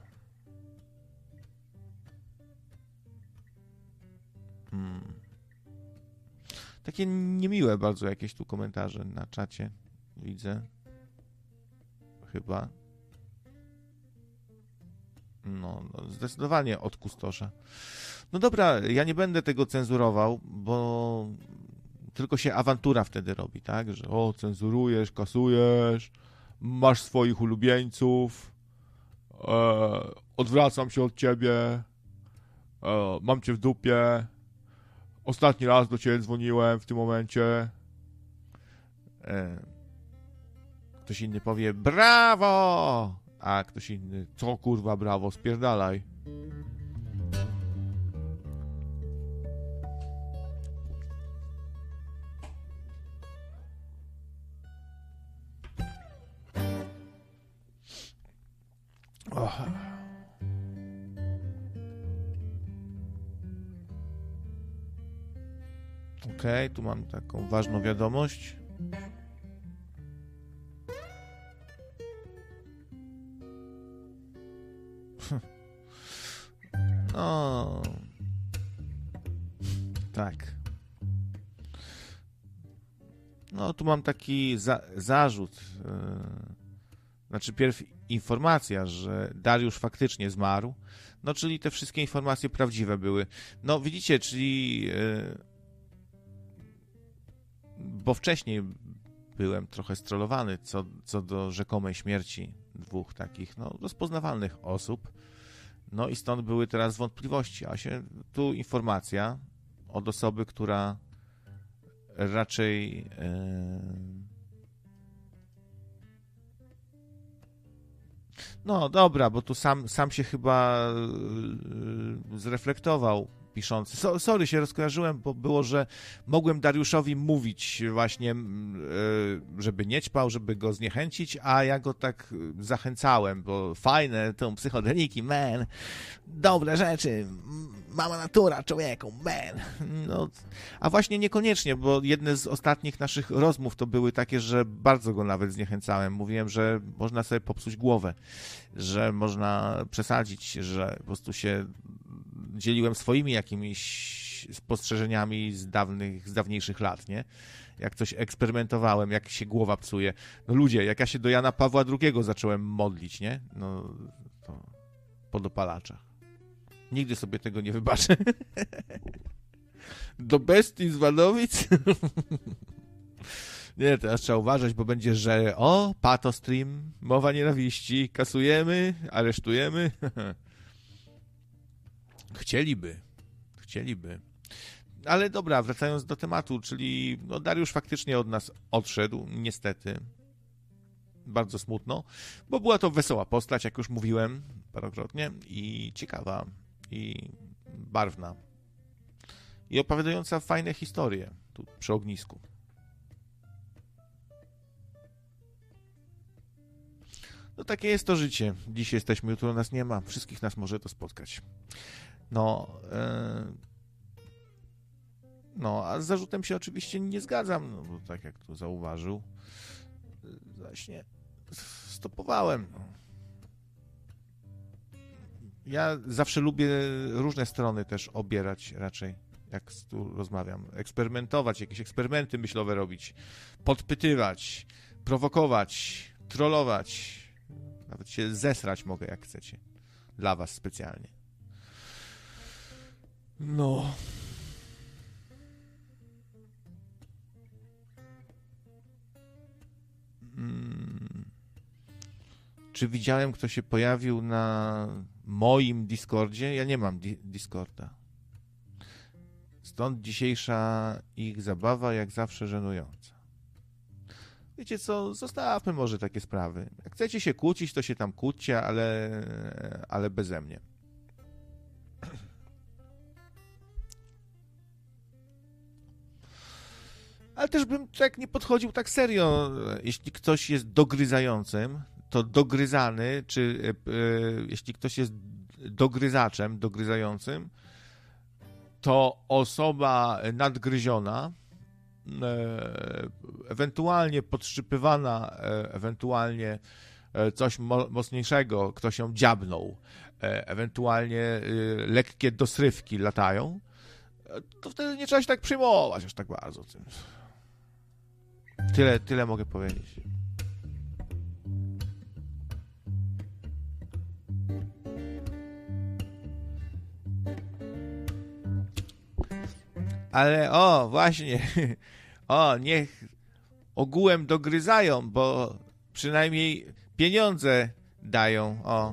Hmm. Takie niemiłe bardzo jakieś tu komentarze na czacie widzę. Chyba. No, no zdecydowanie od kustosza. No dobra, ja nie będę tego cenzurował, bo tylko się awantura wtedy robi, tak? Że o, cenzurujesz, kasujesz, masz swoich ulubieńców, e, odwracam się od ciebie, e, mam cię w dupie, ostatni raz do ciebie dzwoniłem w tym momencie. E, ktoś inny powie brawo, a ktoś inny co kurwa brawo, spierdalaj. Oh. Okej, okay, tu mam taką ważną wiadomość. No. Tak. No, tu mam taki za- zarzut. Yy, znaczy, pierw informacja, że Dariusz faktycznie zmarł. No, czyli te wszystkie informacje prawdziwe były. No, widzicie, czyli... Yy, bo wcześniej byłem trochę strollowany co, co do rzekomej śmierci dwóch takich, no, rozpoznawalnych osób. No i stąd były teraz wątpliwości, a się tu informacja od osoby, która raczej yy, no dobra, bo tu sam, sam się chyba yy, zreflektował piszący. So, sorry, się rozkojarzyłem, bo było, że mogłem Dariuszowi mówić właśnie, yy, żeby nie ćpał, żeby go zniechęcić, a ja go tak zachęcałem, bo fajne, tą psychodeliki, man, dobre rzeczy, mama natura, człowieku, man. No, a właśnie niekoniecznie, bo jedne z ostatnich naszych rozmów to były takie, że bardzo go nawet zniechęcałem. Mówiłem, że można sobie popsuć głowę, że można przesadzić, że po prostu się dzieliłem swoimi jakimiś spostrzeżeniami z dawnych, z dawniejszych lat, nie? Jak coś eksperymentowałem, jak się głowa psuje. No ludzie, jak ja się do Jana Pawła drugiego zacząłem modlić, nie? No, to po dopalaczach. Nigdy sobie tego nie wybaczę. Do bestii z Wadowic? Nie, teraz trzeba uważać, bo będzie, że o, patostream, mowa nienawiści, kasujemy, aresztujemy. Chcieliby. Chcieliby. Ale dobra, wracając do tematu, czyli no Dariusz faktycznie od nas odszedł, niestety. Bardzo smutno, bo była to wesoła postać, jak już mówiłem parokrotnie, i ciekawa, i barwna. I opowiadająca fajne historie tu przy ognisku. No takie jest to życie. Dziś jesteśmy, jutro nas nie ma. Wszystkich nas może to spotkać. No, e... no, a z zarzutem się oczywiście nie zgadzam, no bo tak jak tu zauważył, właśnie stopowałem. No. Ja zawsze lubię różne strony też obierać raczej, jak tu rozmawiam. Eksperymentować, jakieś eksperymenty myślowe robić, podpytywać, prowokować, trollować. Nawet się zesrać mogę, jak chcecie. Dla was specjalnie. No. Hmm. Czy widziałem, kto się pojawił na moim Discordzie? Ja nie mam di- Discorda. Stąd dzisiejsza ich zabawa, jak zawsze żenująca. Wiecie co, zostawmy może takie sprawy. Jak chcecie się kłócić, to się tam kłóćcie, ale, ale beze mnie. Ale też bym tak nie podchodził tak serio. Jeśli ktoś jest dogryzającym, to dogryzany, czy e, e, jeśli ktoś jest dogryzaczem, dogryzającym, to osoba nadgryziona, e, ewentualnie podszczypywana, e, ewentualnie coś mo- mocniejszego, ktoś ją dziabnął, e, ewentualnie e, lekkie dosrywki latają, to wtedy nie trzeba się tak przejmować aż tak bardzo tym. Tyle, tyle mogę powiedzieć. Ale o, właśnie, o, niech ogółem dogryzają, bo przynajmniej pieniądze dają, o.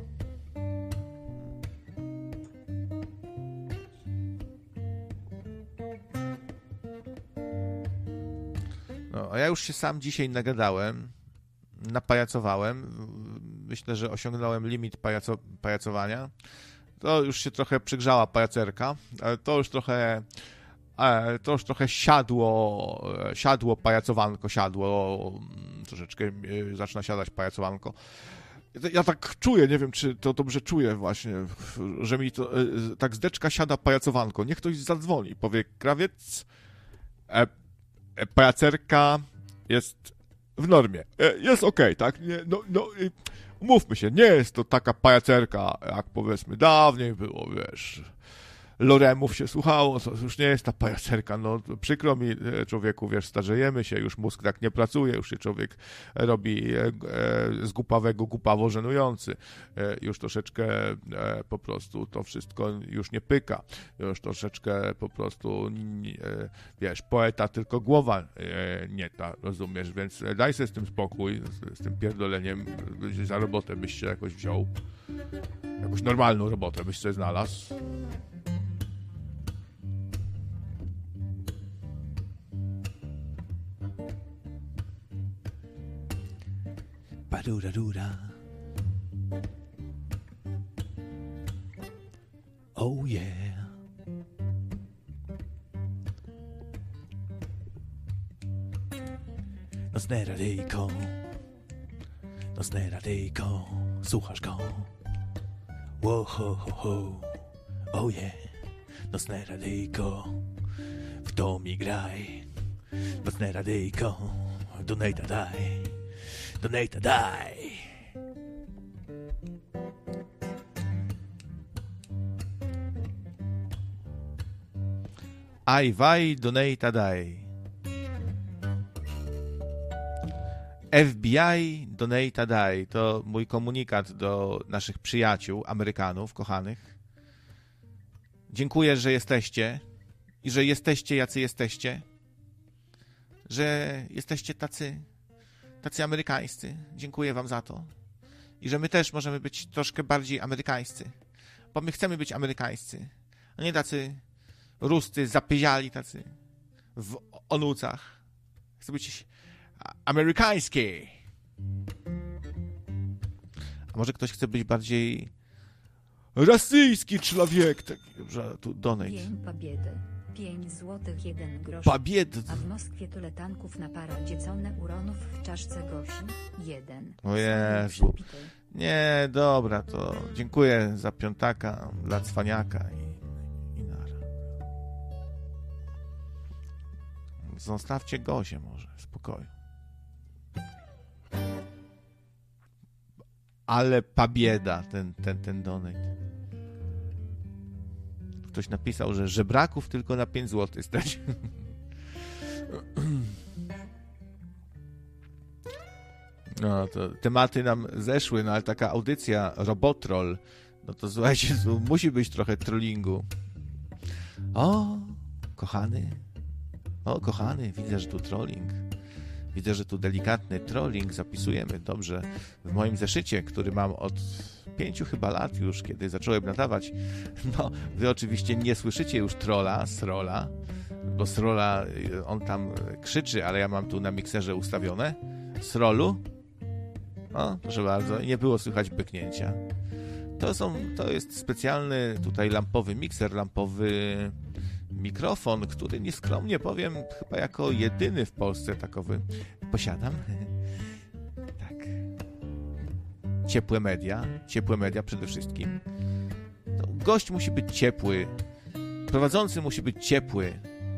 No, a ja już się sam dzisiaj nagadałem, napajacowałem. Myślę, że osiągnąłem limit pajaco- pajacowania. To już się trochę przygrzała pajacerka, ale to już trochę to już trochę siadło, siadło pajacowanko, siadło, troszeczkę zaczyna siadać pajacowanko. Ja tak czuję, nie wiem, czy to dobrze czuję właśnie, że mi to tak z deczka siada pajacowanko. Niech ktoś zadzwoni, powie, krawiec, e, e, pajacerka jest w normie, e, jest okej, okay, tak? Nie, no, no, umówmy się, nie jest to taka pajacerka, jak powiedzmy dawniej było, wiesz, loremów się słuchało, to już nie jest ta pajacerka, no przykro mi, człowieku, wiesz, starzejemy się, już mózg tak nie pracuje, już się człowiek robi e, z głupawego głupawo żenujący, e, już troszeczkę e, po prostu to wszystko już nie pyka, już troszeczkę po prostu, e, wiesz, poeta tylko głowa e, nie ta, rozumiesz, więc daj sobie z tym spokój, z, z tym pierdoleniem, za robotę byś się jakoś wziął, jakąś normalną robotę byś sobie znalazł. Ba-du-da-du-da. Oh yeah. No sneradyjko, no sneradyjko, słuchasz go. Wo ho ho ho, oh yeah. No sneradyjko, w to mi graj. No sneradyjko, donata daj. Donata daj. Aj, waj, donata daj. F B I, donata daj. To mój komunikat do naszych przyjaciół, Amerykanów, kochanych. Dziękuję, że jesteście i że jesteście, jacy jesteście. Że jesteście tacy tacy amerykańscy. Dziękuję wam za to. I że my też możemy być troszkę bardziej amerykańscy. Bo my chcemy być amerykańscy. A nie tacy ruscy, zapyziali tacy w onucach. Chcę być amerykański. A może ktoś chce być bardziej rosyjski człowiek. Tak, że tu donate. Dzień Pobiedy. pięć złotych jeden grosz. Pobiedy. A w Moskwie tyle tanków na paradzie conne uronów w czaszce Gosi. jeden. O Jezu. Nie, dobra, to dziękuję za piątaka dla cwaniaka i, i nara. Zostawcie Gosię może, w spokoju. Ale pabieda, ten, ten, ten donate. Ktoś napisał, że żebraków tylko na pięć złotych stać. No, to tematy nam zeszły, no ale taka audycja Robotroll, no to słuchajcie, musi być trochę trollingu. O, kochany, o, kochany, widzę, że tu trolling. Widzę, że tu delikatny trolling zapisujemy. Dobrze, w moim zeszycie, który mam od pięciu chyba lat już, kiedy zacząłem nadawać. No, wy oczywiście nie słyszycie już trolla, srola, bo srola, on tam krzyczy, ale ja mam tu na mikserze ustawione. Srolu. O, proszę bardzo, nie było słychać byknięcia. To są, to jest specjalny tutaj lampowy mikser, lampowy mikrofon, który nieskromnie powiem, chyba jako jedyny w Polsce takowy posiadam. Tak. Ciepłe media, ciepłe media przede wszystkim. To gość musi być ciepły, prowadzący musi być ciepły.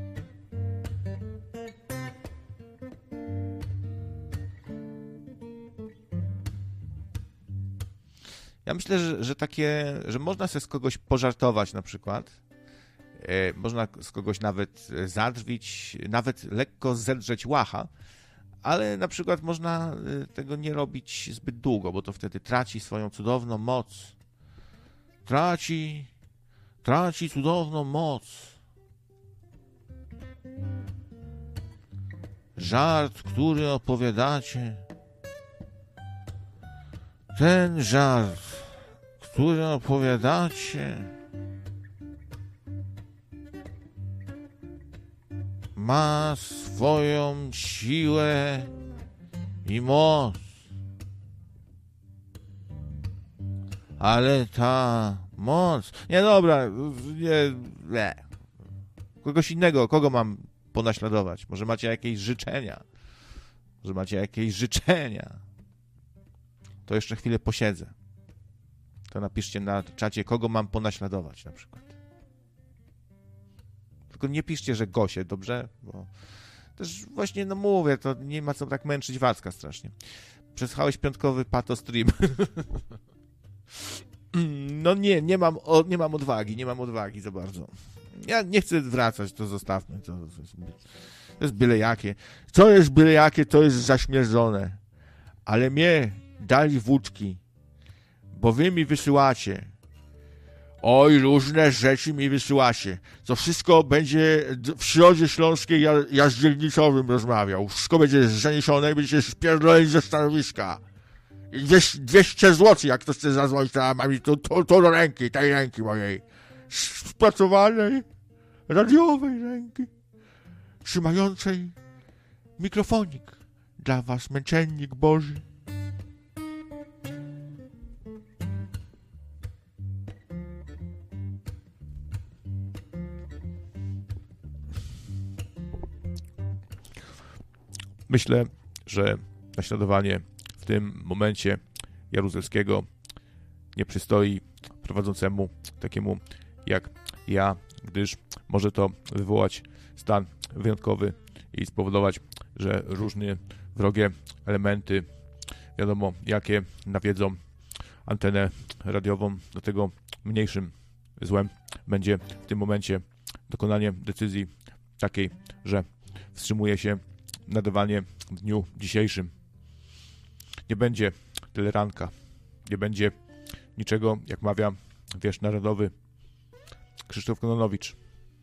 Ja myślę, że, że takie, że można sobie z kogoś pożartować na przykład. E, można z kogoś nawet zadrwić, nawet lekko zedrzeć łacha, ale na przykład można tego nie robić zbyt długo, bo to wtedy traci swoją cudowną moc. Traci, traci cudowną moc. żart, który opowiadacie, ten żart, który opowiadacie, ma swoją siłę i moc. Ale ta moc... Nie, dobra, nie, nie. Kogoś innego, kogo mam ponaśladować? Może macie jakieś życzenia? Może macie jakieś życzenia? To jeszcze chwilę posiedzę. To napiszcie na czacie, kogo mam ponaśladować na przykład. Tylko nie piszcie, że Gosie, dobrze? Bo też właśnie, no mówię, to nie ma co tak męczyć Wacka strasznie. Przesłuchałeś piątkowy pato stream. No nie, nie mam, o, nie mam odwagi, nie mam odwagi za bardzo. Ja nie chcę wracać, to zostawmy. To, to, jest, to jest byle jakie. Co jest byle jakie, to jest zaśmierzone. Ale mnie dali wódki, bo wy mi wysyłacie. Oj, różne rzeczy mi wysyłacie. To wszystko będzie w Środzie Śląskiej, ja, ja z dzielnicowym rozmawiał. Wszystko będzie zaniesione i będziecie spierdoleni ze stanowiska. dwieście złotych, jak ktoś chce zadzwonić, to mam mi to, to, to do ręki, tej ręki mojej. Spracowanej, radiowej ręki, trzymającej mikrofonik dla was, męczennik Boży. Myślę, że naśladowanie w tym momencie Jaruzelskiego nie przystoi prowadzącemu takiemu jak ja, gdyż może to wywołać stan wyjątkowy i spowodować, że różne wrogie elementy, wiadomo jakie, nawiedzą antenę radiową. Dlatego mniejszym złem będzie w tym momencie dokonanie decyzji takiej, że wstrzymuje się nadawanie w dniu dzisiejszym. Nie będzie tyle ranka, nie będzie niczego, jak mawia wiersz narodowy Krzysztof Kononowicz.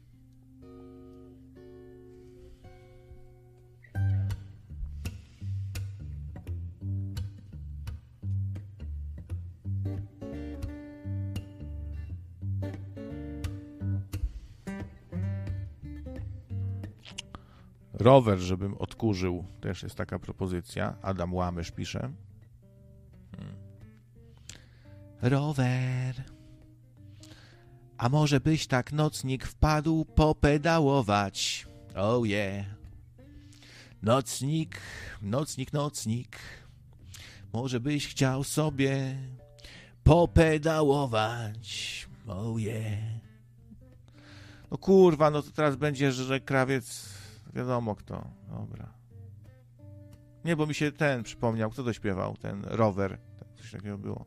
Rower, żebym odkurzył, też jest taka propozycja. Adam Łamysz pisze. Hmm. Rower. A może byś tak nocnik wpadł popedałować? Oh yeah. Nocnik, nocnik, nocnik. Może byś chciał sobie popedałować? Oh yeah. No kurwa, no to teraz będzie, że krawiec... Wiadomo kto. Dobra. Nie, bo mi się ten przypomniał. Kto to śpiewał? Ten Rower. Coś takiego było.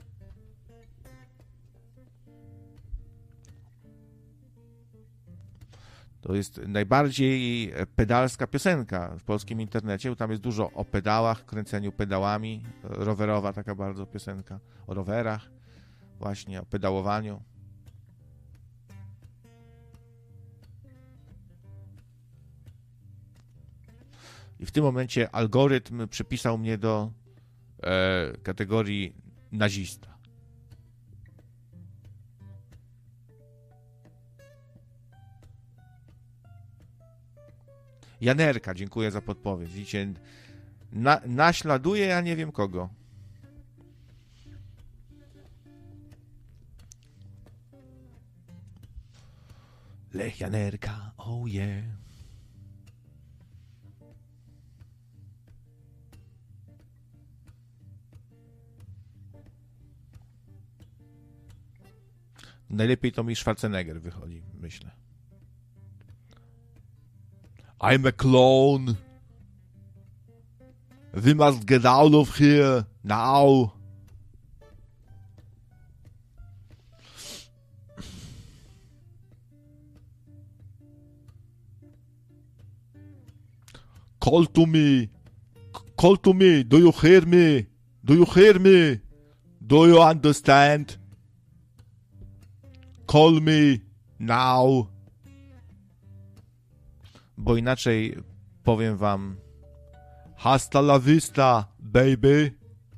To jest najbardziej pedalska piosenka w polskim internecie, bo tam jest dużo o pedałach, kręceniu pedałami. Rowerowa taka bardzo piosenka. O rowerach. Właśnie, o pedałowaniu. I w tym momencie algorytm przypisał mnie do e, kategorii nazista. Janerka, dziękuję za podpowiedź. Widzicie, na, naśladuje ja nie wiem kogo. Lech Janerka, oh yeah. Najlepiej to mi Schwarzenegger wychodzi, myślę. I'm a clone. We must get out of here now. Call to me. Call to me. Do you hear me? Do you hear me? Do you understand? Call me now. Bo inaczej powiem wam Hasta la vista, baby.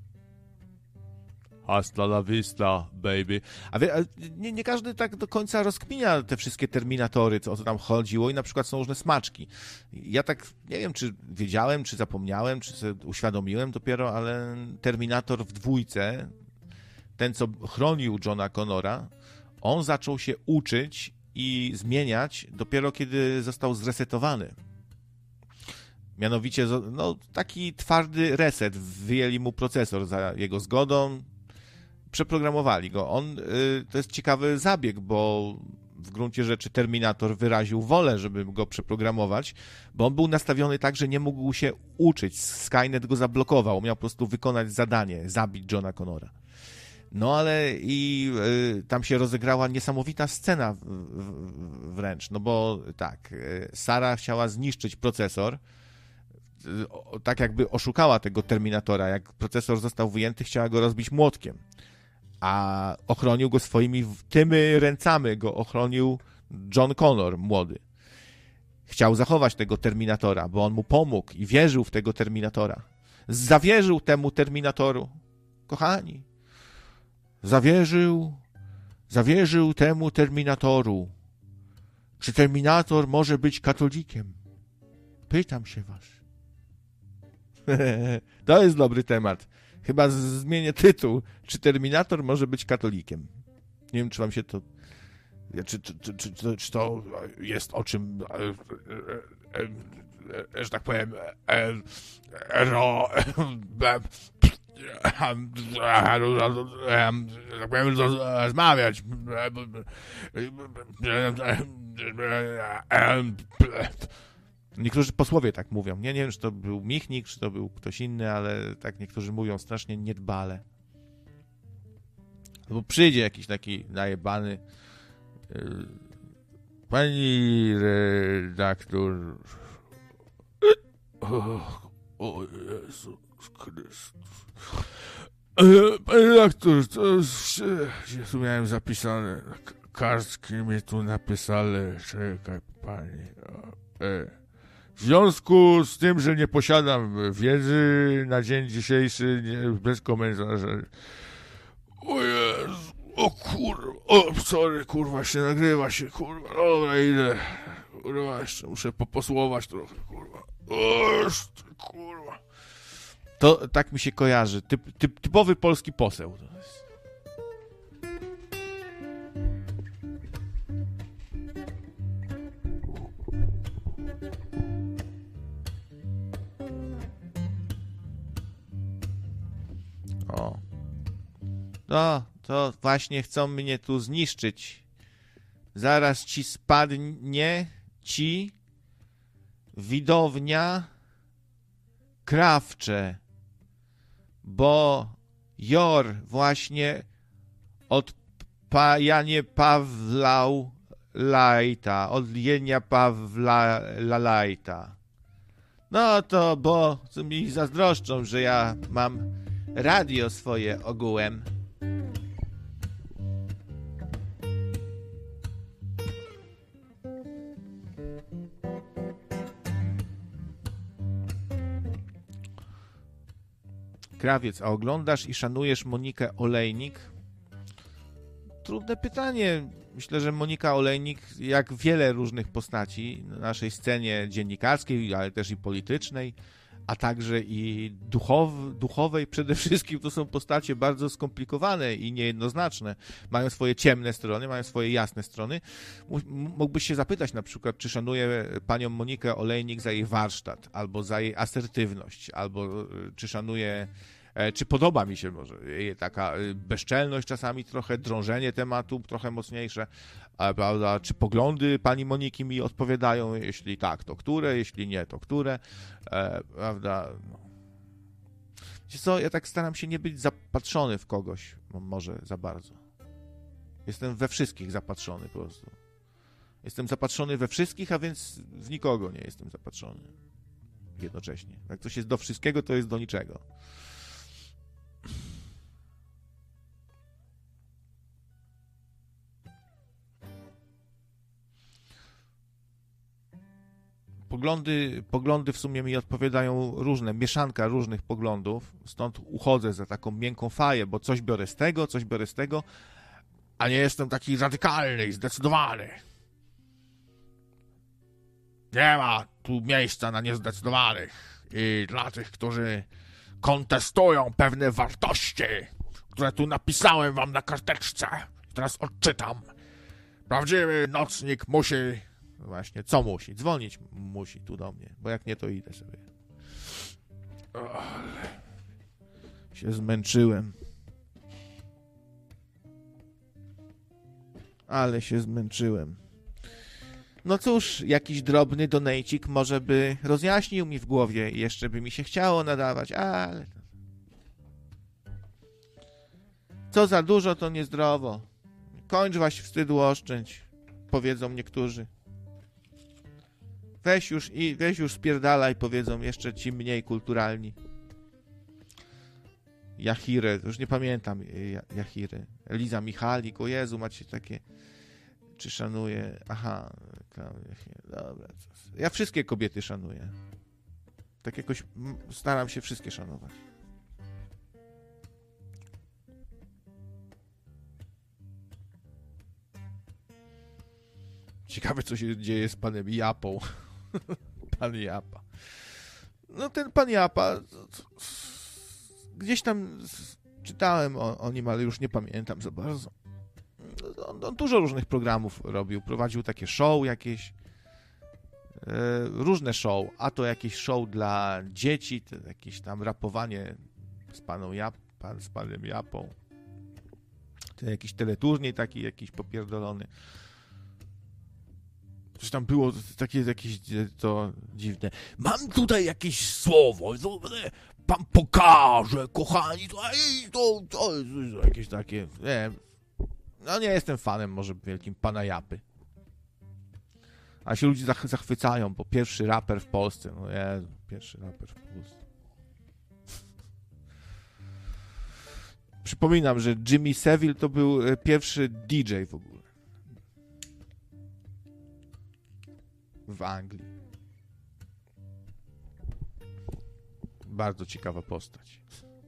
Hasta la vista, baby. A wie, nie, nie każdy tak do końca rozkminia te wszystkie terminatory, co o co tam chodziło i na przykład są różne smaczki. Ja tak nie wiem, czy wiedziałem, czy zapomniałem, czy sobie uświadomiłem dopiero, ale Terminator w dwójce, ten co chronił Johna Connora, on zaczął się uczyć i zmieniać dopiero kiedy został zresetowany. Mianowicie, no, taki twardy reset, wyjęli mu procesor za jego zgodą, przeprogramowali go. On, y, to jest ciekawy zabieg, bo w gruncie rzeczy Terminator wyraził wolę, żeby go przeprogramować, bo on był nastawiony tak, że nie mógł się uczyć. Skynet go zablokował, miał po prostu wykonać zadanie, zabić Johna Connora. No ale i y, tam się rozegrała niesamowita scena w, w, wręcz, no bo tak, y, Sarah chciała zniszczyć procesor, y, o, tak jakby oszukała tego Terminatora. Jak procesor został wyjęty, chciała go rozbić młotkiem, a ochronił go swoimi tymi ręcami, go ochronił John Connor, młody. Chciał zachować tego Terminatora, bo on mu pomógł i wierzył w tego Terminatora. Zawierzył temu Terminatoru. Kochani, zawierzył, zawierzył temu Terminatoru. Czy Terminator może być katolikiem? Pytam się was. To jest dobry temat. Chyba zmienię tytuł. Czy Terminator może być katolikiem? Nie wiem, czy wam się to... Czy, czy, czy, czy, czy to jest o czym... że tak powiem... tak powiem, rozmawiać. Niektórzy posłowie tak mówią. Nie, nie wiem, czy to był Michnik, czy to był ktoś inny, ale tak niektórzy mówią strasznie niedbale. Bo przyjdzie jakiś taki najebany yy, pani redaktor. O, o Jezus Chrystus. Panie redaktor, to się miałem zapisane. Kartki mi tu napisane. Czekaj, pani. E. W związku z tym, że nie posiadam wiedzy na dzień dzisiejszy, nie, bez komentarzy. O Jezu, o kurwa, o sorry, kurwa, się nagrywa się, kurwa, dobra, idę, kurwa, jeszcze muszę poposłować trochę, kurwa, o, kurwa. To tak mi się kojarzy, typ, typ, typowy polski poseł. To jest. O. No, to właśnie chcą mnie tu zniszczyć. Zaraz ci spadnie ci widownia krawcze, bo Jor właśnie od pa, Janie Pawlał Lajta, od Jenia Pawla Lajta. No to, bo mi zazdroszczą, że ja mam radio swoje ogółem. Krawiec, a oglądasz i szanujesz Monikę Olejnik? Trudne pytanie. Myślę, że Monika Olejnik, jak wiele różnych postaci na naszej scenie dziennikarskiej, ale też i politycznej, a także i duchow, duchowej przede wszystkim, to są postacie bardzo skomplikowane i niejednoznaczne. Mają swoje ciemne strony, mają swoje jasne strony. Mógłbyś się zapytać na przykład, czy szanuje panią Monikę Olejnik za jej warsztat, albo za jej asertywność, albo czy szanuje, czy podoba mi się może jej taka bezczelność czasami, trochę drążenie tematu, trochę mocniejsze, prawda? Czy poglądy pani Moniki mi odpowiadają, jeśli tak, to które, jeśli nie, to które, e, prawda? Wiecie co, ja tak staram się nie być zapatrzony w kogoś, może za bardzo. Jestem we wszystkich zapatrzony po prostu. Jestem zapatrzony we wszystkich, a więc w nikogo nie jestem zapatrzony jednocześnie. Jak coś jest do wszystkiego, to jest do niczego. poglądy, poglądy w sumie mi odpowiadają różne, mieszanka różnych poglądów, stąd uchodzę za taką miękką faję, bo coś biorę z tego, coś biorę z tego, a nie jestem taki radykalny i zdecydowany. Nie ma tu miejsca na niezdecydowanych i dla tych, którzy kontestują pewne wartości, które tu napisałem wam na karteczce. Teraz odczytam. Prawdziwy nocnik musi... Właśnie, co musi? Dzwonić musi tu do mnie, bo jak nie, to idę sobie. O, ale się zmęczyłem. Ale się zmęczyłem. No cóż, jakiś drobny donejcik może by rozjaśnił mi w głowie i jeszcze by mi się chciało nadawać, ale... Co za dużo, to niezdrowo. Kończ waś wstydu oszczędź, powiedzą niektórzy. Weź już i weź już spierdalaj, powiedzą jeszcze ci mniej kulturalni. Jahire, już nie pamiętam Jahiry. Eliza Michalik, o Jezu, macie takie... Czy szanuję? Aha, dobra. Ja wszystkie kobiety szanuję. Tak jakoś staram się wszystkie szanować. Ciekawe, co się dzieje z panem Japą. Pan Japa. No ten pan Japa... Gdzieś tam czytałem o, o nim, ale już nie pamiętam za bardzo. On, on dużo różnych programów robił. Prowadził takie show jakieś. E, różne show. A to jakieś show dla dzieci, to jakieś tam rapowanie z paną Jap, pan, z panem Japą. To jakiś teleturniej taki, jakiś popierdolony. Coś tam było takie jakieś to dziwne. Mam tutaj jakieś słowo. Pan pokaże, kochani. To, to, to, to jakieś takie... Nie, no nie jestem fanem może wielkim pana Japy. A się ludzie zach- zachwycają, bo pierwszy raper w Polsce. No Jezu, pierwszy raper w Polsce. Przypominam, że Jimmy Savile to był pierwszy D J w ogóle. W Anglii. Bardzo ciekawa postać.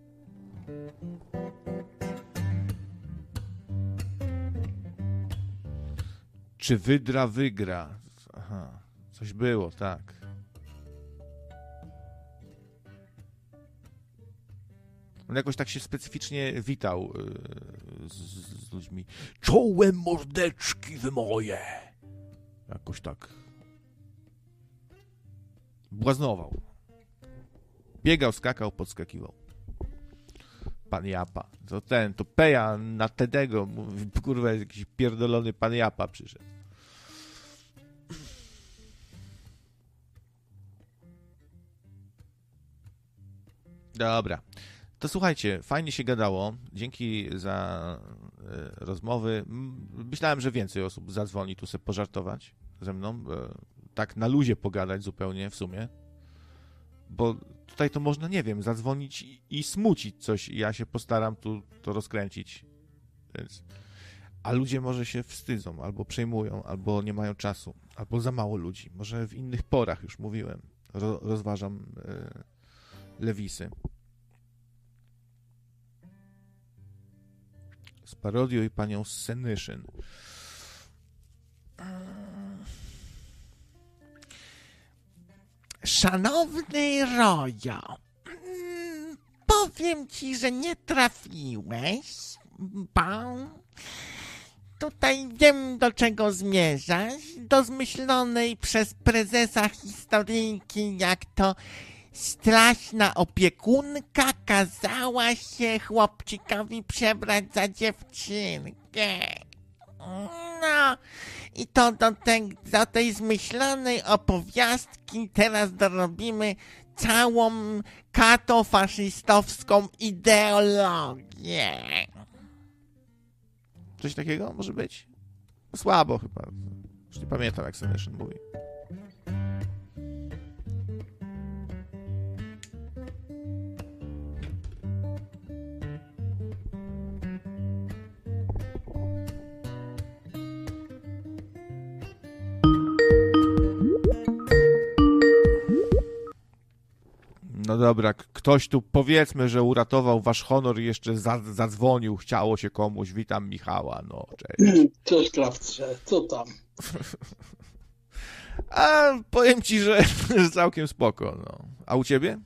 Czy Wydra wygra? Aha, coś było, tak. On jakoś tak się specyficznie witał yy, z, z ludźmi. Czołem mordeczki wy moje. Jakoś tak błaznował. Biegał, skakał, podskakiwał. Pan Japa. To ten, to Peja na Tedego. Mówi, kurwa, jakiś pierdolony pan Japa przyszedł. Dobra. To słuchajcie, fajnie się gadało. Dzięki za y, rozmowy. Myślałem, że więcej osób zadzwoni tu sobie pożartować ze mną. Y, tak na luzie pogadać zupełnie w sumie. Bo tutaj to można, nie wiem, zadzwonić i, i smucić coś i ja się postaram tu to rozkręcić. Więc... A ludzie może się wstydzą, albo przejmują, albo nie mają czasu, albo za mało ludzi. Może w innych porach, już mówiłem, ro, rozważam yy, lewisy. Sparodiuj panią Senyszyn. Szanowny Rojo, powiem ci, że nie trafiłeś, bo tutaj wiem, do czego zmierzasz, do zmyślonej przez prezesa historyjki, jak to straszna opiekunka kazała się chłopczykowi przebrać za dziewczynkę. No, i to do, te, do tej zmyślonej opowiastki teraz dorobimy całą katofaszystowską ideologię. Coś takiego może być? Słabo chyba. Już nie pamiętam, jak Senyszyn mówi. dobra, k- ktoś tu powiedzmy, że uratował wasz honor i jeszcze za- zadzwonił, chciało się komuś. Witam Michała, no cześć. Cześć Krawcze, co tam? A powiem ci, że całkiem spoko, no. A u ciebie?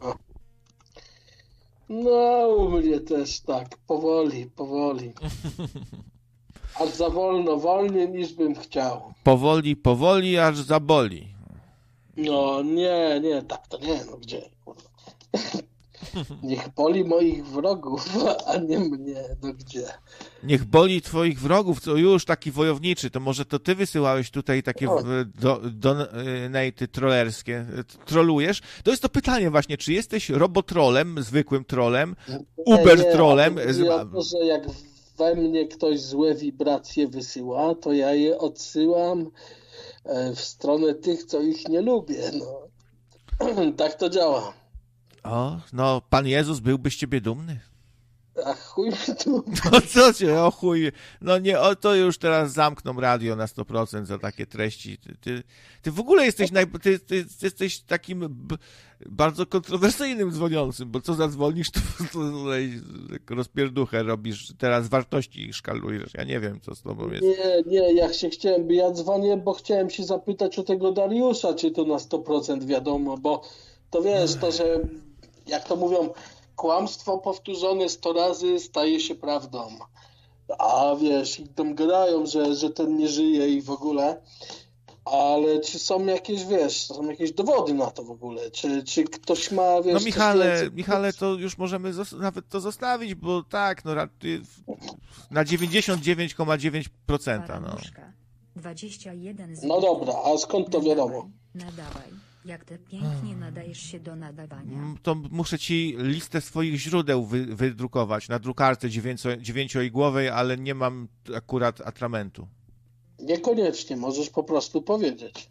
No, u mnie też tak, powoli, powoli. Aż za wolno, wolniej niż bym chciał. Powoli, powoli, aż zaboli. No, nie, nie, tak to nie, no gdzie, kurwa. Niech boli moich wrogów, a nie mnie, no gdzie. Niech boli twoich wrogów, co już taki wojowniczy, to może to ty wysyłałeś tutaj takie w- do, donaty trollerskie, trolujesz? To jest to pytanie właśnie, czy jesteś robotrolem, zwykłym trolem, uber trolem? Nie, nie, ja to, że jak we mnie ktoś złe wibracje wysyła, to ja je odsyłam w stronę tych, co ich nie lubię, no. Tak to działa. O, no Pan Jezus byłby z ciebie dumny. A chuj tu. No co cię, o chuj, no nie, o, to już teraz zamkną radio na sto procent za takie treści. Ty, ty, ty w ogóle jesteś, naj, ty, ty jesteś takim b, bardzo kontrowersyjnym dzwoniącym, bo co zadzwonisz, to, to tutaj rozpierduchę robisz, teraz wartości szkalujesz, ja nie wiem, co z tobą jest. Nie, nie, ja się chciałem, ja dzwonię, bo chciałem się zapytać o tego Dariusza, czy to na sto procent wiadomo, bo to wiesz, to, że jak to mówią, kłamstwo powtórzone sto razy staje się prawdą. A wiesz, i tam gadają, że, że ten nie żyje i w ogóle. Ale czy są jakieś, wiesz, są jakieś dowody na to w ogóle? Czy, czy ktoś ma, wiesz... No Michale, więcej... Michale, to już możemy zos- nawet to zostawić, bo tak, no na dziewięćdziesiąt dziewięć przecinek dziewięć procent, no. dwadzieścia jeden No dobra, a skąd to wiadomo? Nadawaj. Jak ty pięknie nadajesz się do nadawania. To muszę ci listę swoich źródeł wy, wydrukować na drukarce dziewięcio, dziewięcioigłowej, ale nie mam akurat atramentu. Niekoniecznie, możesz po prostu powiedzieć.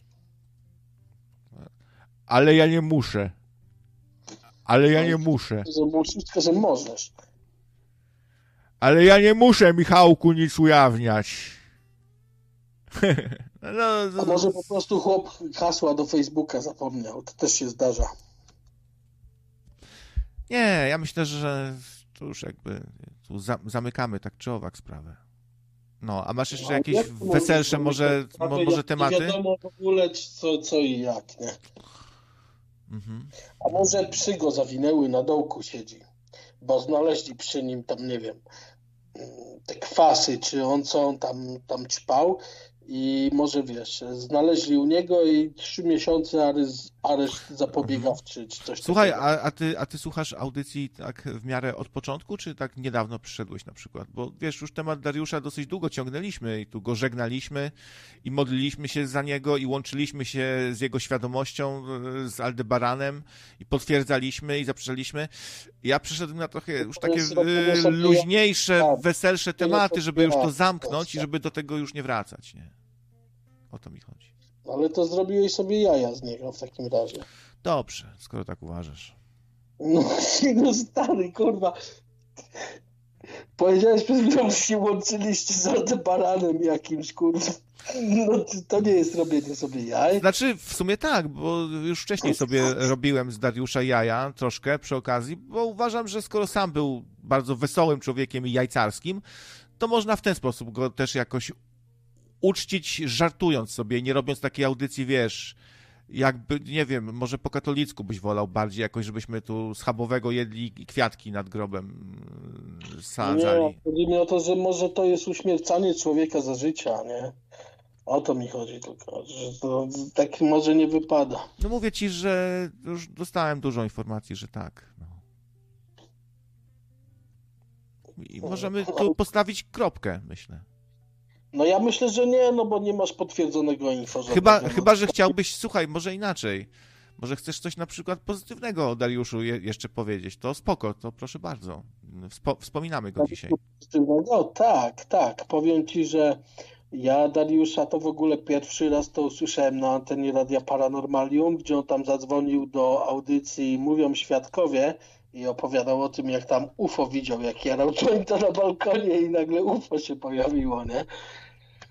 Ale ja nie muszę. Ale ja nie muszę. Że musisz, tylko że możesz. Ale ja nie muszę, Michałku, nic ujawniać. No, A może po prostu chłop hasła do Facebooka zapomniał, to też się zdarza. Nie, ja myślę, że tu już jakby tu za, zamykamy tak czy owak sprawę. No, a masz jeszcze No, jakieś jak weselsze może, mo, może tematy? Nie wiadomo w ogóle co, co i jak, nie? Mhm. A może psy go zawinęły, na dołku siedzi, bo znaleźli przy nim tam, nie wiem, te kwasy, czy on co on tam, tam ćpał i może wiesz, znaleźli u niego i trzy miesiące areszt, areszt zapobiegawczy, czy coś Słuchaj, takiego. a, a, ty, a ty słuchasz audycji tak w miarę od początku, czy tak niedawno przyszedłeś na przykład? Bo wiesz, już temat Dariusza dosyć długo ciągnęliśmy i tu go żegnaliśmy i modliliśmy się za niego i łączyliśmy się z jego świadomością, z Aldebaranem i potwierdzaliśmy i zaprzeczaliśmy. Ja przyszedłem na trochę już takie y, luźniejsze, weselsze tematy, żeby już to zamknąć i żeby do tego już nie wracać, nie? O to mi chodzi. Ale to zrobiłeś sobie jaja z niego w takim razie. Dobrze, skoro tak uważasz. No, no stary, kurwa. Powiedziałeś przed chwilą, że się łączyliście z Aldebaranem jakimś, kurwa. No to nie jest robienie sobie jaj. Znaczy, w sumie tak, bo już wcześniej sobie robiłem z Dariusza jaja troszkę przy okazji, bo uważam, że skoro sam był bardzo wesołym człowiekiem i jajcarskim, to można w ten sposób go też jakoś uczcić, żartując sobie, nie robiąc takiej audycji, wiesz, jakby, nie wiem, może po katolicku byś wolał bardziej jakoś, żebyśmy tu schabowego jedli kwiatki nad grobem sadzali. Nie, chodzi mi o to, że może to jest uśmiercanie człowieka za życia, nie? O to mi chodzi tylko, że to tak może nie wypada. No mówię ci, że już dostałem dużo informacji, że tak. No. I możemy tu postawić kropkę, myślę. No ja myślę, że nie, no bo nie masz potwierdzonego info. Chyba, chyba, że chciałbyś, słuchaj, może inaczej. Może chcesz coś na przykład pozytywnego o Dariuszu je, jeszcze powiedzieć. To spoko, to proszę bardzo. Wspo, wspominamy go dzisiaj. No tak, tak. Powiem ci, że ja Dariusza to w ogóle pierwszy raz to usłyszałem na antenie Radia Paranormalium, gdzie on tam zadzwonił do audycji Mówią Świadkowie i opowiadał o tym, jak tam U F O widział, jak jarał jointa na balkonie i nagle U F O się pojawiło, nie?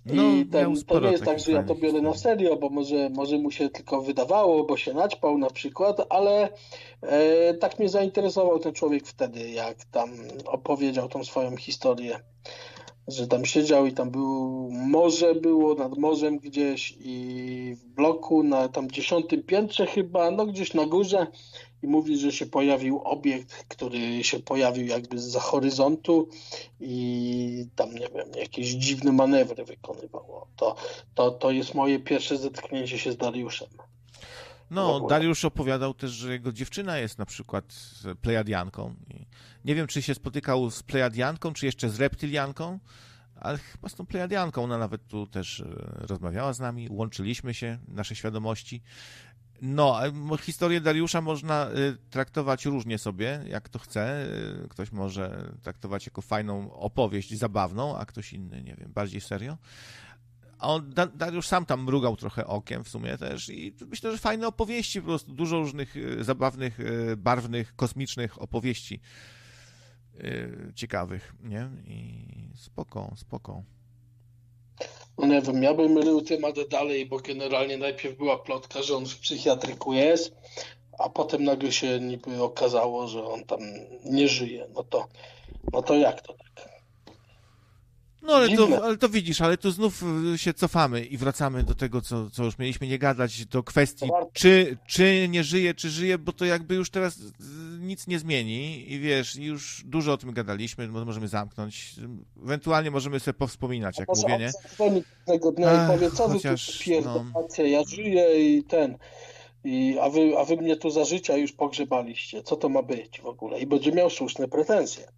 No, I ten, miał to sporo nie jest tak, takich że ja to fajnych biorę na historii. serio, bo może, może mu się tylko wydawało, bo się naćpał na przykład, ale e, tak mnie zainteresował ten człowiek wtedy, jak tam opowiedział tą swoją historię, że tam siedział i tam był, morze było nad morzem gdzieś i w bloku na tam dziesiątym piętrze chyba, no gdzieś na górze i mówi, że się pojawił obiekt, który się pojawił jakby zza horyzontu i tam, nie wiem, jakieś dziwne manewry wykonywało. To, to, to jest moje pierwsze zetknięcie się z Dariuszem. No, Dariusz opowiadał też, że jego dziewczyna jest na przykład plejadianką. I nie wiem, czy się spotykał z plejadianką, czy jeszcze z reptylianką, ale chyba z tą plejadianką. Ona nawet tu też rozmawiała z nami, łączyliśmy się, nasze świadomości. No, historię Dariusza można traktować różnie sobie, jak to chce. Ktoś może traktować jako fajną opowieść, zabawną, a ktoś inny, nie wiem, bardziej serio. A on, Dariusz sam tam mrugał trochę okiem w sumie też i myślę, że fajne opowieści, po prostu dużo różnych zabawnych, barwnych, kosmicznych opowieści ciekawych, nie? I spoko, spoko. No nie wiem, ja bym rył temat dalej, bo generalnie najpierw była plotka, że on w psychiatryku jest, a potem nagle się niby okazało, że on tam nie żyje. No to, no to jak to tak? No ale to, ale to widzisz, ale tu znów się cofamy i wracamy do tego, co, co już mieliśmy nie gadać, do kwestii, czy, czy nie żyje, czy żyje, bo to jakby już teraz nic nie zmieni i wiesz, już dużo o tym gadaliśmy, możemy zamknąć, ewentualnie możemy sobie powspominać, jak mówię, nie? Tego dnia i powie, co chociaż, wy tu pierdolacie, no. Ja żyję i ten, i, a, wy, a wy mnie tu za życia już pogrzebaliście, co to ma być w ogóle? I będzie miał słuszne pretensje.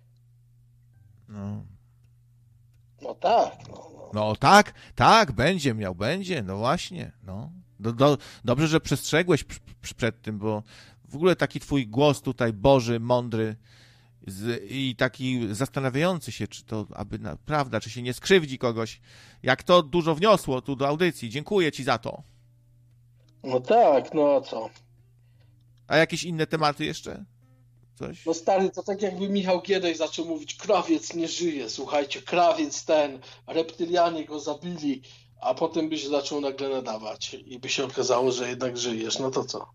No. No tak. No, no. no tak, tak, będzie miał, będzie, no właśnie, no. Do, do, dobrze, że przestrzegłeś pr, pr, przed tym, bo w ogóle taki twój głos tutaj, Boży, mądry z, i taki zastanawiający się, czy to aby na, prawda, czy się nie skrzywdzi kogoś, jak to dużo wniosło tu do audycji. Dziękuję ci za to. No tak, no a co? A jakieś inne tematy jeszcze? Coś? No stary, to tak jakby Michał kiedyś zaczął mówić, krawiec nie żyje, słuchajcie, krawiec ten, reptylianie go zabili, a potem by się zaczął nagle nadawać i by się okazało, że jednak żyjesz, no to co?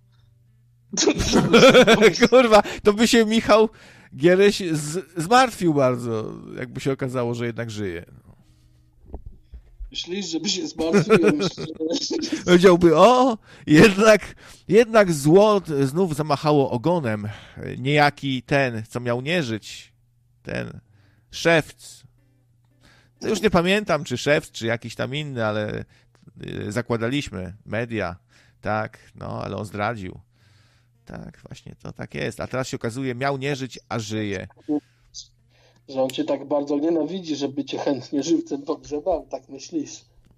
Kurwa, to by się Michał Giereś z, zmartwił bardzo, jakby się okazało, że jednak żyje. Myślisz, żeby się zmartwił? Powiedziałby, o, jednak, jednak zło znów zamachało ogonem. Niejaki ten, co miał nie żyć, ten szewc. To już nie pamiętam, czy szewc, czy jakiś tam inny, ale zakładaliśmy, media, tak, no, ale on zdradził. Tak, właśnie to tak jest. A teraz się okazuje, miał nie żyć, a żyje. Że on cię tak bardzo nienawidzi, żeby cię chętnie żywcem pogrzebał, tak myślisz?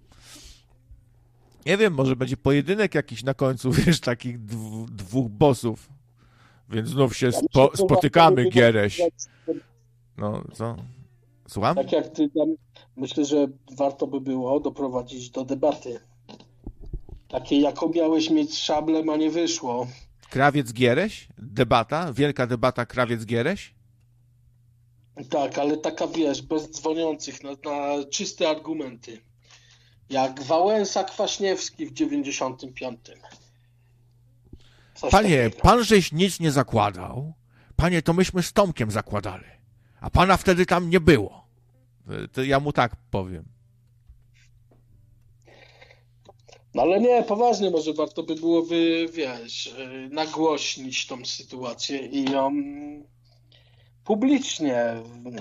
Nie wiem, może będzie pojedynek jakiś na końcu, wiesz, takich dw- dwóch bossów. Więc znów się spo- spotykamy, Giereś. No, co? Słucham? Tak jak ty tam, myślę, że warto by było doprowadzić do debaty. Takiej, jaką miałeś mieć z Szablem, a nie wyszło. Krawiec-Giereś? Debata? Wielka debata Krawiec-Giereś? Tak, ale taka, wiesz, bez dzwoniących, na, na czyste argumenty. Jak Wałęsa-Kwaśniewski w dziewięćdziesiątym piątym. Coś Panie, takiego. pan żeś nic nie zakładał. Panie, to myśmy z Tomkiem zakładali. A pana wtedy tam nie było. To ja mu tak powiem. No ale nie, poważnie, może warto by było, by, wiesz, nagłośnić tą sytuację i ją publicznie,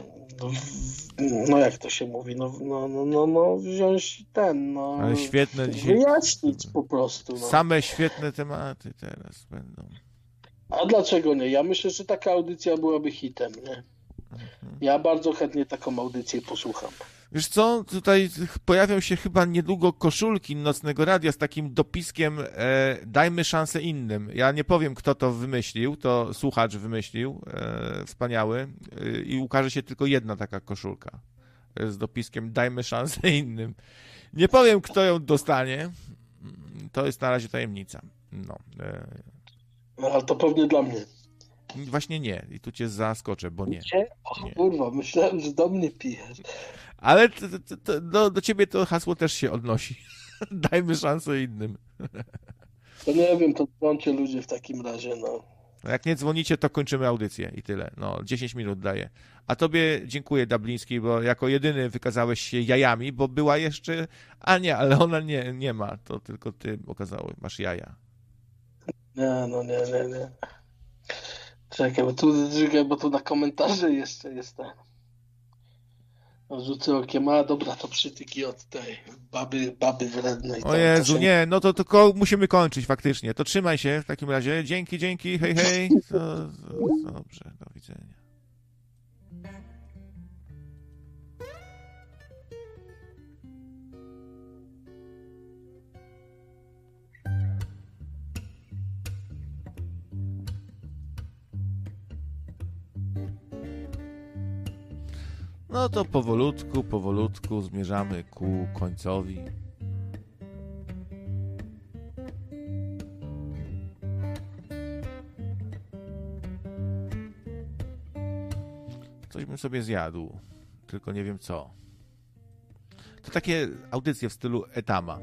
no jak to się mówi, no, no, no, no, no wziąć ten, no, ale świetne dzisiaj... wyjaśnić po prostu. No. Same świetne tematy teraz będą. A dlaczego nie? Ja myślę, że taka audycja byłaby hitem, nie? Ja bardzo chętnie taką audycję posłucham. Wiesz co, tutaj pojawią się chyba niedługo koszulki Nocnego Radia z takim dopiskiem e, dajmy szansę innym. Ja nie powiem, kto to wymyślił, to słuchacz wymyślił, e, wspaniały e, i ukaże się tylko jedna taka koszulka e, z dopiskiem dajmy szansę innym. Nie powiem, kto ją dostanie, to jest na razie tajemnica. No, e... no ale to pewnie dla mnie. Właśnie nie. I tu cię zaskoczę, bo nie. Nie? O, nie. Kurwa, myślałem, że do mnie pijesz. Ale to, to, to, do, do ciebie to hasło też się odnosi. Dajmy szansę innym. To nie wiem, to dzwońcie ludzie w takim razie, no. Jak nie dzwonicie, to kończymy audycję i tyle. No, dziesięć minut daję. A tobie dziękuję, Dubliński, bo jako jedyny wykazałeś się jajami, bo była jeszcze Ania, ale ona nie, nie ma. To tylko ty okazałeś, masz jaja. Nie, no nie, nie, nie. Czekaj, bo tu, czekaj, bo tu na komentarze jeszcze jest ten. Rzucę okiem, a dobra, to przytyki od tej baby, baby wrednej. O Jezu, nie, no to tylko musimy kończyć faktycznie. To trzymaj się w takim razie. Dzięki, dzięki, hej, hej. To, to, dobrze, do widzenia. No to powolutku, powolutku zmierzamy ku końcowi. Coś bym sobie zjadł, tylko nie wiem co. To takie audycje w stylu Etama.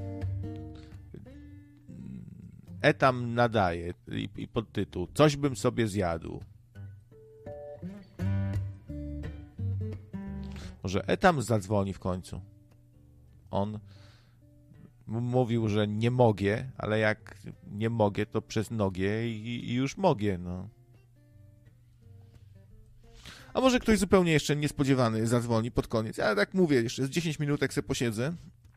Etam nadaje i, i podtytuł Coś bym sobie zjadł. Może Etam zadzwoni w końcu. On m- mówił, że nie mogę, ale jak nie mogę, to przez nogę i, i już mogę, no. A może ktoś zupełnie jeszcze niespodziewany zadzwoni pod koniec. Ja tak mówię, jeszcze z dziesięć minutek se posiedzę.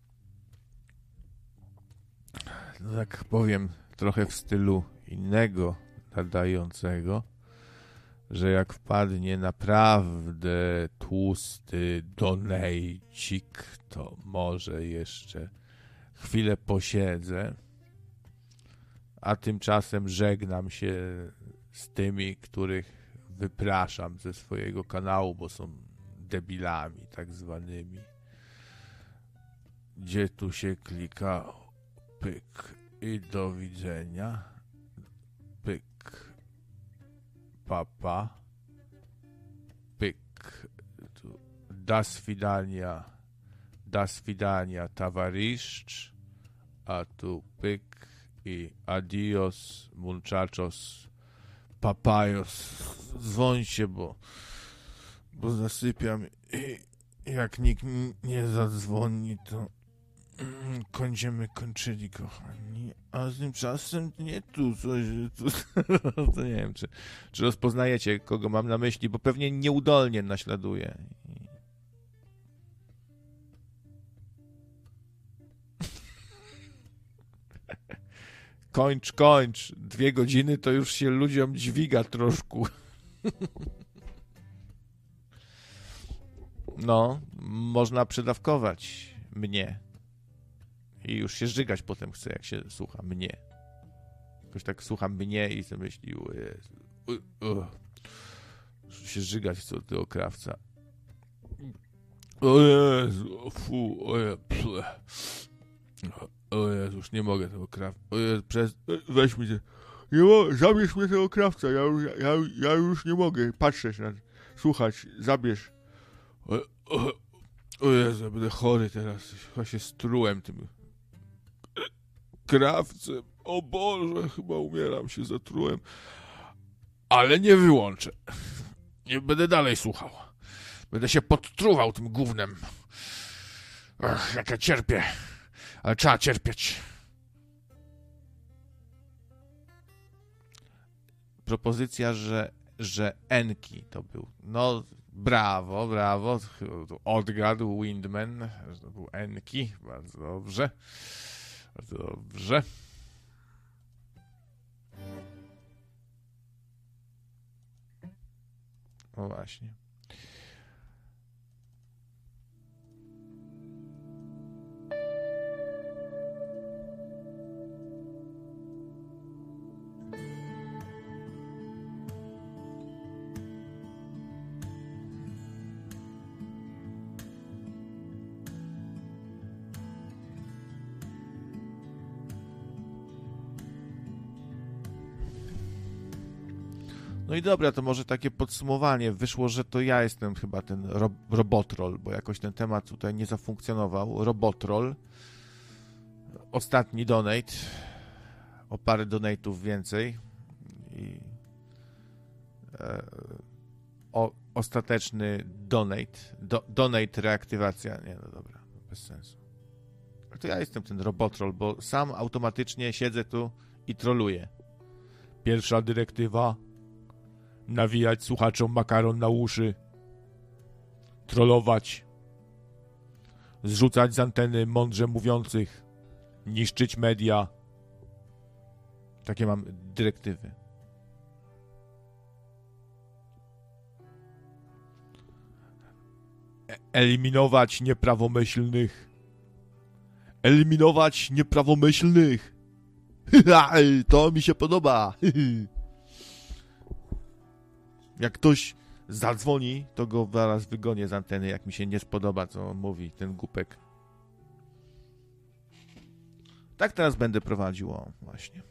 No tak powiem, trochę w stylu innego nadającego, że jak wpadnie naprawdę tłusty donejcik, to może jeszcze chwilę posiedzę, a tymczasem żegnam się z tymi, których wypraszam ze swojego kanału, bo są debilami tak zwanymi. Gdzie tu się klika pyk i do widzenia, pyk, papa, pyk, tu, das widania, das widania, tawariszcz, a tu pyk i adios, muchachos, papayos, dzwońcie, bo, bo zasypiam i jak nikt nie zadzwoni, to kończymy kończyli, kochani. A tymczasem nie tu coś, tu, to nie wiem, czy, czy rozpoznajecie, kogo mam na myśli, bo pewnie nieudolnie naśladuję. Kończ, kończ. Dwie godziny to już się ludziom dźwiga troszkę. No, można przedawkować mnie. I już się żygać potem chce, jak się słucha mnie. Jakoś tak słucham mnie i sobie myśli, o Jezu, uh, uh. się żygać co ty okrawca. O Jezu, fu, o Jezu, o Jezu, już nie mogę tego krawca. O Jezu, przez... weź mi się. Nie mogę, zabierz mnie tego krawca, ja, ja, ja już nie mogę patrzeć na słuchać, zabierz. O, o, o Jezu, ja będę chory teraz, chyba się strułem tym krawcem. O Boże, chyba umieram, się zatrułem. Ale nie wyłączę. Nie będę dalej słuchał. Będę się podtruwał tym gównem. Ach, jak ja cierpię. Ale trzeba cierpieć. Propozycja, że, że Enki to był. No, brawo, brawo. Odgadł Windman, że to był Enki. Bardzo dobrze. Bardzo dobrze. O właśnie. No i dobra, to może takie podsumowanie. Wyszło, że to ja jestem chyba ten ro robotroll, bo jakoś ten temat tutaj nie zafunkcjonował. Robotroll. Ostatni donate. O parę donate'ów więcej. I e, o, ostateczny donate. Do, donate reaktywacja. Nie, no dobra, bez sensu. To ja jestem ten robotroll, bo sam automatycznie siedzę tu i troluję. Pierwsza dyrektywa. Nawijać słuchaczom makaron na uszy. Trollować. Zrzucać z anteny mądrze mówiących. Niszczyć media. Takie mam dyrektywy. E- eliminować nieprawomyślnych. Eliminować nieprawomyślnych. To mi się podoba. Jak ktoś zadzwoni, to go zaraz wygonię z anteny, jak mi się nie spodoba, co mówi ten głupek. Tak teraz będę prowadził, o, właśnie.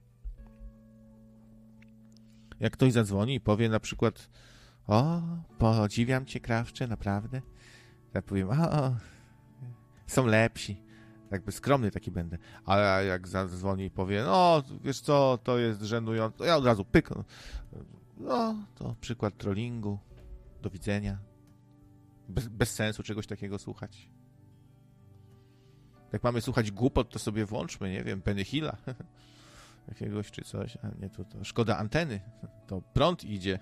Jak ktoś zadzwoni i powie na przykład: o, podziwiam cię, Krawcze, naprawdę. Ja powiem: o, są lepsi. Jakby skromny taki będę. Ale jak zadzwoni i powie: no, wiesz co, to jest żenujące, to ja od razu pyk. No, to przykład trollingu. Do widzenia. Bez, bez sensu czegoś takiego słuchać. Jak mamy słuchać głupot, to sobie włączmy, nie wiem, Benny Hilla. Jakiegoś czy coś. A nie, to, to szkoda anteny. To prąd idzie.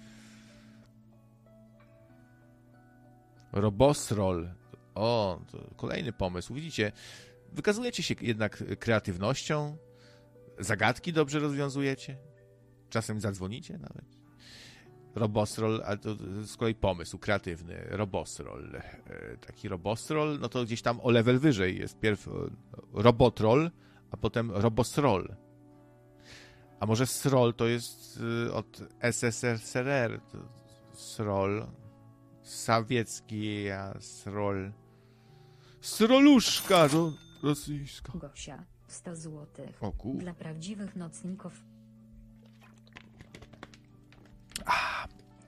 Robosroll. O, to kolejny pomysł. Widzicie, wykazujecie się jednak kreatywnością. Zagadki dobrze rozwiązujecie. Czasem zadzwonicie nawet. Robosroll, ale to z kolei pomysł kreatywny. Robosroll. Taki robosroll, no to gdzieś tam o level wyżej jest. Pierw robotroll, a potem robosroll. A może sroll to jest od S S R R. Sroll. Sawiecki, a sroll. Sroluszka ro, rosyjska. Gosia, sto złotych. O kur... Dla prawdziwych nocników. A,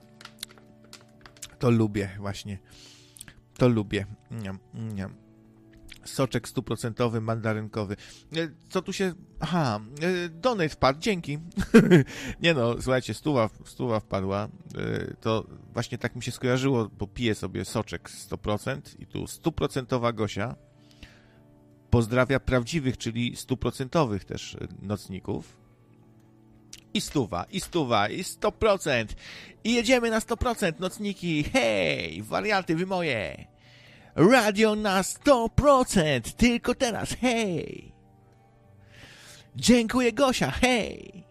to lubię właśnie. To lubię. Nie, nie. Soczek stuprocentowy, mandarynkowy. Co tu się... Aha, donate wpadł, dzięki. Nie no, słuchajcie, stuwa, stuwa wpadła. To właśnie tak mi się skojarzyło, bo piję sobie soczek sto procent i tu stuprocentowa Gosia pozdrawia prawdziwych, czyli stuprocentowych też nocników. I stuwa, i stuwa, i sto procent. I jedziemy na sto procent, nocniki. Hej, wariaty wy moje. Radio na sto procent. Tylko teraz, hej. Dziękuję, Gosia, hej.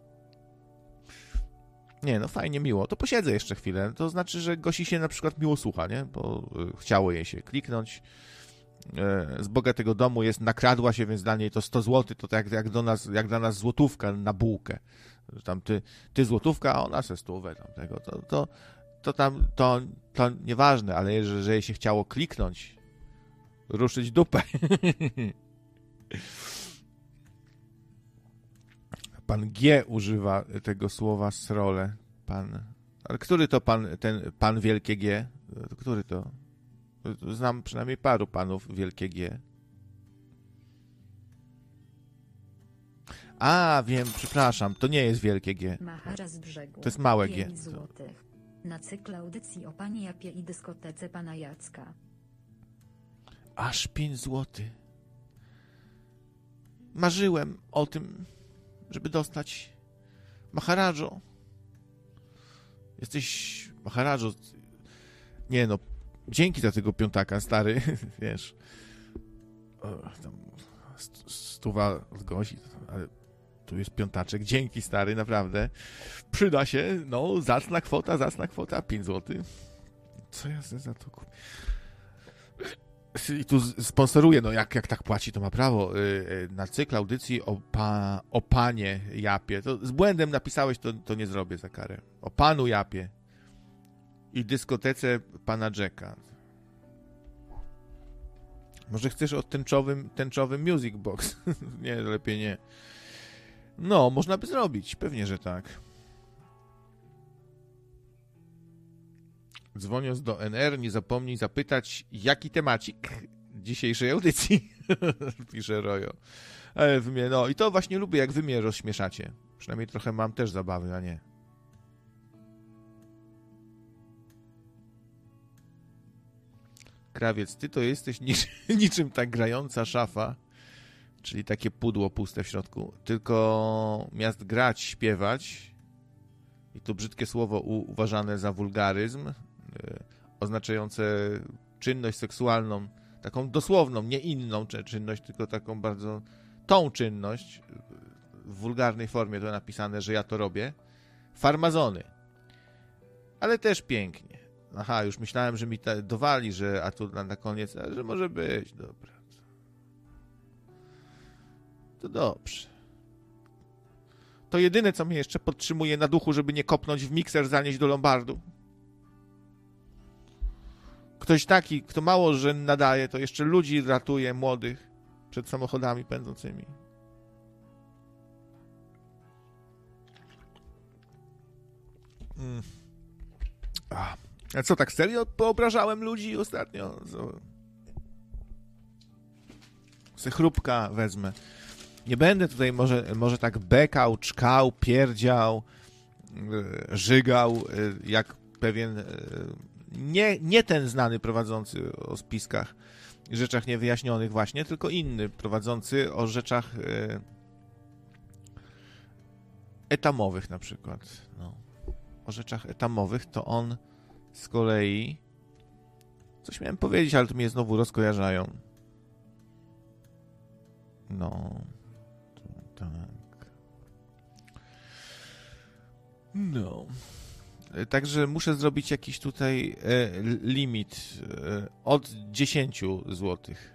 Nie, no fajnie, miło. To posiedzę jeszcze chwilę. To znaczy, że Gosi się na przykład miło słucha, nie? Bo chciało jej się kliknąć. Z bogatego domu jest, nakradła się, więc dla niej to sto złotych, to tak jak, do nas, jak dla nas złotówka na bułkę. Tam ty, ty złotówka, a ona se stówę tam tego. To, to, to tam, to, to nieważne, ale że, że jej się chciało kliknąć, ruszyć dupę. Pan G używa tego słowa srole. Pan, ale który to pan, ten pan wielkie G? Który to? Znam przynajmniej paru panów wielkie G. A, wiem, przepraszam, to nie jest wielkie G. Machara z brzegu. To jest małe G. pięć złotych. Na cykl audycji o Panie Japie i dyskotece Pana Jacka. Aż pięć złotych. Marzyłem o tym, żeby dostać Maharadżo. Jesteś Maharadżo. Nie no, dzięki za tego piątaka, stary. Wiesz. O, tam stuwa od Gosi, ale tu jest piątaczek. Dzięki, stary, naprawdę. Przyda się. No, zacna kwota, zacna kwota. pięć złotych. Co ja za to kupię? I tu sponsoruję, no jak, jak tak płaci, to ma prawo. Na cykl audycji o, pa, o panie Japie. To z błędem napisałeś, to, to nie zrobię za karę. O panu Japie i dyskotece pana Jacka. Może chcesz o tęczowym, tęczowym Music Box? Nie, lepiej nie. No, można by zrobić. Pewnie, że tak. Dzwoniąc do N R, nie zapomnij zapytać, jaki temacik dzisiejszej audycji, pisze Rojo. Ale wy mnie, no i to właśnie lubię, jak wy mnie rozśmieszacie. Przynajmniej trochę mam też zabawy, a nie. Krawiec, ty to jesteś nic, niczym ta grająca szafa, czyli takie pudło puste w środku, tylko miast grać, śpiewać, i to brzydkie słowo u, uważane za wulgaryzm, yy, oznaczające czynność seksualną, taką dosłowną, nie inną czynność, tylko taką bardzo tą czynność, w wulgarnej formie to napisane, że ja to robię, farmazony. Ale też pięknie. Aha, już myślałem, że mi ta, dowali, że a tu na, na koniec, a, że może być, dobra. To dobrze. To jedyne, co mnie jeszcze podtrzymuje na duchu, żeby nie kopnąć w mikser, zanieść do lombardu. Ktoś taki, kto mało że nadaje, to jeszcze ludzi ratuje, młodych, przed samochodami pędzącymi. Mm. A. A co, tak serio poobrażałem ludzi ostatnio? Se chrupka wezmę. Nie będę tutaj może, może tak bekał, czkał, pierdział, żygał, jak pewien nie, nie ten znany prowadzący o spiskach i rzeczach niewyjaśnionych właśnie, tylko inny prowadzący o rzeczach etamowych na przykład. No. O rzeczach etamowych to on z kolei coś miałem powiedzieć, ale to mnie znowu rozkojarzają. No. Tak. No. Także muszę zrobić jakiś tutaj e, limit e, od dziesięciu złotych.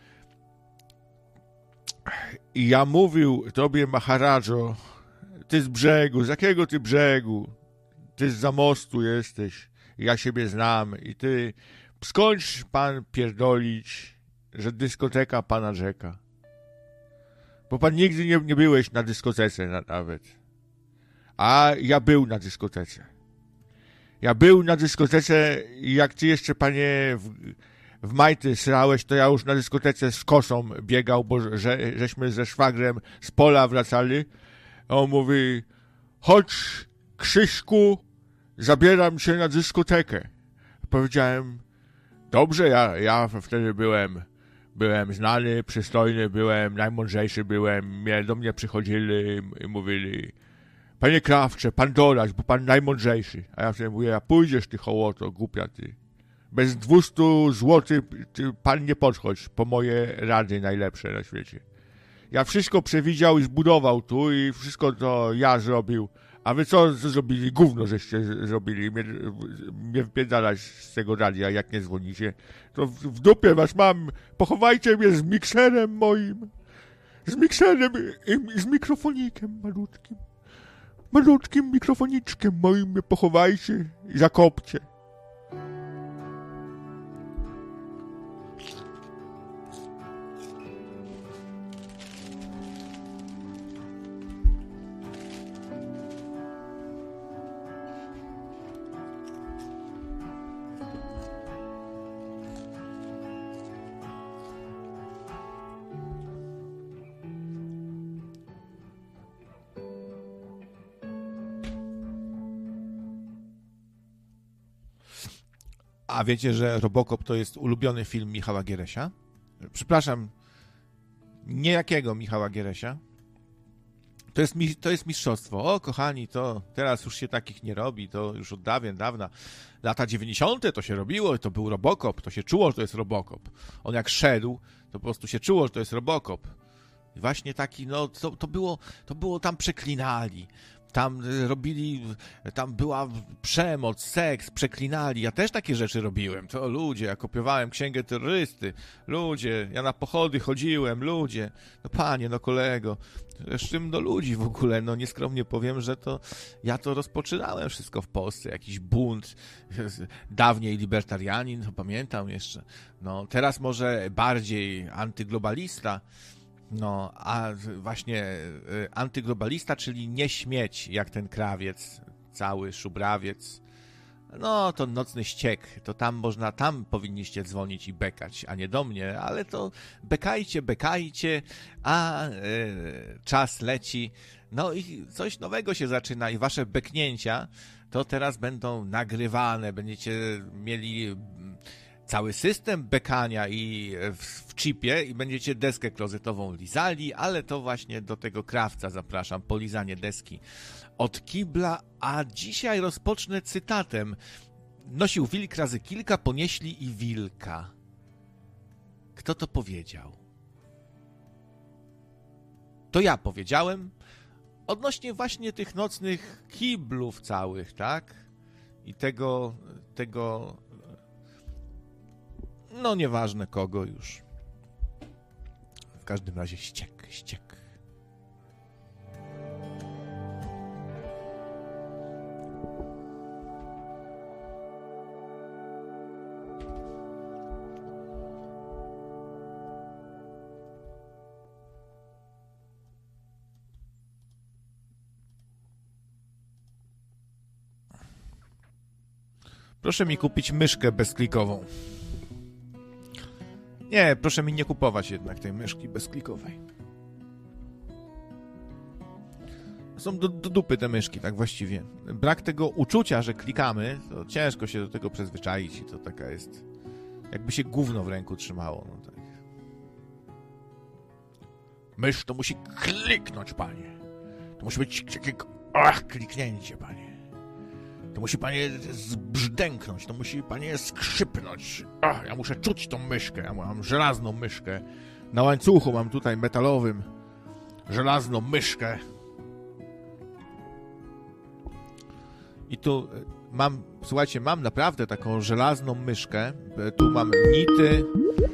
I ja mówił tobie, Maharadżo, ty z brzegu, z jakiego ty brzegu? Ty z zamostu jesteś, ja siebie znam i ty skończ pan pierdolić, że dyskoteka pana rzeka. Bo pan nigdy nie, nie byłeś na dyskotece na, nawet. A ja był na dyskotece. Ja był na dyskotece i jak ty jeszcze, panie, w, w majty srałeś, to ja już na dyskotece z kosą biegał, bo że, żeśmy ze szwagrem z pola wracali. A on mówi, chodź, Krzyśku, zabieram się na dyskotekę. Powiedziałem, dobrze, ja, ja wtedy byłem, byłem znany, przystojny, byłem, najmądrzejszy byłem. Do mnie przychodzili i mówili, panie Krawcze, pan dolać, bo pan najmądrzejszy. A ja wtedy mówię, ja pójdziesz ty hołoto, głupia ty. Bez dwustu złotych ty, pan nie podchodź po moje rady najlepsze na świecie. Ja wszystko przewidział i zbudował tu i wszystko to ja zrobił. A wy co zrobili? Gówno żeście zrobili. Mnie, mnie wpierdalać z tego radia, jak nie dzwonicie. To w, w dupie was mam. Pochowajcie mnie z mikserem moim. Z mikserem i, i z mikrofonikiem malutkim. Malutkim mikrofoniczkiem moim mnie pochowajcie i zakopcie. A wiecie, że Robocop to jest ulubiony film Michała Gieresia? Przepraszam, niejakiego Michała Gieresia. To jest, to jest mistrzostwo. O, kochani, to teraz już się takich nie robi, to już od dawien, dawna. Lata dziewięćdziesiąte to się robiło i to był Robocop, to się czuło, że to jest Robocop. On jak szedł, to po prostu się czuło, że to jest Robocop. I właśnie taki, no, to, to było, to było tam przeklinali. Tam robili, tam była przemoc, seks, przeklinali. Ja też takie rzeczy robiłem. To ludzie, ja kopiowałem księgę terrorysty. Ludzie, ja na pochody chodziłem, ludzie. No panie, no kolego. Z czym do ludzi w ogóle? No nieskromnie powiem, że to ja to rozpoczynałem wszystko w Polsce. Jakiś bunt. Dawniej libertarianin, no pamiętam jeszcze. No teraz może bardziej antyglobalista. No, a właśnie y, antyglobalista, czyli nie śmieć, jak ten krawiec, cały szubrawiec. No, to nocny ściek, to tam można, tam powinniście dzwonić i bekać, a nie do mnie, ale to bekajcie, bekajcie, a e, czas leci, no i coś nowego się zaczyna i wasze beknięcia to teraz będą nagrywane, będziecie mieli cały system bekania i w, w chipie i będziecie deskę klozetową lizali, ale to właśnie do tego krawca zapraszam, polizanie deski od kibla, a dzisiaj rozpocznę cytatem. Nosił wilk razy kilka, ponieśli i wilka. Kto to powiedział? To ja powiedziałem odnośnie właśnie tych nocnych kiblów całych, tak? I tego, tego, no nieważne kogo już. W każdym razie ściek, ściek. Proszę mi kupić myszkę bezklikową. Nie, proszę mi nie kupować jednak tej myszki bezklikowej. Są do, do dupy te myszki, tak właściwie. Brak tego uczucia, że klikamy, to ciężko się do tego przyzwyczaić i to taka jest... Jakby się gówno w ręku trzymało. No tak. Mysz to musi kliknąć, panie. To musi być takie... Ach, kliknięcie, panie. To musi panie zbrzdęknąć, to musi panie skrzypnąć. Ach, ja muszę czuć tą myszkę, ja mam żelazną myszkę. Na łańcuchu mam tutaj metalowym żelazną myszkę. I tu mam, słuchajcie, mam naprawdę taką żelazną myszkę. Tu mam nity.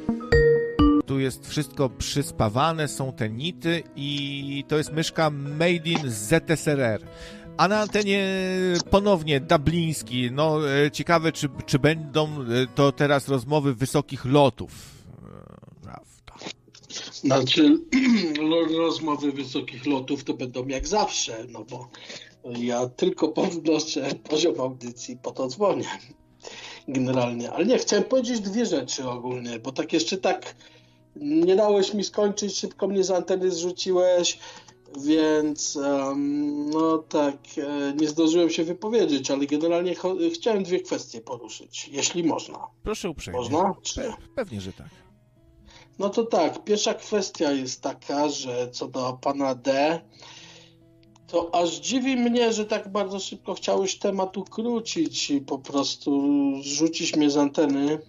Tu jest wszystko przyspawane, są te nity i to jest myszka made in Z S R R. A na antenie ponownie Dubliński. No, ciekawe, czy, czy będą to teraz rozmowy wysokich lotów. Prawda. Znaczy, rozmowy wysokich lotów to będą jak zawsze, no bo ja tylko podnoszę poziom audycji, po to dzwonię. Generalnie. Ale nie, chciałem powiedzieć dwie rzeczy ogólnie, bo tak jeszcze tak nie dałeś mi skończyć, szybko mnie z anteny zrzuciłeś. Więc um, no tak, e, nie zdążyłem się wypowiedzieć, ale generalnie cho- chciałem dwie kwestie poruszyć, jeśli można. Proszę uprzejmie. Można? Czy... Pe- pewnie, że tak. No to tak, pierwsza kwestia jest taka, że co do pana D, to aż dziwi mnie, że tak bardzo szybko chciałeś temat ukrócić i po prostu zrzucić mnie z anteny.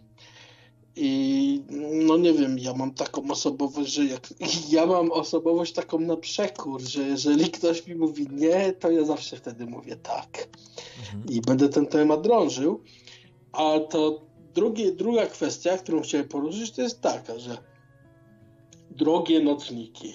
I no nie wiem, ja mam taką osobowość, że jak ja mam osobowość taką na przekór, że jeżeli ktoś mi mówi nie, to ja zawsze wtedy mówię tak. Mhm. I będę ten temat drążył. A to drugie, druga kwestia, którą chciałem poruszyć, to jest taka, że drogie nocniki,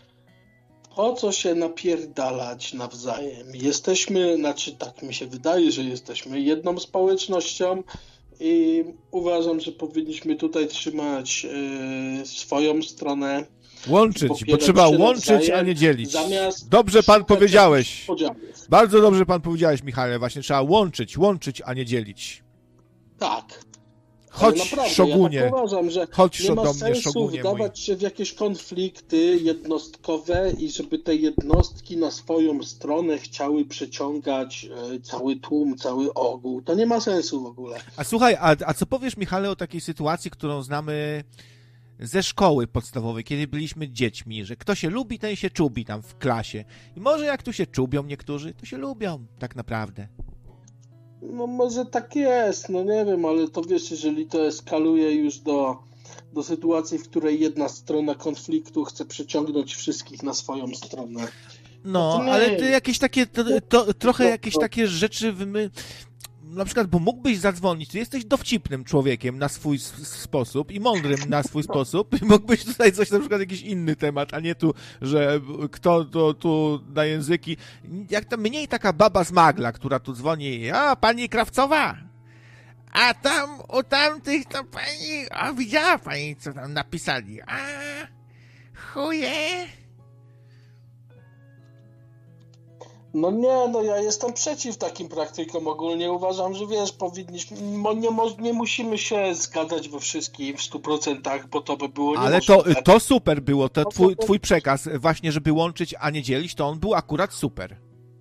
po co się napierdalać nawzajem? Jesteśmy, znaczy tak mi się wydaje, że jesteśmy jedną społecznością, i uważam, że powinniśmy tutaj trzymać y, swoją stronę. Łączyć, bo trzeba łączyć, nawzajem, a nie dzielić. Zamiast dobrze pan powiedziałeś. Bardzo dobrze pan powiedziałeś, Michale. Właśnie trzeba łączyć, łączyć, a nie dzielić. Tak. Chodź, naprawdę, szogunie. Ja tak uważam, że Chodź nie ma do mnie, sensu szogunie wdawać mój. się w jakieś konflikty jednostkowe i żeby te jednostki na swoją stronę chciały przeciągać e, cały tłum, cały ogół. To nie ma sensu w ogóle. A słuchaj, a, a co powiesz, Michale, o takiej sytuacji, którą znamy ze szkoły podstawowej, kiedy byliśmy dziećmi, że kto się lubi, ten się czubi tam w klasie. I może jak tu się czubią niektórzy, to się lubią tak naprawdę. No może tak jest, no nie wiem, ale to wiesz, jeżeli to eskaluje już do, do sytuacji, w której jedna strona konfliktu chce przyciągnąć wszystkich na swoją stronę. No, to nie, ale to jakieś takie, to, to, trochę to, jakieś to... takie rzeczy, my, na przykład, bo mógłbyś zadzwonić, ty jesteś dowcipnym człowiekiem na swój sposób i mądrym na swój sposób i mógłbyś tutaj coś, na przykład jakiś inny temat, a nie tu, że kto to tu na języki, jak tam mniej taka baba z Magla, która tu dzwoni, a pani Krawcowa, a tam u tamtych to pani, a widziała pani, co tam napisali, a chuje. No nie, no ja jestem przeciw takim praktykom. Ogólnie uważam, że wiesz, powinniśmy, nie, nie musimy się zgadzać we wszystkim w stu procentach, bo to by było Ale to, niemożliwe. to super było, to twój, twój przekaz właśnie, żeby łączyć, a nie dzielić, to on był akurat super.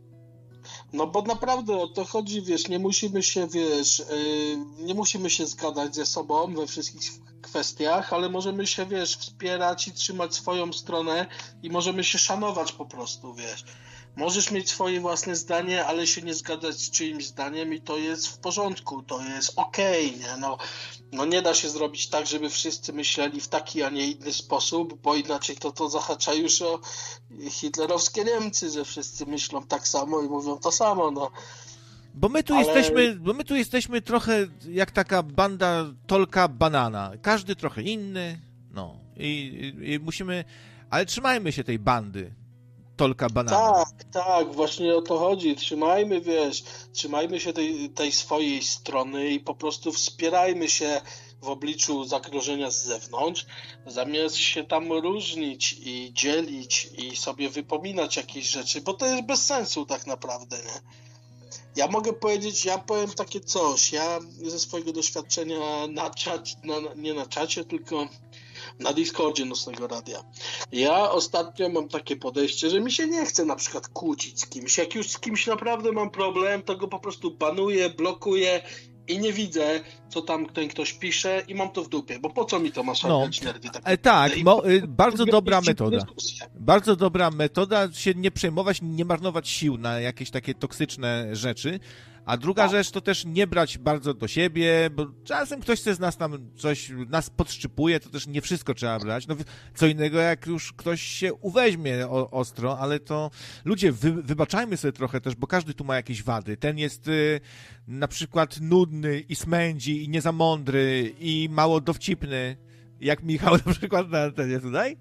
No bo naprawdę o to chodzi, wiesz, nie musimy się, wiesz, yy, nie musimy się zgadzać ze sobą we wszystkich kwestiach, ale możemy się, wiesz, wspierać i trzymać swoją stronę i możemy się szanować po prostu, wiesz. Możesz mieć swoje własne zdanie, ale się nie zgadzać z czyimś zdaniem i to jest w porządku, to jest okej, nie? No, no nie da się zrobić tak, żeby wszyscy myśleli w taki, a nie inny sposób, bo inaczej to to zahacza już o hitlerowskie Niemcy, że wszyscy myślą tak samo i mówią to samo, no. Bo my tu Ale- jesteśmy, bo my tu jesteśmy trochę jak taka banda Tolka Banana. Każdy trochę inny, no. I, i, i musimy, ale trzymajmy się tej bandy Tolka Banana. Tak, tak, właśnie o to chodzi. Trzymajmy, wiesz, trzymajmy się tej, tej swojej strony i po prostu wspierajmy się w obliczu zagrożenia z zewnątrz, zamiast się tam różnić i dzielić i sobie wypominać jakieś rzeczy, bo to jest bez sensu tak naprawdę, nie? Ja mogę powiedzieć, ja powiem takie coś, ja ze swojego doświadczenia na czacie, na, nie na czacie, tylko na Discordzie Nocnego Radia. Ja ostatnio mam takie podejście, że mi się nie chce na przykład kłócić z kimś. Jak już z kimś naprawdę mam problem, to go po prostu banuję, blokuję i nie widzę, co tam ten ktoś pisze i mam to w dupie, bo po co mi to ma szargać nerwy? Tak, E, tak, I mo, y, bardzo dobra dyskusję. metoda. Bardzo dobra metoda, się nie przejmować, nie marnować sił na jakieś takie toksyczne rzeczy. A druga Tak. rzecz to też nie brać bardzo do siebie, bo czasem ktoś chce z nas tam coś, nas podszczypuje, to też nie wszystko trzeba brać. No, co innego, jak już ktoś się uweźmie o, ostro, ale to ludzie, wy, wybaczajmy sobie trochę też, bo każdy tu ma jakieś wady. Ten jest y, na przykład nudny i smędzi i nie za mądry i mało dowcipny, jak Michał na przykład na antenie tutaj.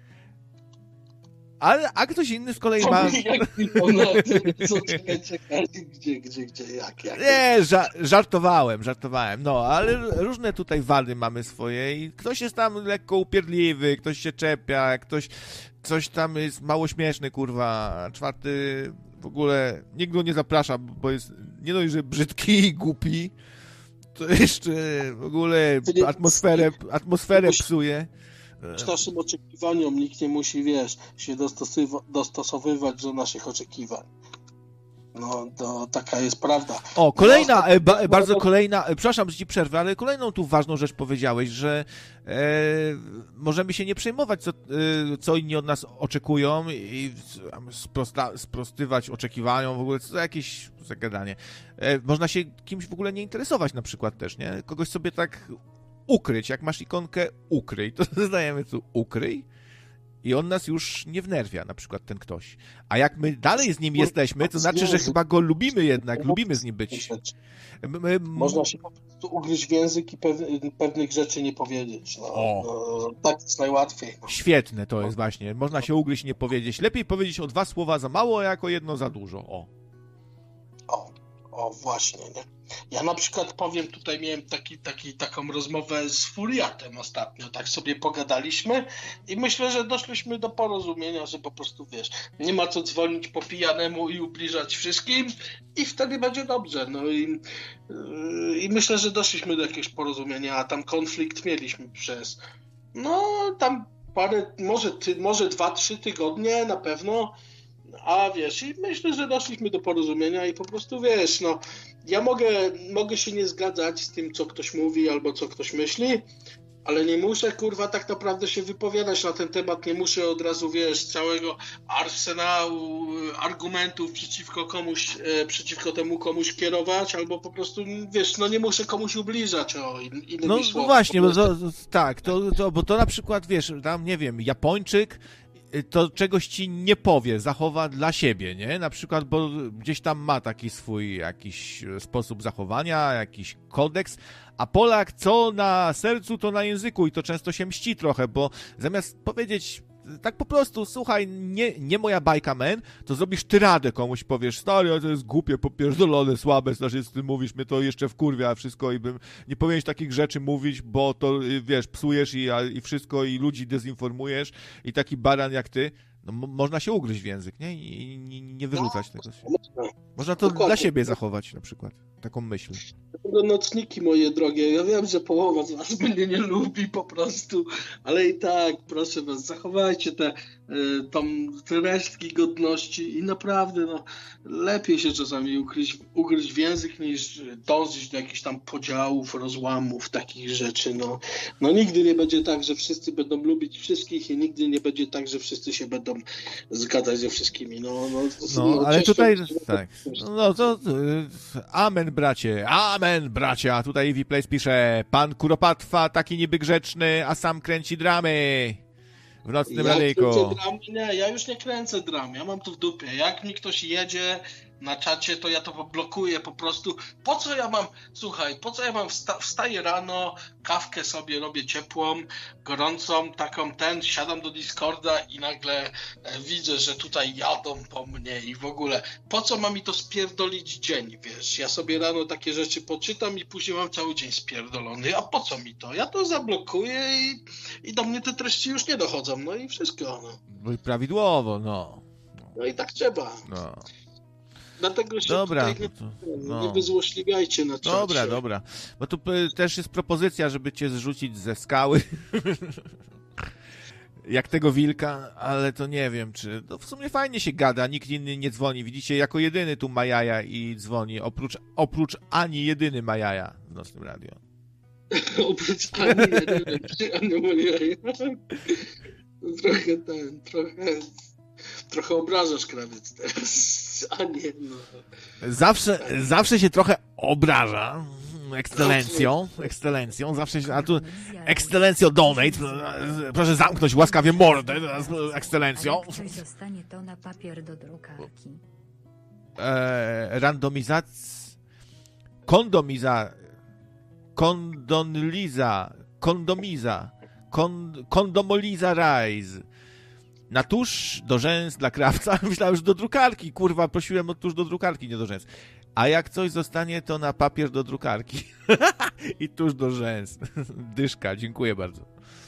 Ale, a ktoś inny z kolei ma... Jak mi to na co, czekaj, czekaj, gdzie, gdzie, gdzie, jak, jak? Nie, ża- żartowałem, żartowałem, no, ale różne tutaj wady mamy swoje i ktoś jest tam lekko upierdliwy, ktoś się czepia, ktoś coś tam jest mało śmieszny, kurwa, a czwarty w ogóle nikt go nie zaprasza, bo jest nie dość, że brzydki i głupi, to jeszcze w ogóle atmosferę, atmosferę psuje. Naszym oczekiwaniom nikt nie musi, wiesz, się dostosowywa- dostosowywać do naszych oczekiwań. No, to taka jest prawda. O, kolejna, No, e, ba, bardzo kolejna, e, przepraszam, że ci przerwę, ale kolejną tu ważną rzecz powiedziałeś, że e, możemy się nie przejmować, co, e, co inni od nas oczekują i sprosta, sprostywać oczekiwaniom, w ogóle co za jakieś zagadanie. E, można się kimś w ogóle nie interesować na przykład też, nie? Kogoś sobie tak ukryć, jak masz ikonkę ukryj, to zdajemy tu ukryj i on nas już nie wnerwia, na przykład ten ktoś. A jak my dalej z nim jesteśmy, to znaczy, że chyba go lubimy jednak, lubimy z nim być. My, Można się po prostu ugryźć w język i pew- pewnych rzeczy nie powiedzieć. No, no, tak jest najłatwiej. No. Świetne to jest właśnie. Można się ugryźć i nie powiedzieć. Lepiej powiedzieć o dwa słowa za mało, a jako jedno za dużo. O. O, o właśnie, nie? Ja na przykład powiem, tutaj miałem taki, taki, taką rozmowę z Furiatem ostatnio, tak sobie pogadaliśmy i myślę, że doszliśmy do porozumienia, że po prostu, wiesz, nie ma co dzwonić po pijanemu i ubliżać wszystkim i wtedy będzie dobrze, no i, yy, i myślę, że doszliśmy do jakiegoś porozumienia, a tam konflikt mieliśmy przez, no tam parę, może, ty, może dwa, trzy tygodnie na pewno. A wiesz, i myślę, że doszliśmy do porozumienia i po prostu wiesz, no ja mogę, mogę się nie zgadzać z tym, co ktoś mówi albo co ktoś myśli, ale nie muszę, kurwa, tak naprawdę się wypowiadać na ten temat, nie muszę od razu, wiesz, całego arsenału argumentów przeciwko komuś, e, przeciwko temu komuś kierować, albo po prostu, wiesz, no nie muszę komuś ubliżać, o, in, innymi No, słowy. no właśnie, bo prostu... to, tak, to, to, bo to na przykład, wiesz, tam, nie wiem, Japończyk to czegoś ci nie powie, zachowa dla siebie, nie? Na przykład, bo gdzieś tam ma taki swój jakiś sposób zachowania, jakiś kodeks, a Polak co na sercu, to na języku i to często się mści trochę, bo zamiast powiedzieć tak po prostu, słuchaj, nie, nie moja bajka, man, to zrobisz tyradę komuś, powiesz, stary, to jest głupie, popierdolone, słabe, znaczy, z tym mówisz, mnie to jeszcze wkurwia wszystko i bym nie powinieneś takich rzeczy mówić, bo to, wiesz, psujesz i, i wszystko i ludzi dezinformujesz i taki baran jak ty, No, m- można się ugryźć w język, nie? I nie, nie wyrzucać No, tego. można. Można to Dokładnie. dla siebie zachować na przykład. Taką myśl. Dlatego nocniki moje drogie, ja wiem, że połowa z was mnie nie lubi po prostu, ale i tak, proszę was, zachowajcie te, y, tą, te resztki godności i naprawdę, no, lepiej się czasami ugryźć, ugryźć w język niż dążyć do jakichś tam podziałów, rozłamów, takich rzeczy, no. No nigdy nie będzie tak, że wszyscy będą lubić wszystkich i nigdy nie będzie tak, że wszyscy się będą zgadzać ze wszystkimi, no. No, No, no ale ciężko- tutaj, tak, no to, y, amen bracie, amen bracia, tutaj Vplace pisze, pan Kuropatwa taki niby grzeczny, a sam kręci dramy w nocnym Ja radyjku. kręcę dram, nie, ja już nie kręcę dram, ja mam to w dupie. Jak mi ktoś jedzie na czacie, to ja to blokuję po prostu. Po co ja mam, słuchaj, po co ja mam, wsta- wstaję rano, kawkę sobie robię ciepłą, gorącą, taką ten, siadam do Discorda i nagle e, widzę, że tutaj jadą po mnie i w ogóle. Po co ma mi to spierdolić dzień, wiesz? Ja sobie rano takie rzeczy poczytam i później mam cały dzień spierdolony. A po co mi to? Ja to zablokuję i, i do mnie te treści już nie dochodzą, no i wszystko, no. No i prawidłowo, no. No i tak trzeba. no. Dlatego się Dobra, tutaj no to, nie, no. nie wyzłośliwiajcie na czacie. Dobra, dobra. Bo tu y, też jest propozycja, żeby cię zrzucić ze skały. Jak tego wilka, ale to nie wiem, czy... No w sumie fajnie się gada, nikt inny nie dzwoni. Widzicie, jako jedyny tu ma jaja i dzwoni. Oprócz, oprócz Ani jedyny ma jaja w Nocnym Radio. Oprócz Ani, jedyny, Ani Moniaj. Trochę ten, trochę... Trochę obrażasz krawiec teraz. A nie, no. Zawsze, zawsze się trochę obraża. Ekscelencją, ekscelencją, zawsze się, a tu ekscelencjo donate, proszę zamknąć łaskawie mordę, ekscelencją. Jak coś zostanie, to na papier do drukarki. E, randomizac... Kondomiza... Kondonliza... Kondomiza... Kon, kondomoliza rise. Na tusz do rzęs dla krawca. Myślałem, że do drukarki. Kurwa, prosiłem o tusz do drukarki, nie do rzęs. A jak coś zostanie, to na papier do drukarki. I tusz do rzęs. Dyszka, dziękuję bardzo.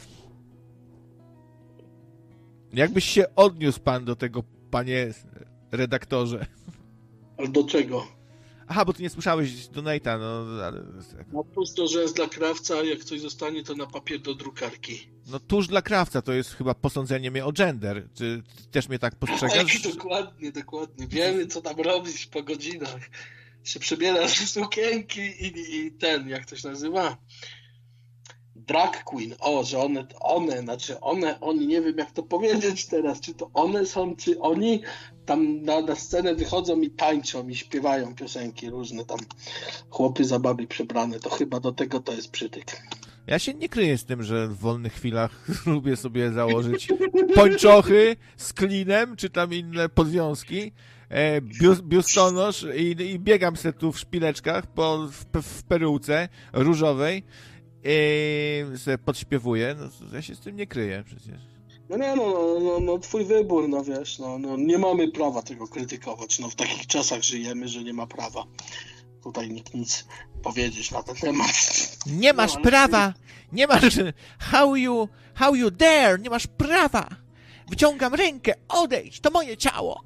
Jakbyś się odniósł pan do tego, panie redaktorze? Ale do czego? Aha, bo ty nie słyszałeś donate'a, no ale... No pusto, że jest dla krawca, a jak coś zostanie, to na papier do drukarki. No tuż dla krawca to jest chyba posądzenie mnie o gender. Czy ty też mnie tak postrzegasz? Tak, dokładnie, dokładnie. Wiemy, co tam robić po godzinach. Się przebierasz w sukienki i, i ten, jak to się nazywa? Drag queen. O, że one, one, znaczy one, oni, nie wiem jak to powiedzieć teraz, czy to one są, czy oni tam na, na scenę wychodzą i tańczą i śpiewają piosenki różne tam. Chłopy za baby przebrane, to chyba do tego to jest przytyk. Ja się nie kryję z tym, że w wolnych chwilach lubię sobie założyć pończochy z klinem, czy tam inne podwiązki, e, bius, biustonosz i, i biegam se tu w szpileczkach po, w, w peruce różowej i se podśpiewuję. No, ja się z tym nie kryję przecież. No nie, no, no, no, no twój wybór, no wiesz, no, no nie mamy prawa tego krytykować, no w takich czasach żyjemy, że nie ma prawa tutaj nikt nic powiedzieć na ten temat. Nie masz no, ale... prawa, nie masz, how you, how you dare, nie masz prawa. Wyciągam rękę, odejdź, to moje ciało.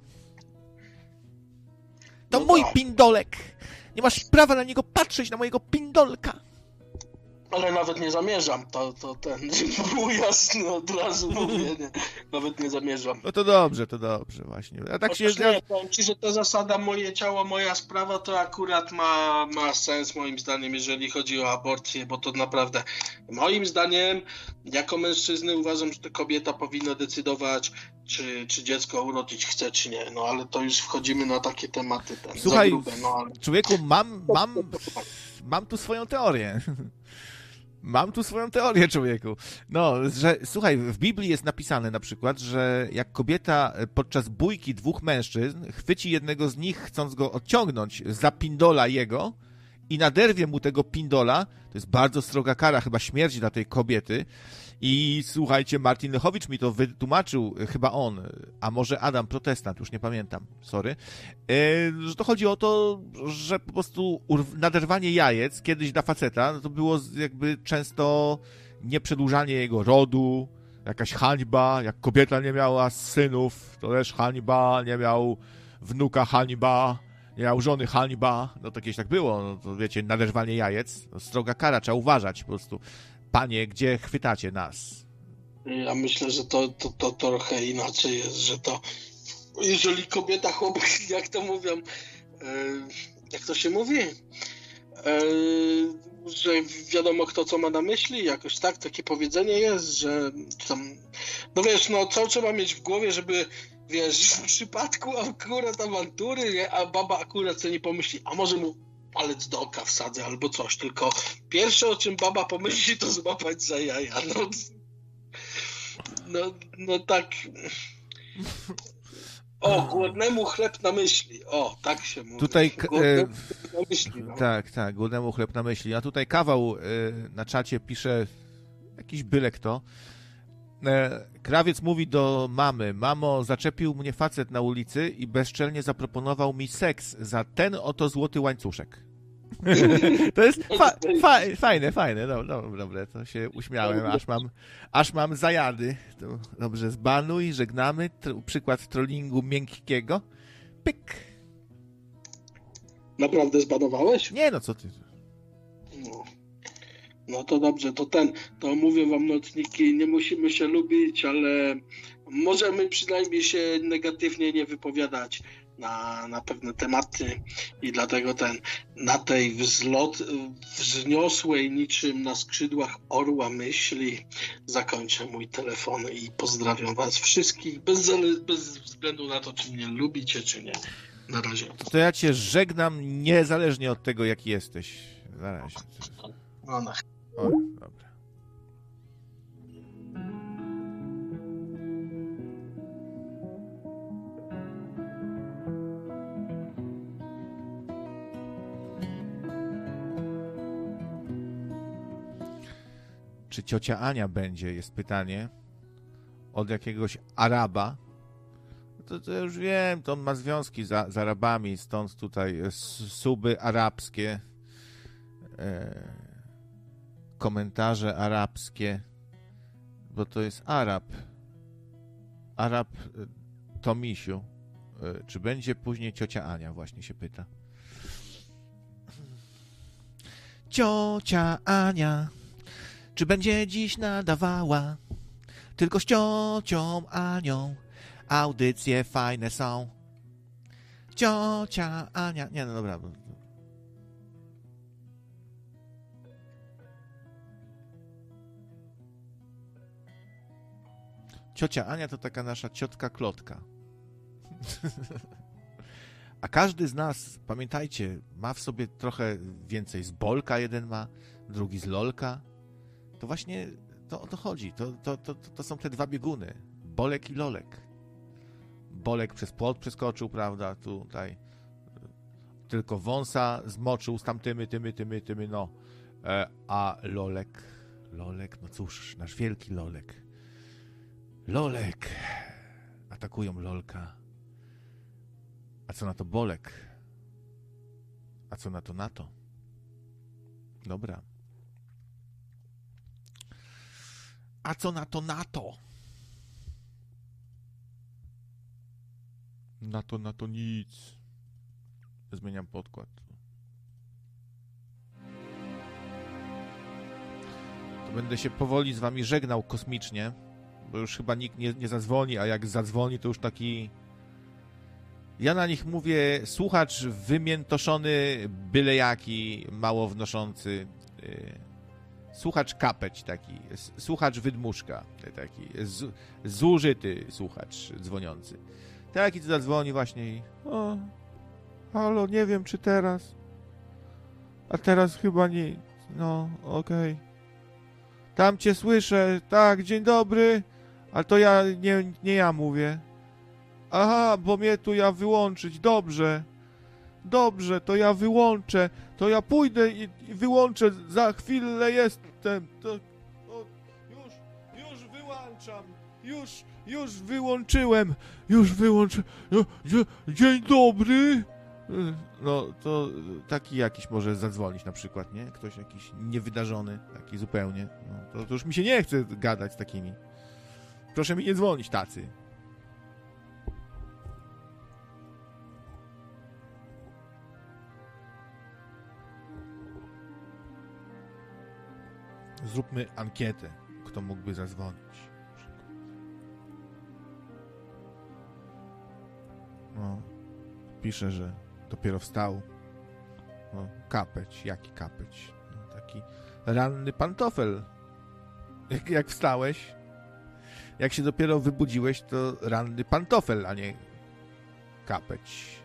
To no mój tak. pindolek. Nie masz prawa na niego patrzeć, na mojego pindolka. Ale nawet nie zamierzam, to, to ten, był jasny, od razu mówię, nie, nawet nie zamierzam. No to dobrze, to dobrze właśnie. A tak się... Nie, powiem ci, że ta zasada moje ciało, moja sprawa to akurat ma, ma sens moim zdaniem, jeżeli chodzi o aborcję, bo to naprawdę moim zdaniem jako mężczyzny uważam, że to kobieta powinna decydować, czy, czy dziecko urodzić chce, czy nie. No ale to już wchodzimy na takie tematy ten, Słuchaj, za grube, no ale... człowieku, mam, mam, mam tu swoją teorię. Mam tu swoją teorię, człowieku. No, że słuchaj, w Biblii jest napisane na przykład, że jak kobieta podczas bójki dwóch mężczyzn chwyci jednego z nich, chcąc go odciągnąć za pindola jego i naderwie mu tego pindola, to jest bardzo sroga kara, chyba śmierć dla tej kobiety. I słuchajcie, Martin Lechowicz mi to wytłumaczył, chyba on, a może Adam Protestant, już nie pamiętam, sorry, yy, że to chodzi o to, że po prostu naderwanie jajec kiedyś dla faceta, no to było jakby często nieprzedłużanie jego rodu, jakaś hańba, jak kobieta nie miała synów, to też hańba, nie miał wnuka hańba, nie miał żony hańba, no to kiedyś tak było, no to wiecie, naderwanie jajec, no, stroga kara, trzeba uważać po prostu. Panie, gdzie chwytacie nas? Ja myślę, że to, to, to trochę inaczej jest, że to jeżeli kobieta, chłopak, jak to mówią, e, jak to się mówi, e, że wiadomo kto co ma na myśli, jakoś tak, takie powiedzenie jest, że tam, no wiesz, no co trzeba mieć w głowie, żeby, wiesz, w przypadku akurat awantury, nie, a baba akurat co nie pomyśli, a może mu palec do oka wsadzę albo coś, tylko pierwsze o czym baba pomyśli to złapać za jaja, no, no, no tak... O, głodnemu chleb na myśli. O, tak się mówi. Tutaj e, na myśli, no. Tak, tak, głodnemu chleb na myśli. A tutaj kawał e, na czacie pisze jakiś byle kto. E, krawiec mówi do mamy: mamo, zaczepił mnie facet na ulicy i bezczelnie zaproponował mi seks za ten oto złoty łańcuszek. To jest fa fa fajne, fajne, no, no, dobre, to się uśmiałem, aż mam, aż mam zajady. To dobrze, zbanuj, żegnamy, Tr przykład trollingu miękkiego, pyk. Naprawdę zbanowałeś? Nie, no co ty. No. No to dobrze, to ten, to mówię wam nocniki, nie musimy się lubić, ale możemy przynajmniej się negatywnie nie wypowiadać na, na pewne tematy i dlatego ten, na tej wzlot, wzniosłej niczym na skrzydłach orła myśli zakończę mój telefon i pozdrawiam was wszystkich, bez, bez względu na to, czy mnie lubicie, czy nie. Na razie. To ja cię żegnam niezależnie od tego, jaki jesteś. Na razie. No, no. O, dobra. Czy ciocia Ania będzie, jest pytanie, od jakiegoś Araba. To, to już wiem, to on ma związki z, z Arabami, stąd tutaj suby arabskie, e, komentarze arabskie, bo to jest Arab. Arab Tomisiu. E, czy będzie później ciocia Ania, właśnie się pyta. Ciocia Ania, czy będzie dziś nadawała? Tylko z ciocią Anią audycje fajne są. Ciocia Ania... Nie, no dobra. Ciocia Ania to taka nasza ciotka Klotka. A każdy z nas, pamiętajcie, ma w sobie trochę więcej z Bolka, jeden ma, drugi z Lolka. To właśnie to o to chodzi. To, to, to, to są te dwa bieguny. Bolek i Lolek. Bolek przez płot przeskoczył, prawda, tutaj tylko wąsa zmoczył z tamtymi, tymi, tymi, tymi, no. E, a Lolek, Lolek, no cóż, nasz wielki Lolek. Lolek. Atakują Lolka. A co na to Bolek? A co na to na to? Dobra. A co na to na to? Na to, na to nic. Zmieniam podkład. To będę się powoli z wami żegnał kosmicznie, bo już chyba nikt nie, nie zadzwoni, a jak zadzwoni, to już taki... Ja na nich mówię, słuchacz wymiętoszony, byle jaki, mało wnoszący. Słuchacz kapeć taki, słuchacz wydmuszka, taki z, zużyty słuchacz dzwoniący. Taki, co zadzwoni właśnie i... O, halo, nie wiem, czy teraz. A teraz chyba nie... No, okej. Okay. Tam cię słyszę. Tak, dzień dobry. Ale to ja, nie, nie ja mówię. Aha, bo mnie tu ja wyłączyć. Dobrze. Dobrze, to ja wyłączę. To ja pójdę i, i wyłączę. Za chwilę jestem. To... O, już, już wyłączam. Już... Już wyłączyłem, już wyłączyłem. Dzień dobry. No to taki jakiś może zadzwonić na przykład, nie? Ktoś jakiś niewydarzony, taki zupełnie. No, to, to już mi się nie chce gadać z takimi. Proszę mi nie dzwonić tacy. Zróbmy ankietę, kto mógłby zadzwonić. No, pisze, że dopiero wstał. No, kapeć, jaki kapeć? No, taki ranny pantofel. Jak, jak wstałeś, jak się dopiero wybudziłeś, to ranny pantofel, a nie kapeć.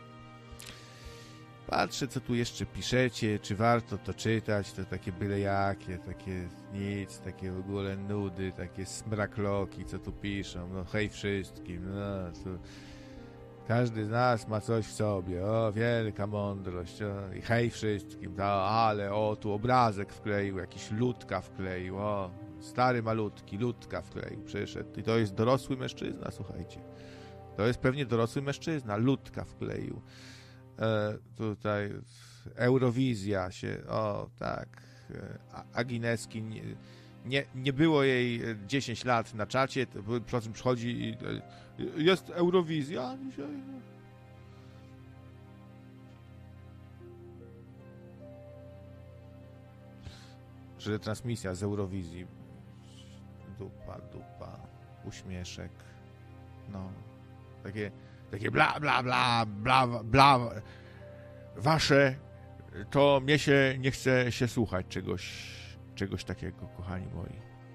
Patrzę, co tu jeszcze piszecie, czy warto to czytać, to takie byle jakie, takie nic, takie w ogóle nudy, takie smrakloki, co tu piszą, no hej wszystkim, no to każdy z nas ma coś w sobie, o wielka mądrość, o, i hej wszystkim, no, ale o tu obrazek wkleił, jakiś ludka wkleił, o stary malutki, ludka wkleił, przyszedł i to jest dorosły mężczyzna, słuchajcie, to jest pewnie dorosły mężczyzna, ludka wkleił. E, tutaj Eurowizja się, o tak, e, Agineski, nie, nie, nie było jej dziesięć lat na czacie, po czym przychodzi i e, jest Eurowizja dzisiaj. Że transmisja z Eurowizji, dupa, dupa, uśmieszek, no, takie Takie bla, bla, bla, bla, bla, wasze, to mnie się nie chce się słuchać czegoś, czegoś takiego, kochani moi.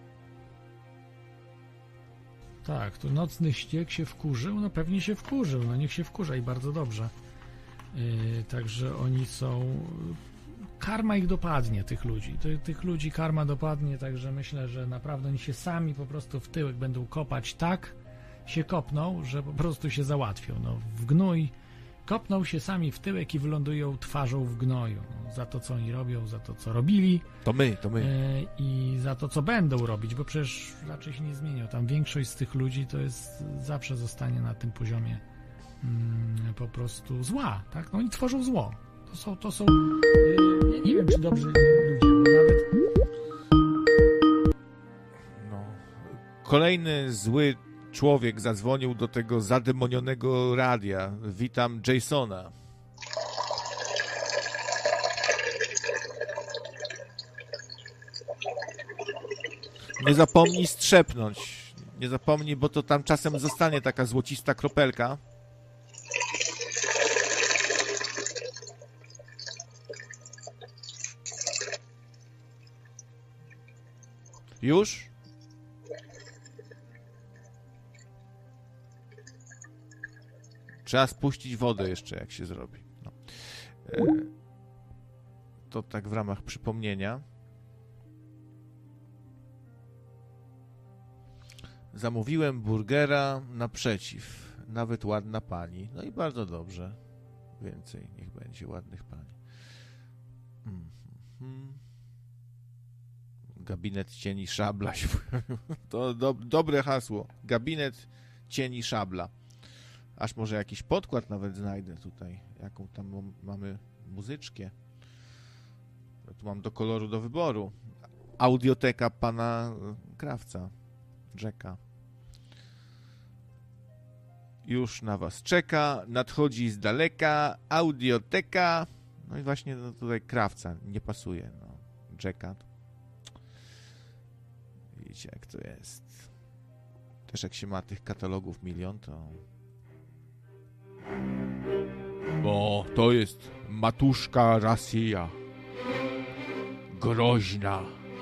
Tak, tu nocny ściek się wkurzył, no pewnie się wkurzył, no niech się wkurza i bardzo dobrze. Yy, także oni są, karma ich dopadnie, tych ludzi, Ty, tych ludzi karma dopadnie, także myślę, że naprawdę oni się sami po prostu w tyłek będą kopać tak, się kopną, że po prostu się załatwią. No, w gnój kopną się sami w tyłek i wylądują twarzą w gnoju. No, za to, co oni robią, za to, co robili. To my, to my. E, I za to, co będą robić, bo przecież raczej się nie zmienią. Tam większość z tych ludzi to jest, zawsze zostanie na tym poziomie mm, po prostu zła, tak? No oni tworzą zło. To są, to są e, ja nie wiem, czy dobrzy ludzie, bo nawet no. Kolejny zły człowiek zadzwonił do tego zademonionego radia. Witam Jasona. Nie zapomnij strzepnąć. Nie zapomnij, bo to tam czasem zostanie taka złocista kropelka. Już? Trzeba spuścić wodę jeszcze, jak się zrobi. No. E, to tak w ramach przypomnienia. Zamówiłem burgera naprzeciw. Nawet ładna pani. No i bardzo dobrze. Więcej niech będzie ładnych pani. Mm-hmm. Gabinet cieni szabla. To do, dobre hasło. Gabinet cieni szabla. Aż może jakiś podkład nawet znajdę tutaj. Jaką tam mamy muzyczkę. Tu mam do koloru do wyboru. Audioteka pana Krawca. Jacka. Już na was czeka. Nadchodzi z daleka. Audioteka. No i właśnie no tutaj Krawca. Nie pasuje. No. Jacka. Widzicie jak to jest. Też jak się ma tych katalogów milion, to... Bo to jest matuszka Rosja. Groźna.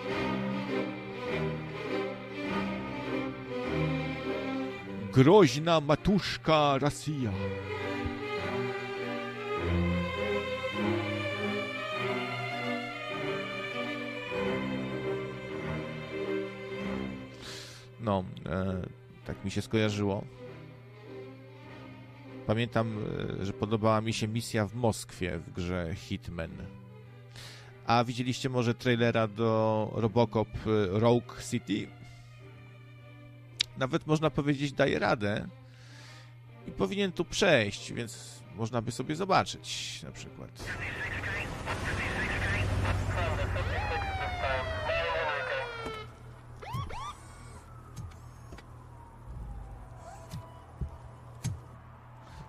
Groźna matuszka Rosja. No, e, tak mi się skojarzyło. Pamiętam, że podobała mi się misja w Moskwie w grze Hitman. A widzieliście może trailera do Robocop Rogue City? Nawet można powiedzieć daje radę i powinien tu przejść, więc można by sobie zobaczyć na przykład.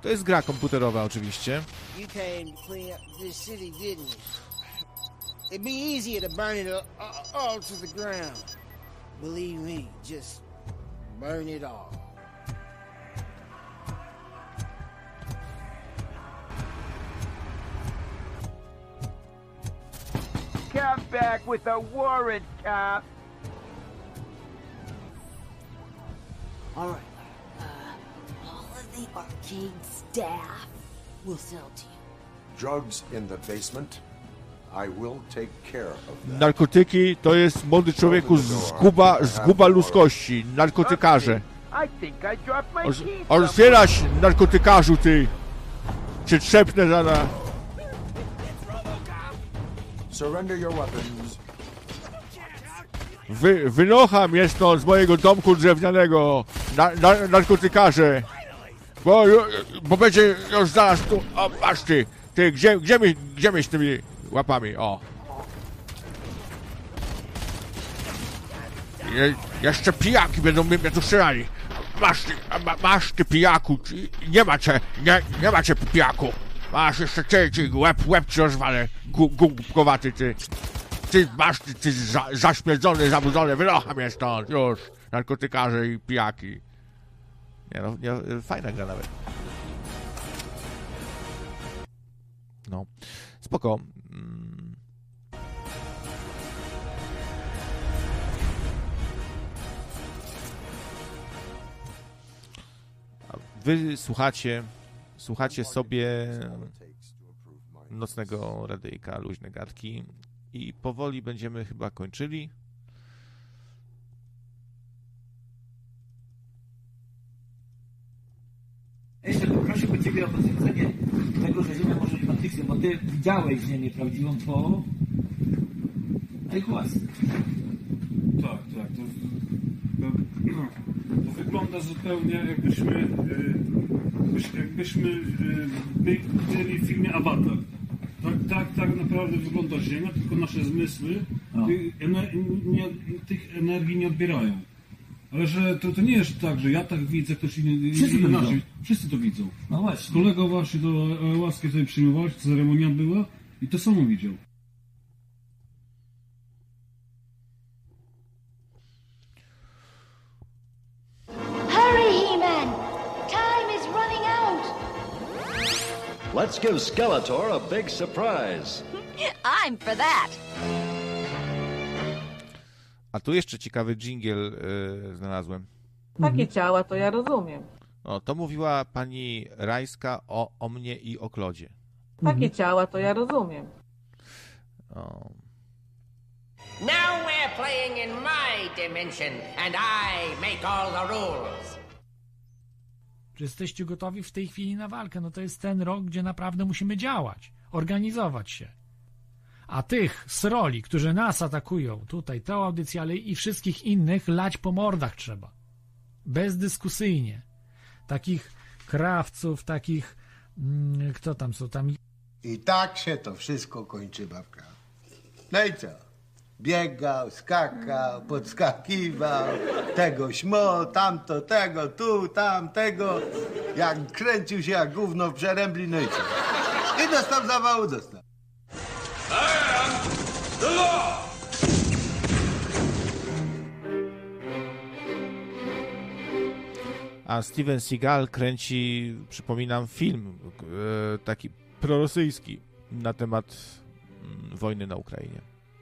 To jest gra komputerowa oczywiście. You came to clean up this city, didn't you? It'd be easier to burn it all, all to the ground. Believe me, just burn it all. Come back with a warrant, cop. All right. Uh, all of the arcade staff will sell to you. Drugs in the basement. I will take care of that. Narkotyki to jest, młody człowieku, zguba, zguba ludzkości. Narkotykarze. I think I dropped my keys. Otwierać, narkotykarzu, ty! Cię trzepnę zaraz. Surrender your weapons. Wy, wynocha mnie stąd z mojego domku drewnianego. Na, na, narkotykarze. Bo, bo będzie już zaraz tu... O, masz ty. Ty, gdzie, gdzie, mi, gdzie mi z tymi łapami? O. Je, jeszcze pijaki będą mnie tu strzelali. Masz ty, ma, masz ty pijaku. Nie ma cię, nie, nie ma cię pijaku. Masz jeszcze ty, ty łeb, łeb ci rozwalę. Głupkowaty ty. Ty masz, ty, ty za, zaśmierdzony, zabudzony, wynocha mnie stąd, już. Narkotykarze i pijaki. Nie no, nie, fajna gra nawet. No, spoko. Mm. Wy słuchacie, słuchacie sobie nocnego radyjka, luźne gadki i powoli będziemy chyba kończyli. Jeszcze poprosiłbym Ciebie o potwierdzenie tego, że Ziemia może być matrycją, bo Ty widziałeś Ziemię prawdziwą po ayahuasce. Tak, tak. To, to, to wygląda zupełnie jakbyśmy, jakbyśmy byli w filmie Avatar. Tak, tak, tak naprawdę wygląda Ziemia, tylko nasze zmysły no. tych, ener nie, tych energii nie odbierają. Ale że to, to nie jest tak, że ja tak widzę, ktoś inny... Wszyscy to widzą. Wszyscy to widzą. No właśnie. Kolega właśnie do łaski tutaj przyjmowałeś, ceremonia była i to samo widział. Hurry, He-Man! Time is running out! Let's give Skeletor a big surprise. I'm for that! A tu jeszcze ciekawy dżingiel yy, znalazłem. Takie ciała to ja rozumiem. O, to mówiła pani Rajska o, o mnie i o Klodzie. Takie ciała to ja rozumiem. O. Now we're playing in my dimension and I make all the rules. Czy jesteście gotowi w tej chwili na walkę? No to jest ten rok, gdzie naprawdę musimy działać, organizować się. A tych sroli, którzy nas atakują, tutaj tę audycję, ale i wszystkich innych, lać po mordach trzeba. Bezdyskusyjnie. Takich krawców, takich... Mm, kto tam są? Tam... I tak się to wszystko kończy, babka. No i co? Biegał, skakał, podskakiwał, tego śmo, tamto, tego, tu, tam, tego. Jak kręcił się jak gówno w przerębli, no i co? I dostał zawału, dostał. The law! A Steven Seagal kręci, przypominam, film e, taki prorosyjski na temat m, wojny na Ukrainie.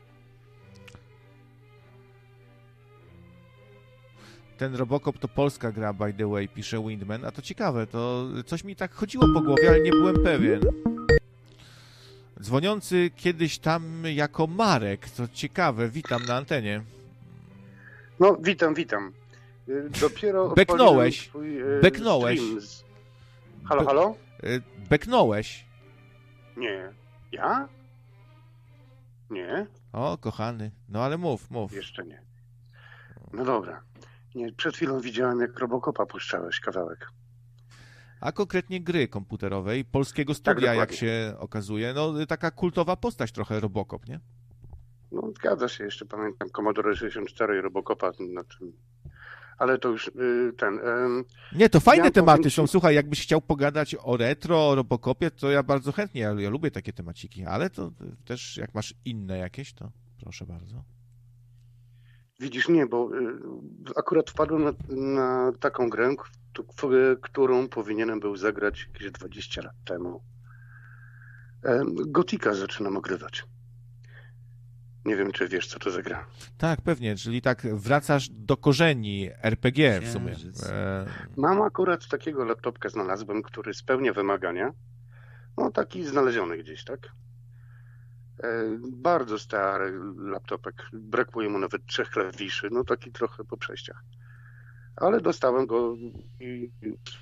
Ten Robocop to polska gra, by the way, pisze Windman. A to ciekawe, to coś mi tak chodziło po głowie, ale nie byłem pewien. Dzwoniący kiedyś tam jako Marek, to ciekawe, witam na antenie. No, witam, witam. Dopiero Beknąłeś, swój, e, beknąłeś. Z... Halo, halo? Be beknąłeś. Nie. Ja? Nie. O, kochany, no ale mów, mów. Jeszcze nie. No dobra. Nie, przed chwilą widziałem, jak Robocopa puszczałeś kawałek. A konkretnie gry komputerowej, polskiego studia, tak, jak się okazuje. No, taka kultowa postać trochę Robocop, nie? No, zgadza się. Jeszcze pamiętam Commodore sześćdziesiąt cztery i Robocopa na tym Ale to już y, ten... Y, Nie, to fajne ja tematy powiem są. ci- Słuchaj, jakbyś chciał pogadać o retro, o Robocopie, to ja bardzo chętnie, ja, ja lubię takie temaciki, ale to też jak masz inne jakieś, to proszę bardzo. Widzisz, nie, bo y, akurat wpadłem na, na taką grę, k- k- którą powinienem był zagrać jakieś dwadzieścia lat temu. E, Gotika zaczynam ogrywać. Nie wiem, czy wiesz, co to za gra. Tak, pewnie, czyli tak wracasz do korzeni R P G w sumie. Księżyc. E, Mam akurat takiego laptopka znalazłem, który spełnia wymagania. No taki znaleziony gdzieś, tak? E, bardzo stary laptopek. Brakuje mu nawet trzech klawiszy. No taki trochę po przejściach. Ale dostałem go i...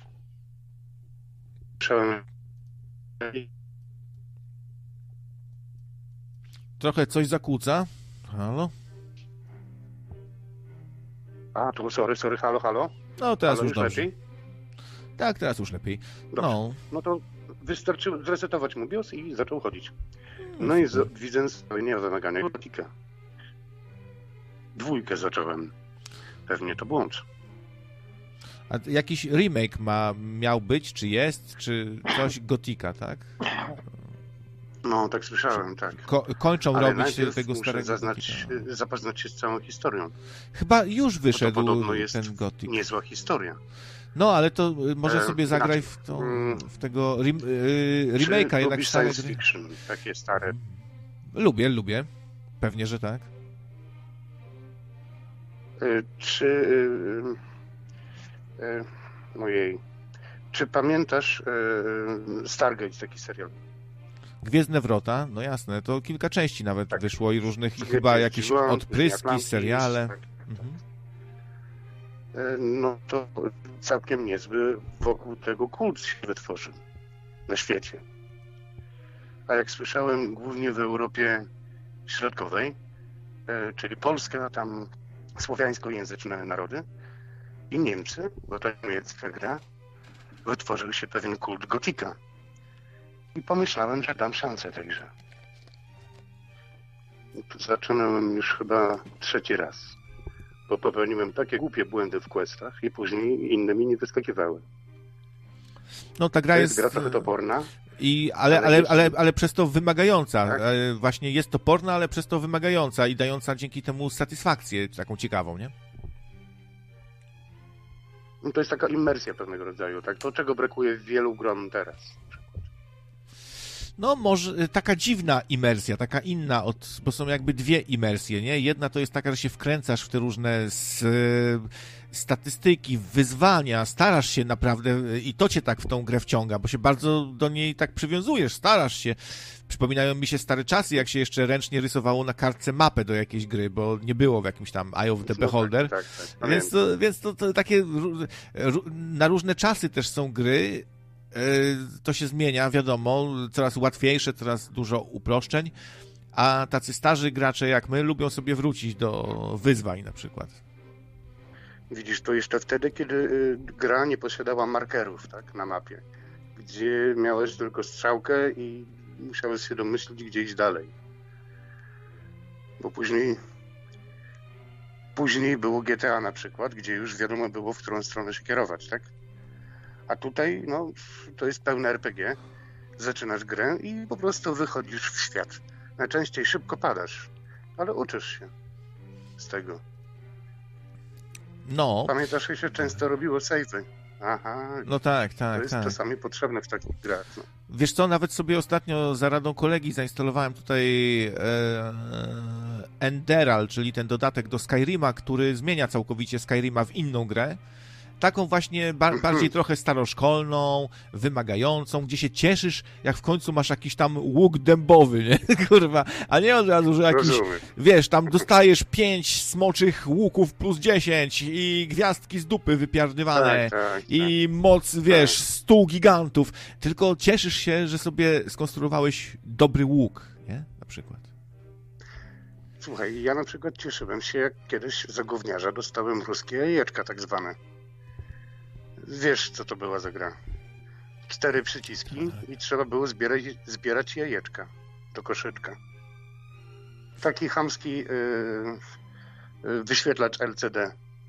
Przełem... trochę coś zakłóca. Halo? A, tu sorry, sorry, halo, halo? No teraz Halo, już dobrze. lepiej? Tak, teraz już lepiej. Dobrze. No, No to wystarczyło zresetować mu BIOS i zaczął chodzić. No i z, widzę spełnienia wymagania Gotika. Dwójkę zacząłem. Pewnie to błąd. a jakiś remake ma, miał być, czy jest, czy coś Gotika, tak? No, tak słyszałem, tak. Ko- kończą Ale robić najpierw tego muszę starego zaznać, zapoznać się z całą historią. Chyba już Bo to wyszedł podobno jest ten Gothic. niezła historia. No, ale to y, może E, sobie zagraj znaczy, w, tą, mm, w tego rem, y, Czy remake'a, jednak lubisz stare science gry. fiction, takie stare? Lubię, lubię. Pewnie, że tak. Y, Czy... y, y, y, Ojej. Czy pamiętasz y, Stargate, taki serial? Gwiezdne Wrota, no jasne, to kilka części nawet wyszło i różnych, i Dwie chyba części. jakieś Była odpryski, Atlantis, seriale. tak. Mhm. E, No to całkiem niezły wokół tego kult się wytworzył na świecie. A jak słyszałem, głównie w Europie Środkowej, e, czyli Polska, tam słowiańskojęzyczne narody i Niemcy, bo to niemiecka gra, wytworzył się pewien kult Gotika. I pomyślałem, że dam szansę tej grze. Zaczynałem już chyba trzeci raz, bo popełniłem takie głupie błędy w questach i później inne mi nie wyskakiwały. No ta gra To jest... jest gra trochę toporna. I, ale, ale ale, jest- ale, ale przez to wymagająca. Tak. E, Właśnie jest toporna, ale przez to wymagająca i dająca dzięki temu satysfakcję taką ciekawą, nie? No to jest taka immersja pewnego rodzaju, tak? To, czego brakuje w wielu grom teraz. No może taka dziwna imersja, taka inna, od, bo są jakby dwie imersje, nie? Jedna to jest taka, że się wkręcasz w te różne s, statystyki, wyzwania, starasz się naprawdę i to cię tak w tą grę wciąga, bo się bardzo do niej tak przywiązujesz, starasz się. Przypominają mi się stare czasy, jak się jeszcze ręcznie rysowało na kartce mapę do jakiejś gry, bo nie było w jakimś tam Eye of the No Beholder. tak, tak, tak. Więc, to, więc to, to takie ró- ró- na różne czasy też są gry. To się zmienia, wiadomo, coraz łatwiejsze, coraz dużo uproszczeń, a tacy starzy gracze jak my lubią sobie wrócić do wyzwań na przykład. Widzisz, to jeszcze wtedy, kiedy y, gra nie posiadała markerów, tak? Na mapie. Gdzie miałeś tylko strzałkę i musiałeś się domyślić, gdzie iść dalej. Bo później... Później było G T A na przykład, gdzie już wiadomo było, w którą stronę się kierować, tak? A tutaj, no, to jest pełne R P G. Zaczynasz grę i po prostu wychodzisz w świat. Najczęściej szybko padasz, ale uczysz się z tego. No. Pamiętasz, jak się często robiło save'y? Aha. No tak, tak, To jest tak. czasami potrzebne w takich grach. No. Wiesz co, nawet sobie ostatnio za radą kolegi zainstalowałem tutaj e, Enderal, czyli ten dodatek do Skyrima, który zmienia całkowicie Skyrima w inną grę. Taką właśnie ba- bardziej trochę staroszkolną, wymagającą, gdzie się cieszysz, jak w końcu masz jakiś tam łuk dębowy, nie? Kurwa, a nie od razu, że jakiś, Rozumiem. wiesz, tam dostajesz pięć smoczych łuków plus dziesięć i gwiazdki z dupy wypiardywane Tak, tak, i moc, wiesz, stu gigantów, tylko cieszysz się, że sobie skonstruowałeś dobry łuk, nie? Na przykład. Słuchaj, ja na przykład cieszyłem się, jak kiedyś za gówniarza dostałem ruskie jajeczka tak zwane. Wiesz, co to była za gra? Cztery przyciski i trzeba było zbierać, zbierać jajeczka do koszyczka. Taki chamski yy, yy, wyświetlacz L C D.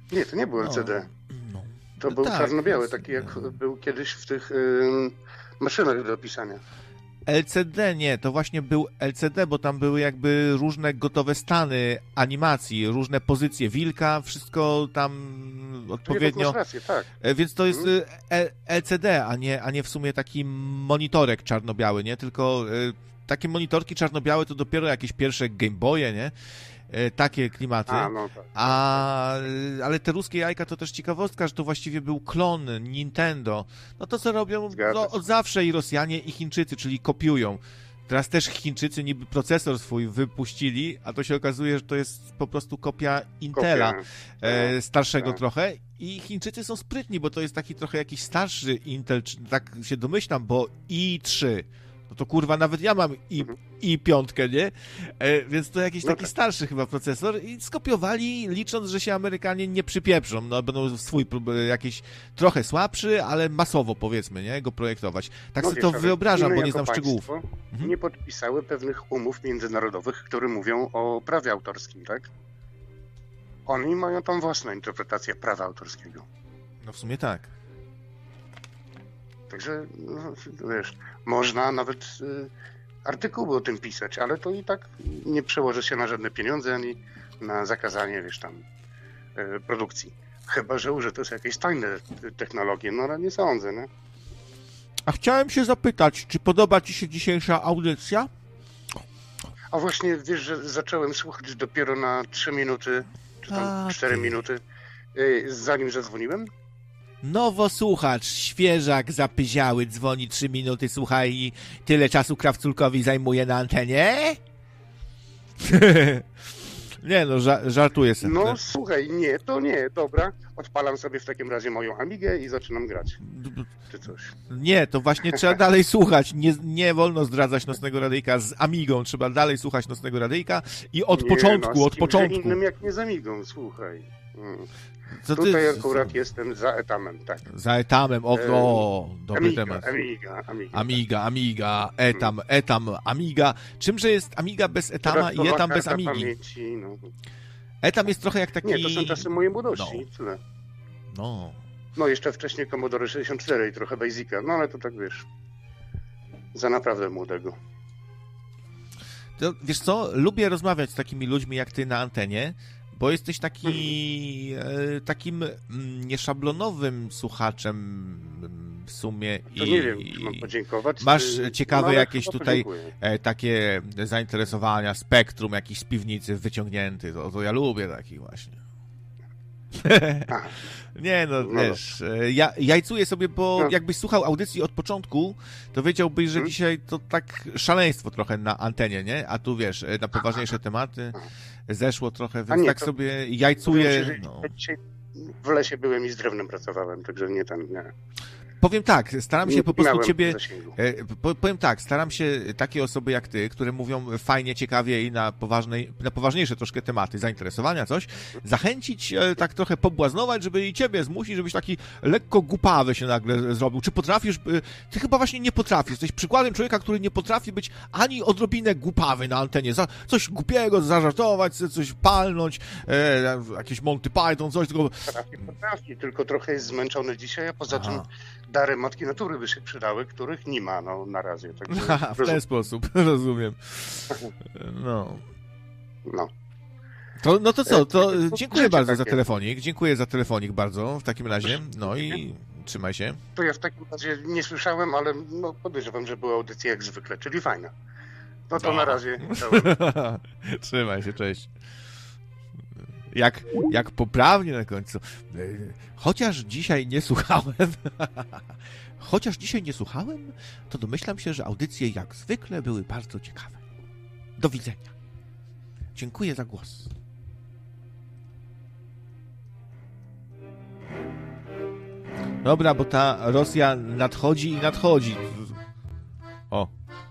Nie, to nie był L C D. No. To No był tak, czarno-biały, jest- taki jak był kiedyś w tych ym, maszynach do pisania. L C D nie, to właśnie był L C D, bo tam były jakby różne gotowe stany animacji, różne pozycje wilka, wszystko tam odpowiednio. masz rację, tak. E, Więc to jest Mhm. y, L- LCD, a nie, a nie w sumie taki monitorek czarno-biały, nie? Tylko y, takie monitorki czarno-białe to dopiero jakieś pierwsze Game Boye, nie? E, Takie klimaty. A, no tak. A, y, ale te ruskie jajka to też ciekawostka, że to właściwie był klon Nintendo. No to co robią no, od zawsze i Rosjanie i Chińczycy, czyli kopiują. Teraz też Chińczycy niby procesor swój wypuścili, a to się okazuje, że to jest po prostu kopia Intela, Kopia. e, starszego tak. trochę. I Chińczycy są sprytni, bo to jest taki trochę jakiś starszy Intel, czy, tak się domyślam, bo i trzy. No to kurwa, nawet ja mam i, i piątkę, nie? E, więc to jakiś No taki tak. starszy chyba procesor i skopiowali, licząc, że się Amerykanie nie przypieprzą. No będą swój prób- jakiś trochę słabszy, ale masowo powiedzmy, nie? Go projektować. Tak No sobie wiesz, to ale wyobrażam, Chiny bo nie jako znam szczegółów. państwo nie podpisały pewnych umów międzynarodowych, które mówią o prawie autorskim, tak? Oni mają tam własną interpretację prawa autorskiego. No w sumie tak. Także, no, wiesz, można nawet y, artykuły o tym pisać, ale to i tak nie przełoży się na żadne pieniądze, ani na zakazanie, wiesz, tam y, produkcji. Chyba że użyte są jakieś tajne y, technologie, no ale nie sądzę, nie? A chciałem się zapytać, czy podoba ci się dzisiejsza audycja? A właśnie, wiesz, że zacząłem słuchać dopiero na trzy minuty, czy tam A, cztery ty. minuty, y, zanim zadzwoniłem. Nowo słuchacz, świeżak zapyziały, dzwoni trzy minuty, słuchaj, i tyle czasu Krawculkowi zajmuje na antenie? Nie no, ża- żartuję sobie. No słuchaj, nie, to nie, dobra. Odpalam sobie w takim razie moją Amigę i zaczynam grać. Czy coś. Nie, to właśnie trzeba dalej słuchać. Nie, nie wolno zdradzać Nocnego Radyjka z Amigą. Trzeba dalej słuchać Nocnego Radyjka i od Nie, początku, no, od z kimże początku. innym jak nie z Amigą, słuchaj. Mm. Co ty- Tutaj akurat jestem za etamem, tak. Za etamem, o, E, o dobry Amiga, temat. Amiga, Amiga. Amiga, Amiga, etam, etam, Amiga. Czymże jest Amiga bez etama i Dodatkowa etam bez karta Amigi? Pamięci, no. Etam jest trochę jak taki... Nie, to są czasy mojej młodości, No. tyle. No. No jeszcze wcześniej Commodore sześćdziesiąt cztery i trochę Basica, no ale to tak wiesz. Za naprawdę młodego. To, wiesz co, lubię rozmawiać z takimi ludźmi jak ty na antenie, bo jesteś taki e, takim mm, nieszablonowym słuchaczem mm, w sumie. To i nie wiem, czy mam podziękować. Masz czy- ciekawe no, ale jakieś chyba tutaj podziękuję. e, takie zainteresowania, spektrum jakiś z piwnicy wyciągnięty, to, to ja lubię takich właśnie. Nie no, No wiesz, e, ja jajcuję sobie, bo No. jakbyś słuchał audycji od początku, to wiedziałbyś, że Hmm? dzisiaj to tak szaleństwo trochę na antenie, nie? A tu wiesz, e, na poważniejsze tematy zeszło trochę, A więc nie, tak to- sobie Powiem ci, jajcuję. że No. Dzisiaj w lesie byłem i z drewnem pracowałem, także nie ten, nie. Powiem tak, staram się Nie po prostu miałem ciebie. zasięgu. e, po- Powiem tak, staram się takie osoby jak ty, które mówią fajnie, ciekawie i na, poważnej, na poważniejsze troszkę tematy, zainteresowania, coś, zachęcić, e, tak trochę pobłaznować, żeby i ciebie zmusić, żebyś taki lekko głupawy się nagle zrobił. Czy potrafisz. e, Ty chyba właśnie nie potrafisz. Jesteś przykładem człowieka, który nie potrafi być ani odrobinę głupawy na antenie. Za, coś głupiego zażartować, coś palnąć, e, jakieś Monty Python, coś, tylko. Potrafi, potrafi, tylko trochę jest zmęczony dzisiaj, a poza Aha. tym dary matki natury by się przydały, których nie ma, no, na razie. Także Aha, w ten rozum- sposób, rozumiem. No. No. To, no to co, to E, to dziękuję życie bardzo za takie. telefonik, dziękuję za telefonik bardzo w takim razie, no i trzymaj się. To ja w takim razie nie słyszałem, ale no, podejrzewam, że była audycja jak zwykle, czyli fajna. No to No. na razie. Czołem. Trzymaj się, cześć. Jak, jak poprawnie na końcu. Chociaż dzisiaj nie słuchałem, chociaż dzisiaj nie słuchałem, to domyślam się, że audycje jak zwykle były bardzo ciekawe. Do widzenia. Dziękuję za głos. Dobra, bo ta Rosja nadchodzi i nadchodzi. O.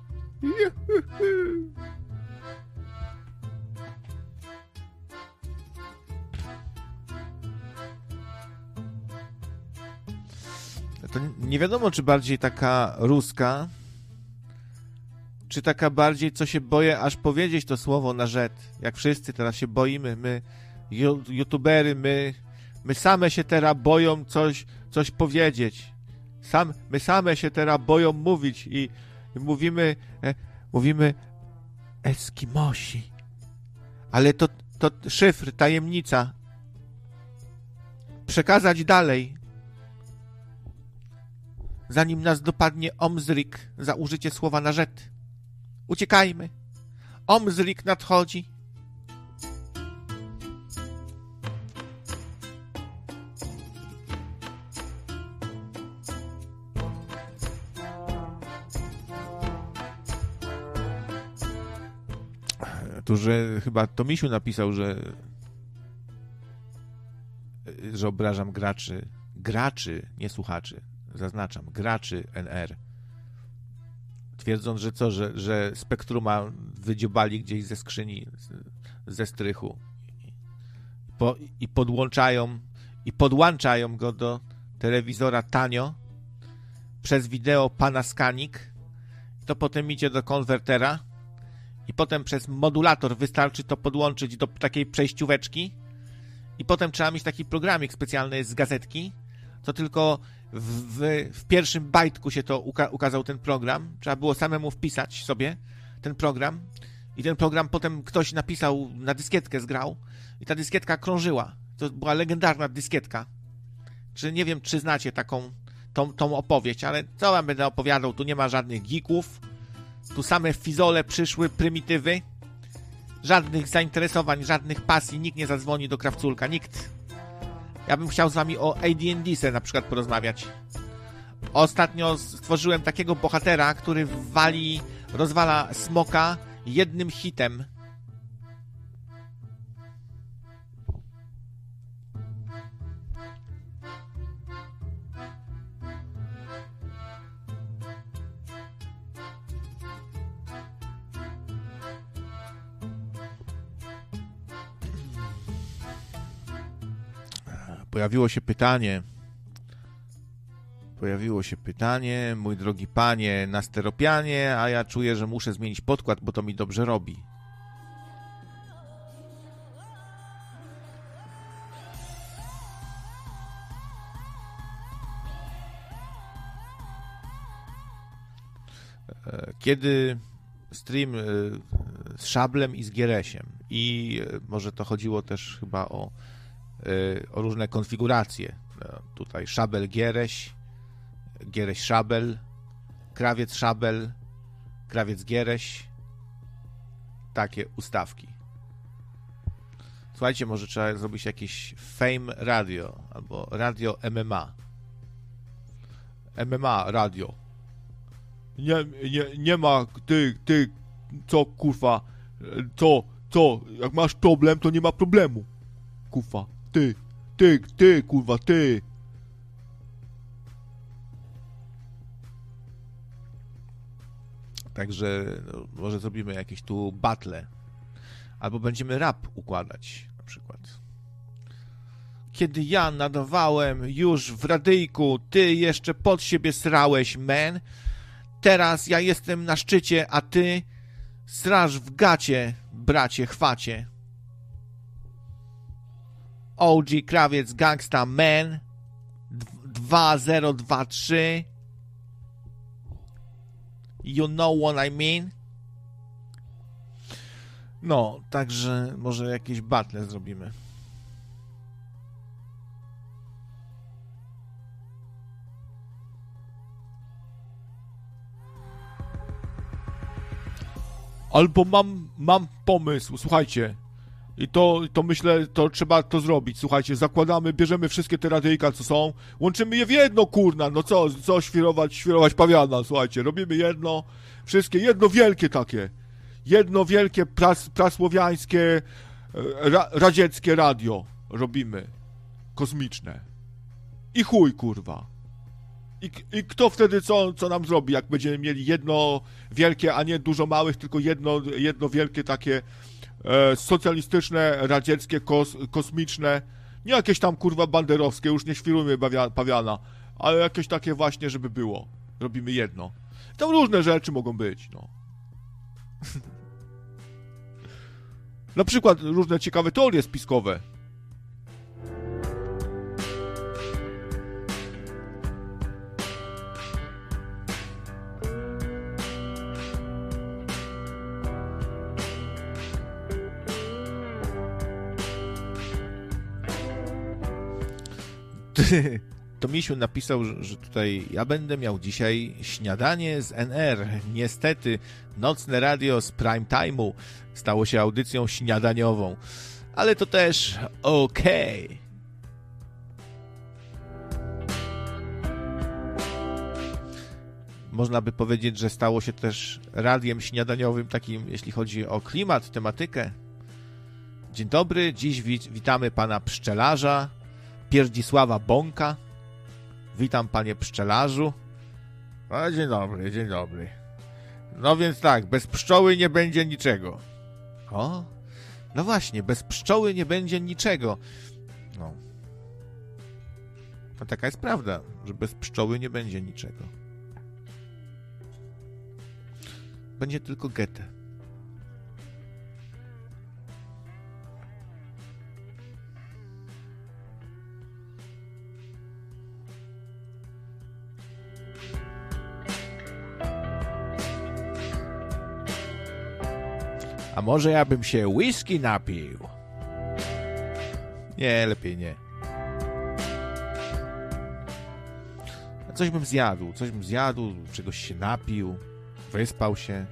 To nie wiadomo, czy bardziej taka ruska, czy taka bardziej, co się boję aż powiedzieć to słowo na rzet. Jak wszyscy teraz się boimy, my, ju- youtubery, my, my same się teraz boją coś, coś powiedzieć. Sam, my same się teraz boją mówić i, i mówimy, e, mówimy Eskimosi. Ale to, to szyfr, tajemnica. Przekazać dalej. Zanim nas dopadnie Omzrik za użycie słowa narzet. Uciekajmy. Omzrik nadchodzi. Tu, że chyba Tomisiu napisał, że że obrażam graczy. Graczy, nie słuchaczy. Zaznaczam, graczy N R. Twierdząc, że co, że, że Spektruma wydziobali gdzieś ze skrzyni, ze strychu. Po, I podłączają i podłączają go do telewizora tanio przez wideo Panasonic. To potem idzie do konwertera i potem przez modulator wystarczy to podłączyć do takiej przejścióweczki i potem trzeba mieć taki programik specjalny z gazetki, co tylko w, w, w pierwszym bajtku się to uka- ukazał ten program. Trzeba było samemu wpisać sobie ten program i ten program potem ktoś napisał, na dyskietkę zgrał i ta dyskietka krążyła. To była legendarna dyskietka. Czy nie wiem, czy znacie taką tą, tą opowieść, ale co wam będę opowiadał? Tu nie ma żadnych geeków. Tu same fizole przyszły, prymitywy. Żadnych zainteresowań, żadnych pasji. Nikt nie zadzwoni do Krawculka. Nikt. Ja bym chciał z wami o A D and D se na przykład porozmawiać. Ostatnio stworzyłem takiego bohatera, który wali, rozwala smoka jednym hitem. Pojawiło się pytanie, pojawiło się pytanie, mój drogi panie, na steropianie, a ja czuję, że muszę zmienić podkład, bo to mi dobrze robi. Kiedy stream z Szablem i z Gieresiem i może to chodziło też chyba o o różne konfiguracje. Tutaj Szabel Giereś, Giereś Szabel, Krawiec Szabel, Krawiec Giereś. Takie ustawki. Słuchajcie, może trzeba zrobić jakieś Fame Radio albo Radio M M A. M M A Radio. Nie, nie, nie ma ty, ty, co kurwa, co, co, jak masz problem, to nie ma problemu. Kurwa. Ty, ty, ty, kurwa, ty. Także no, może zrobimy jakieś tu battle. Albo będziemy rap układać, na przykład. Kiedy ja nadawałem już w radyjku, ty jeszcze pod siebie srałeś, man. Teraz ja jestem na szczycie, a ty srasz w gacie, bracie, chwacie. O G Krawiec Gangsta Man dwa zero dwa trzy. You know what I mean? No, także może jakieś battle zrobimy. Albo mam, mam pomysł, słuchajcie. I to, to myślę, to trzeba to zrobić. Słuchajcie, zakładamy, bierzemy wszystkie te radyjka, co są, łączymy je w jedno, kurna, no co, co świrować, świrować pawiana, słuchajcie, robimy jedno, wszystkie, jedno wielkie takie, jedno wielkie pras, prasłowiańskie, ra, radzieckie radio robimy, kosmiczne. I chuj, kurwa. I, I kto wtedy co, co nam zrobi, jak będziemy mieli jedno wielkie, a nie dużo małych, tylko jedno, jedno wielkie takie e, socjalistyczne, radzieckie, kos, kosmiczne, nie jakieś tam kurwa banderowskie, już nie świrujmy bawia, pawiana, ale jakieś takie właśnie, żeby było. Robimy jedno. Tam różne rzeczy mogą być, no. Na przykład różne ciekawe teorie spiskowe. to Misiu napisał, że, że tutaj ja będę miał dzisiaj śniadanie z N R. Niestety nocne radio z prime time'u stało się audycją śniadaniową. Ale to też okej. Okay. Można by powiedzieć, że stało się też radiem śniadaniowym, takim jeśli chodzi o klimat, tematykę. Dzień dobry, dziś wit- witamy pana pszczelarza, Pierdzisława Bąka. Witam, panie pszczelarzu. O, dzień dobry, dzień dobry. No więc tak, bez pszczoły nie będzie niczego. O, no właśnie, bez pszczoły nie będzie niczego. No. No taka jest prawda, że bez pszczoły nie będzie niczego. Będzie tylko Goethe. A może ja bym się whisky napił? Nie, lepiej nie. Coś bym zjadł, coś bym zjadł, czegoś się napił, wyspał się.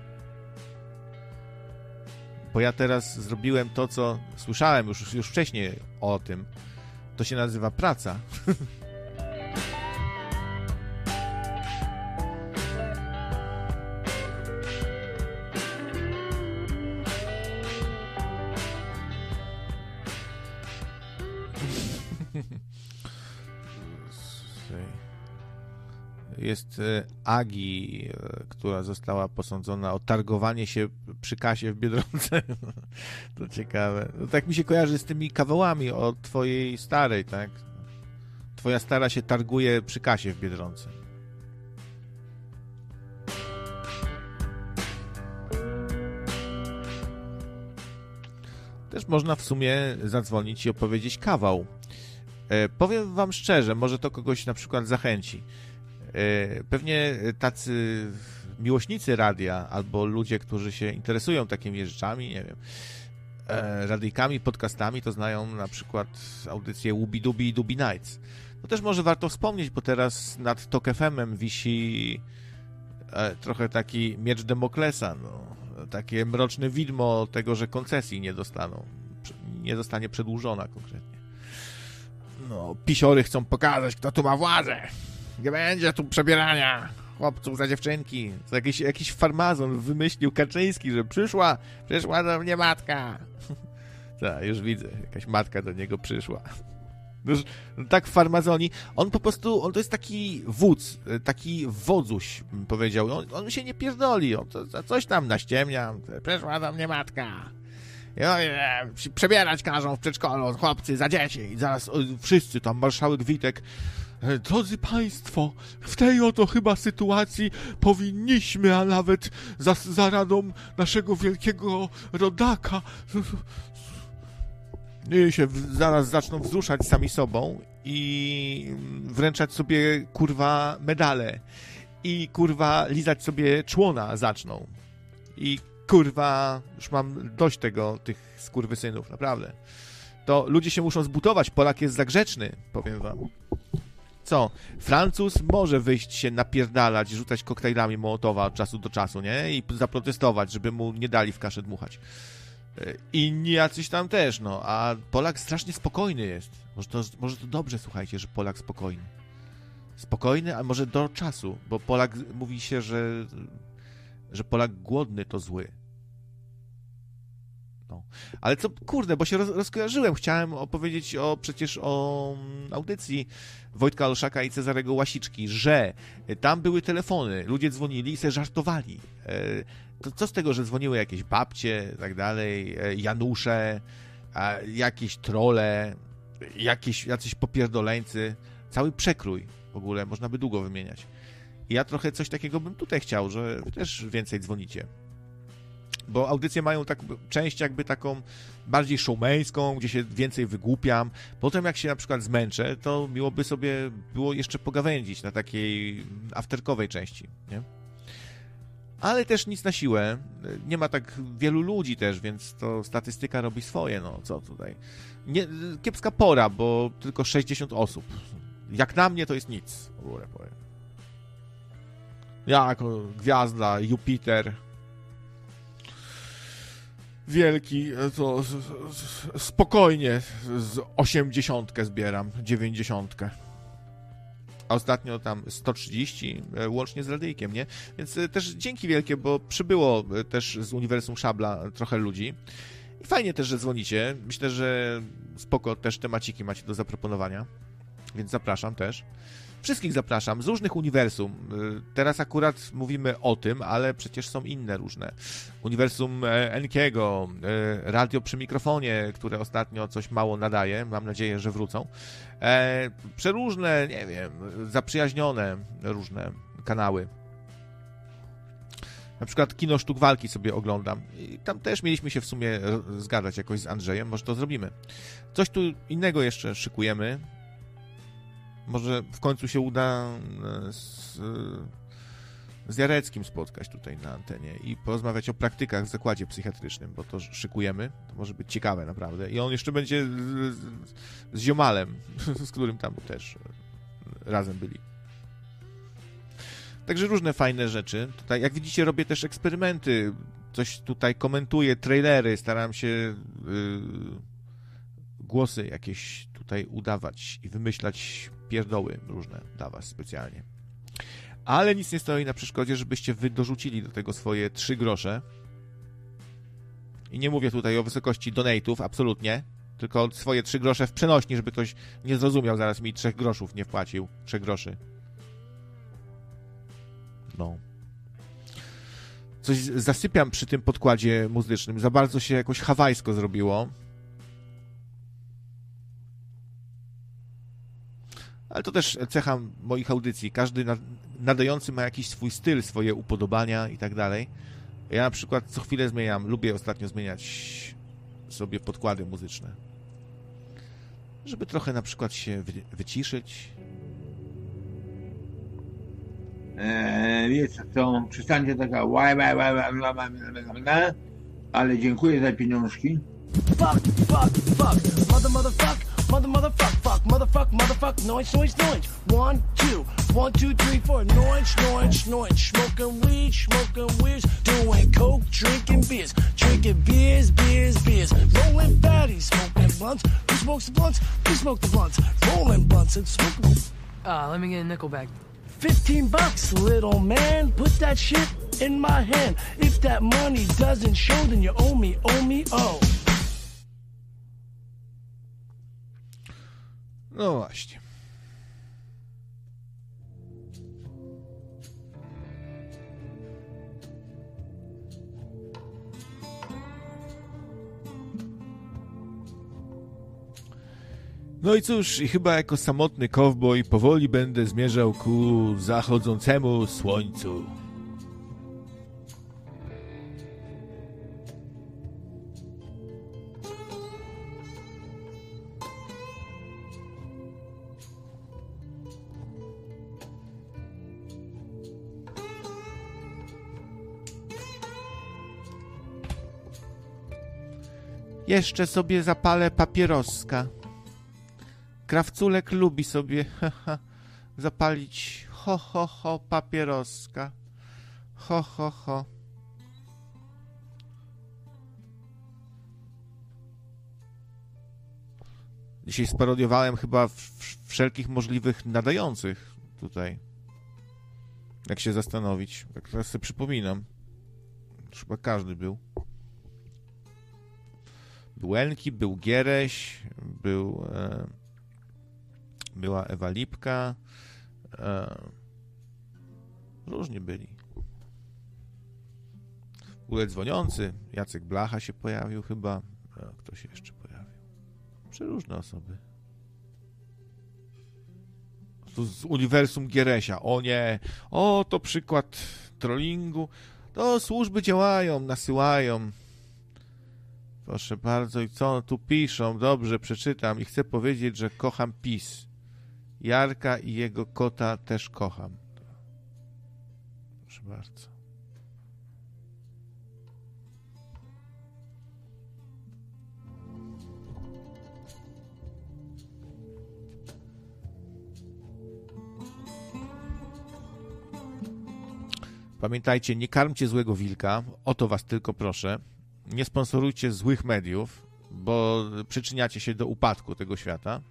Bo ja teraz zrobiłem to, co słyszałem już, już wcześniej o tym. To się nazywa praca. Jest Agi, która została posądzona o targowanie się przy kasie w Biedronce. To ciekawe. No, tak mi się kojarzy z tymi kawałami od twojej starej, tak? Twoja stara się targuje przy kasie w Biedronce. Też można w sumie zadzwonić i opowiedzieć kawał. E, powiem wam szczerze, może to kogoś na przykład zachęci. Pewnie tacy miłośnicy radia albo ludzie, którzy się interesują takimi rzeczami, nie wiem, radyjkami, podcastami, to znają na przykład audycję Łubi Dubi i Dubi Nights. To też może warto wspomnieć, bo teraz nad Tok F M-em wisi trochę taki miecz Demoklesa, no, takie mroczne widmo tego, że koncesji nie dostaną, nie zostanie przedłużona konkretnie. No, pisiory chcą pokazać, kto tu ma władzę. Nie będzie tu przebierania chłopców za dziewczynki. To jakiś, jakiś farmazon wymyślił Kaczyński, że przyszła, przyszła do mnie matka. Tak, już widzę, jakaś matka do niego przyszła. Już, no tak w farmazoni. On po prostu, on to jest taki wódz, taki wodzuś, bym powiedział. On, on się nie pierdoli, on to, coś tam naściemnia. Przyszła do mnie matka. I on, e, przebierać każą w przedszkolu chłopcy za dzieci. I zaraz o, wszyscy tam, marszałek Witek. Drodzy Państwo, w tej oto chyba sytuacji powinniśmy, a nawet za, za radą naszego wielkiego rodaka, i się w, zaraz zaczną wzruszać sami sobą i wręczać sobie, kurwa, medale i, kurwa, lizać sobie człona zaczną i, kurwa, już mam dość tego, tych skurwysynów, naprawdę. To ludzie się muszą zbutować, Polak jest za grzeczny, powiem wam. Co? Francuz może wyjść się napierdalać, rzucać koktajlami Mołotowa od czasu do czasu, nie? I zaprotestować, żeby mu nie dali w kaszę dmuchać. Inni jacyś tam też, no. A Polak strasznie spokojny jest. Może to, może to dobrze, słuchajcie, że Polak spokojny. Spokojny, a może do czasu, bo Polak, mówi się, że, że Polak głodny to zły. No. Ale co, kurde, bo się roz, rozkojarzyłem. Chciałem opowiedzieć o, przecież o audycji Wojtka Olszaka i Cezarego Łasiczki, że tam były telefony, ludzie dzwonili i sobie żartowali. To co z tego, że dzwoniły jakieś babcie, tak dalej, Janusze, jakieś trolle, jakieś, jacyś popierdoleńcy. Cały przekrój w ogóle, można by długo wymieniać. I ja trochę coś takiego bym tutaj chciał, że wy też więcej dzwonicie. Bo audycje mają tak, część jakby taką bardziej showmeńską, gdzie się więcej wygłupiam. Potem jak się na przykład zmęczę, to miło by sobie było jeszcze pogawędzić na takiej afterkowej części, nie? Ale też nic na siłę. Nie ma tak wielu ludzi też, więc to statystyka robi swoje, no co tutaj. Nie, kiepska pora, bo tylko sześćdziesiąt osób. jak na mnie to jest nic, w ogóle powiem. Ja jako gwiazda, Jupiter wielki, to spokojnie z osiemdziesiątkę zbieram, dziewięćdziesiątkę. A ostatnio tam sto trzydzieści, łącznie z radyjkiem, nie? Więc też dzięki wielkie, bo przybyło też z Uniwersum Szabla trochę ludzi. I fajnie też, że dzwonicie. Myślę, że spoko też temaciki macie do zaproponowania. Więc zapraszam też. Wszystkich zapraszam z różnych uniwersum. Teraz akurat mówimy o tym, ale przecież są inne różne. Uniwersum Enkiego, radio przy mikrofonie, które ostatnio coś mało nadaje. Mam nadzieję, że wrócą. Przeróżne, nie wiem, zaprzyjaźnione różne kanały. Na przykład Kino Sztuk Walki sobie oglądam. I tam też mieliśmy się w sumie zgadać jakoś z Andrzejem. Może to zrobimy. Coś tu innego jeszcze szykujemy. Może w końcu się uda z, z Jareckim spotkać tutaj na antenie i porozmawiać o praktykach w zakładzie psychiatrycznym, bo to szykujemy. To może być ciekawe naprawdę. I on jeszcze będzie z, z, z ziomalem, z którym tam też razem byli. Także różne fajne rzeczy. Tutaj, jak widzicie, robię też eksperymenty. Coś tutaj komentuję, trailery, staram się yy, głosy jakieś tutaj udawać i wymyślać pierdoły różne dla was specjalnie. Ale nic nie stoi na przeszkodzie, żebyście wy dorzucili do tego swoje trzy grosze. I nie mówię tutaj o wysokości donate'ów, absolutnie, tylko swoje trzy grosze w przenośni, żeby ktoś nie zrozumiał, zaraz mi trzech groszów nie wpłacił. Trzech groszy. No. Coś zasypiam przy tym podkładzie muzycznym. Za bardzo się jakoś hawajsko zrobiło. Ale to też cecha moich audycji. Każdy nadający ma jakiś swój styl, swoje upodobania i tak dalej. Ja na przykład co chwilę zmieniam. Lubię ostatnio zmieniać sobie podkłady muzyczne. Żeby trochę na przykład się wyciszyć. Eee, wiecie co, przestańcie taka łaj, łaj, łaj, łaj, łaj, łaj, łaj, ale dziękuję za pieniążki. Fuck, fuck, fuck, mother, mother, fuck, mother, mother, fuck, fuck, mother, fuck, mother, fuck, noise, noise, noise. One, two, one, two, three, four, noise, noise, noise. Smoking weed, smoking weeds, doing coke, drinking beers, drinking beers, beers, beers. Rolling fatties, smoking blunts. Who smokes the blunts? We smoke the blunts. Rolling blunts and smoking. Uh, let me get a nickel back. Fifteen bucks, little man. Put that shit in my hand. If that money doesn't show, then you owe me, owe me, oh. No właśnie. No i cóż, i chyba jako samotny kowboj powoli będę zmierzał ku zachodzącemu słońcu. Jeszcze sobie zapalę papieroska. Krawculek lubi sobie haha, zapalić ho, ho, ho, papieroska. Ho, ho, ho. Dzisiaj sparodiowałem chyba w, w, wszelkich możliwych nadających tutaj. Jak się zastanowić. Tak teraz sobie przypominam. Chyba każdy był. Był Enki, był Giereś, był... E, była Ewa Lipka. E, różni byli. W ogóle dzwoniący. Jacek Blacha się pojawił chyba. E, kto się jeszcze pojawił? Przeróżne osoby. Tu z uniwersum Gieresia. O nie! O, to przykład trollingu. To służby działają, nasyłają. Proszę bardzo, i co tu piszą? Dobrze, przeczytam i chcę powiedzieć, że kocham PiS. Jarka i jego kota też kocham. Proszę bardzo. Pamiętajcie, nie karmcie złego wilka, o to was tylko proszę. Nie sponsorujcie złych mediów, bo przyczyniacie się do upadku tego świata.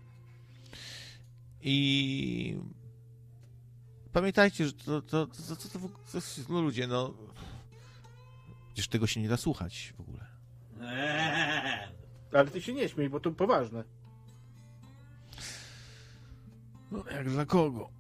I pamiętajcie, że to, to, to, to, to, to, to, to no ludzie, no przecież tego się nie da słuchać w ogóle. Eee. Ale ty się nie śmiej, bo to poważne. No jak dla kogo?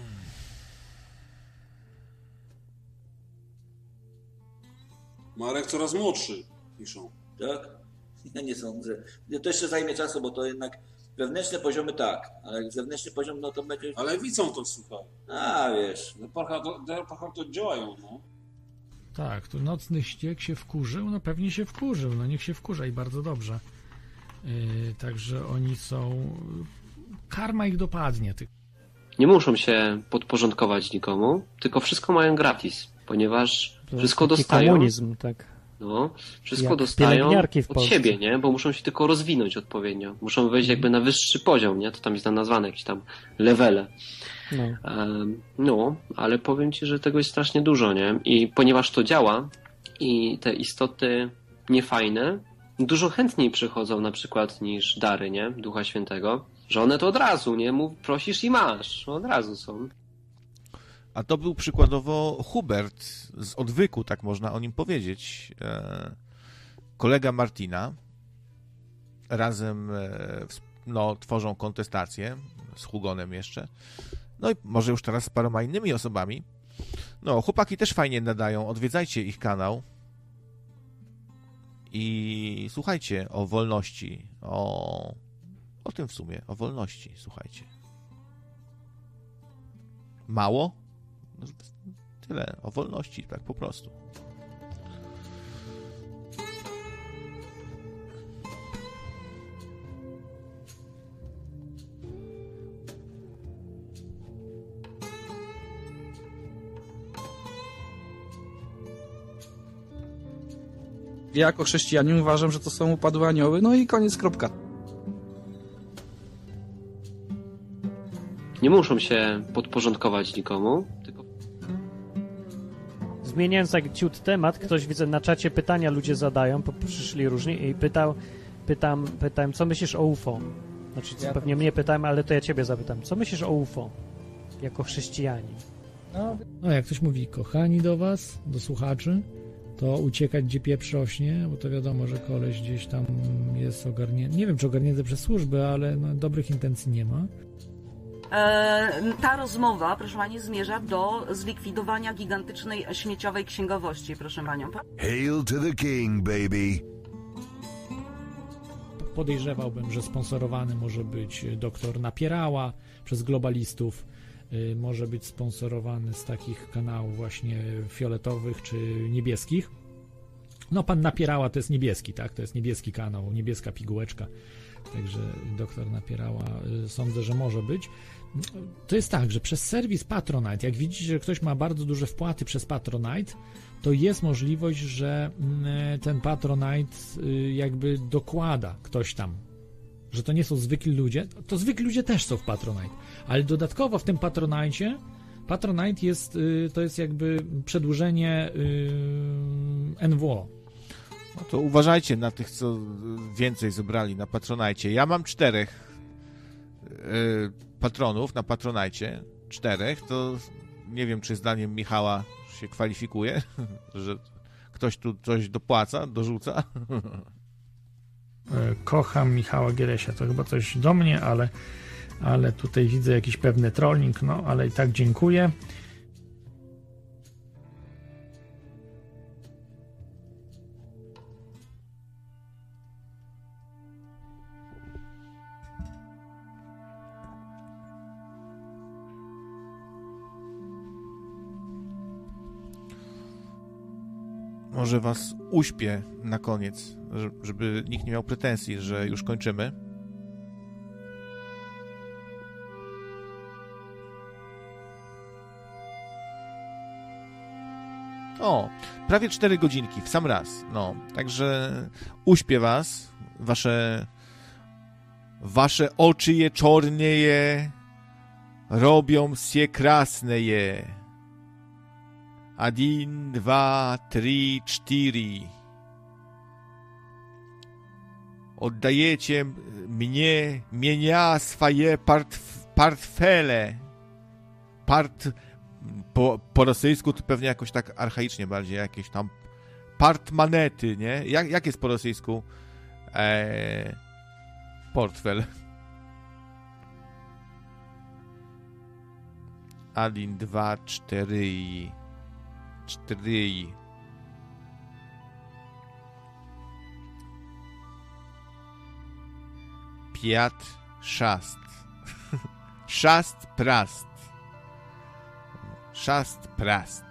Marek coraz młodszy, piszą. Tak? Ja nie sądzę. To jeszcze zajmie czasu, bo to jednak wewnętrzne poziomy tak, ale jak zewnętrzny poziom, no to będzie... Ale widzą to, słuchaj. A, wiesz. Derpachar to działają, no. Tak, tu nocny ściek się wkurzył, no pewnie się wkurzył, no niech się wkurza i bardzo dobrze. Yy, także oni są... Karma ich dopadnie. Ty... Nie muszą się podporządkować nikomu, tylko wszystko mają gratis, ponieważ To wszystko taki dostają. komunizm, tak. No, wszystko Jak dostają pielęgniarki w od Polsce. siebie, nie? Bo muszą się tylko rozwinąć odpowiednio. Muszą wejść jakby na wyższy poziom, nie? To tam jest nazwane jakieś tam levele. No. Um, no, ale powiem ci, że tego jest strasznie dużo, nie? I ponieważ to działa i te istoty niefajne dużo chętniej przychodzą na przykład niż dary, nie? Ducha Świętego, że one to od razu, nie? Mów, prosisz i masz. Od razu są. A to był przykładowo Hubert z Odwyku, tak można o nim powiedzieć. E, kolega Martina. Razem e, no, tworzą kontestację z Hugonem jeszcze. No i może już teraz z paroma innymi osobami. No, chłopaki też fajnie nadają. Odwiedzajcie ich kanał. I słuchajcie o wolności. O, o tym w sumie. O wolności. Słuchajcie. Mało? No, tyle. O wolności, tak po prostu. Ja jako chrześcijanin uważam, że to są upadłe anioły, no i koniec, kropka. Nie muszą się podporządkować nikomu, tylko... Zmieniając tak ciut temat, ktoś widzę na czacie pytania ludzie zadają, bo przyszli różni i pytał, pytam, pytałem, co myślisz o U F O? Znaczy, co, Ja pewnie mnie pytałem, ale to ja ciebie zapytam. Co myślisz o U F O jako chrześcijanin? No, no jak ktoś mówi kochani do was, do słuchaczy, to uciekać gdzie pieprz rośnie, bo to wiadomo, że koleś gdzieś tam jest ogarnięty, nie wiem czy ogarnięty przez służby, ale no, dobrych intencji nie ma. E, ta rozmowa, proszę Pani, zmierza do zlikwidowania gigantycznej śmieciowej księgowości, proszę Panią. Hail to the king, baby. Podejrzewałbym, że sponsorowany może być doktor Napierała przez globalistów, y, może być sponsorowany z takich kanałów właśnie fioletowych czy niebieskich. No pan Napierała to jest niebieski, tak? To jest niebieski kanał, niebieska pigułeczka. Także doktor Napierała y, sądzę, że może być. To jest tak, że przez serwis Patronite, jak widzicie, że ktoś ma bardzo duże wpłaty przez Patronite, to jest możliwość, że ten Patronite jakby dokłada ktoś tam, że to nie są zwykli ludzie, to zwykli ludzie też są w Patronite, ale dodatkowo w tym Patronite Patronite jest, to jest jakby przedłużenie N W O. No to uważajcie na tych, co więcej zebrali na Patronite. Ja mam czterech yy, patronów na Patronite, czterech, to nie wiem, czy zdaniem Michała się kwalifikuje, że ktoś tu coś dopłaca, dorzuca. Kocham Michała Gieresia, to chyba coś do mnie, ale, ale tutaj widzę jakiś pewny trolling, no ale i tak dziękuję. Może was uśpię na koniec, żeby nikt nie miał pretensji, że już kończymy. O, prawie cztery godzinki w sam raz. No, także uśpię was, wasze wasze oczy je czornie je robią się krasne je. Один, два, три, cztery. Oddajecie mnie, mienia swoje partf, portfele. Part, po, po rosyjsku to pewnie jakoś tak archaicznie bardziej, jakieś tam portmanety, nie? Jak, jak jest po rosyjsku eee, portfel? Один, два, cztery. Cztery. Piat, szast. Szast, prast. Szast, prast.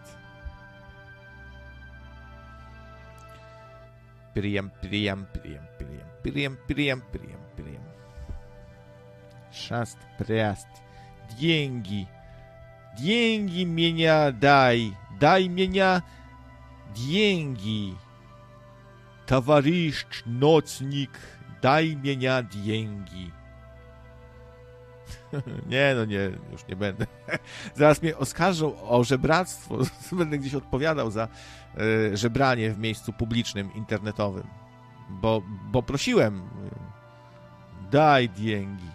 Прием, прием, прием, прием, прием, прием, прием, прием. Шаст, пряст. Деньги. Деньги меня дай. Дай меня деньги. Товарищ ночник, дай меня деньги. Nie, no nie, już nie będę. Zaraz mnie oskarżą o żebractwo. Będę gdzieś odpowiadał za y, żebranie w miejscu publicznym, internetowym. Bo, bo prosiłem. Daj деньги.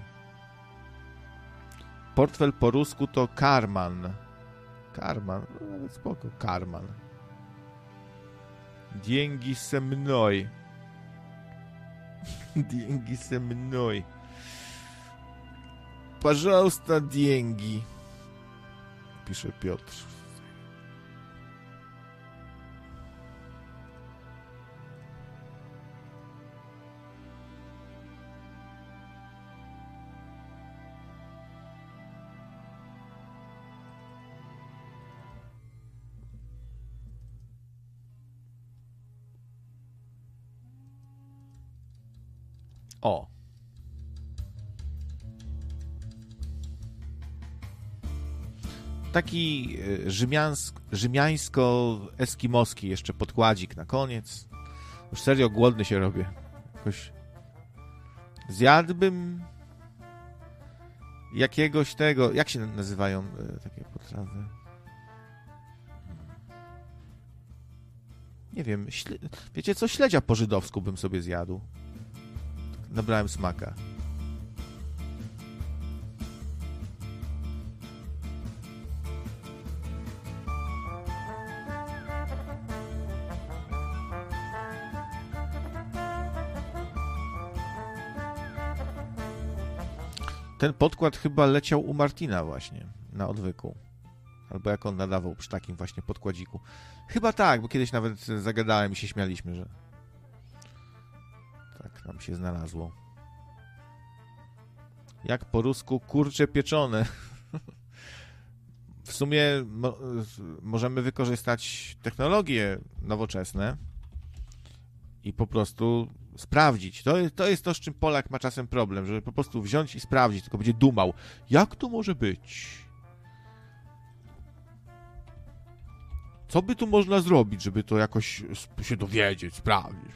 Portfel po rusku to karman. Karman, no nawet spoko, karman. Деньги со мной. Деньги со мной. Пожалуйста, деньги. Pisze Piotr. O. Taki rzymiansk, rzymiańsko-eskimoski jeszcze podkładzik na koniec. Już serio głodny się robię. Jakoś zjadłbym jakiegoś tego... Jak się nazywają takie potrawy? Nie wiem. Śle... Wiecie co? Śledzia po żydowsku bym sobie zjadł. Nabrałem smaka. Ten podkład chyba leciał u Martina właśnie na odwyku. Albo jak on nadawał przy takim właśnie podkładziku. Chyba tak, bo kiedyś nawet zagadałem i się śmialiśmy, że tak nam się znalazło. Jak po rusku kurcze pieczone. W sumie mo- możemy wykorzystać technologie nowoczesne i po prostu sprawdzić. To jest, to jest to, z czym Polak ma czasem problem, żeby po prostu wziąć i sprawdzić, tylko będzie dumał. Jak to może być? Co by tu można zrobić, żeby to jakoś się dowiedzieć, sprawdzić?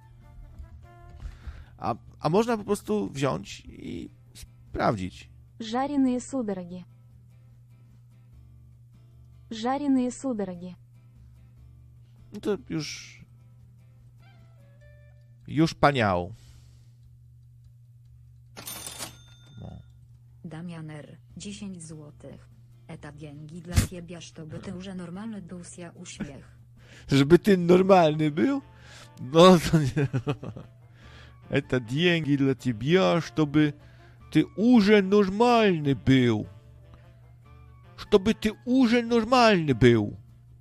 A, a można po prostu wziąć i sprawdzić. Жареные судороги. Жареные судороги. No to już... Już paniał. No. Damianer, dziesięć złotych. Eta деньги dla ciebie, żeby ty już normalny był sia uśmiech. Żeby ty normalny był? No to nie. Это деньги для тебя, чтобы ты уже нормальный был. Чтобы ты уже нормальный был.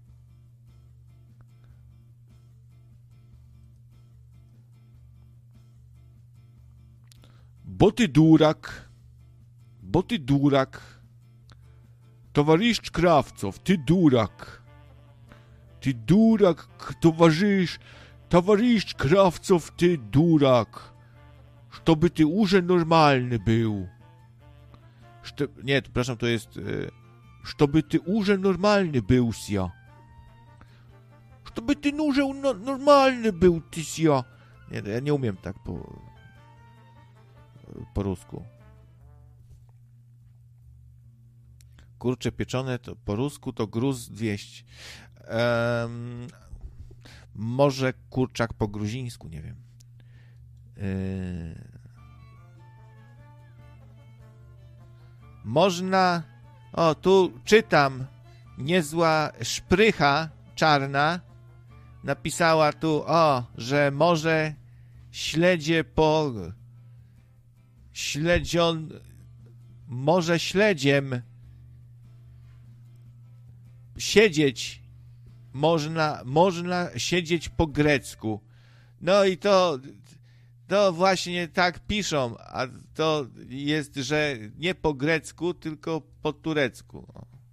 Bo ty durak. Bo ty durak. Towarzysz Krawcow, ty durak. Ty durak, towarzysz. Towarzysz Krawcow, ty durak. Żeby ty уже normalny był. Szto... Nie, przepraszam, to jest... Żeby ty уже normalny był, sia. Żeby ty уже no, normalny był, ty, sia. Nie, ja nie umiem tak po... po rusku. kurcze pieczone to po rusku to gruz dwieście. Um, może kurczak po gruzińsku, nie wiem. Yy... Można... O, tu czytam. Niezła szprycha czarna napisała tu, o, że może śledzie po... Śledzion... Może śledziem siedzieć można, można siedzieć po grecku. No i to, to właśnie tak piszą, a to jest, że nie po grecku, tylko po turecku.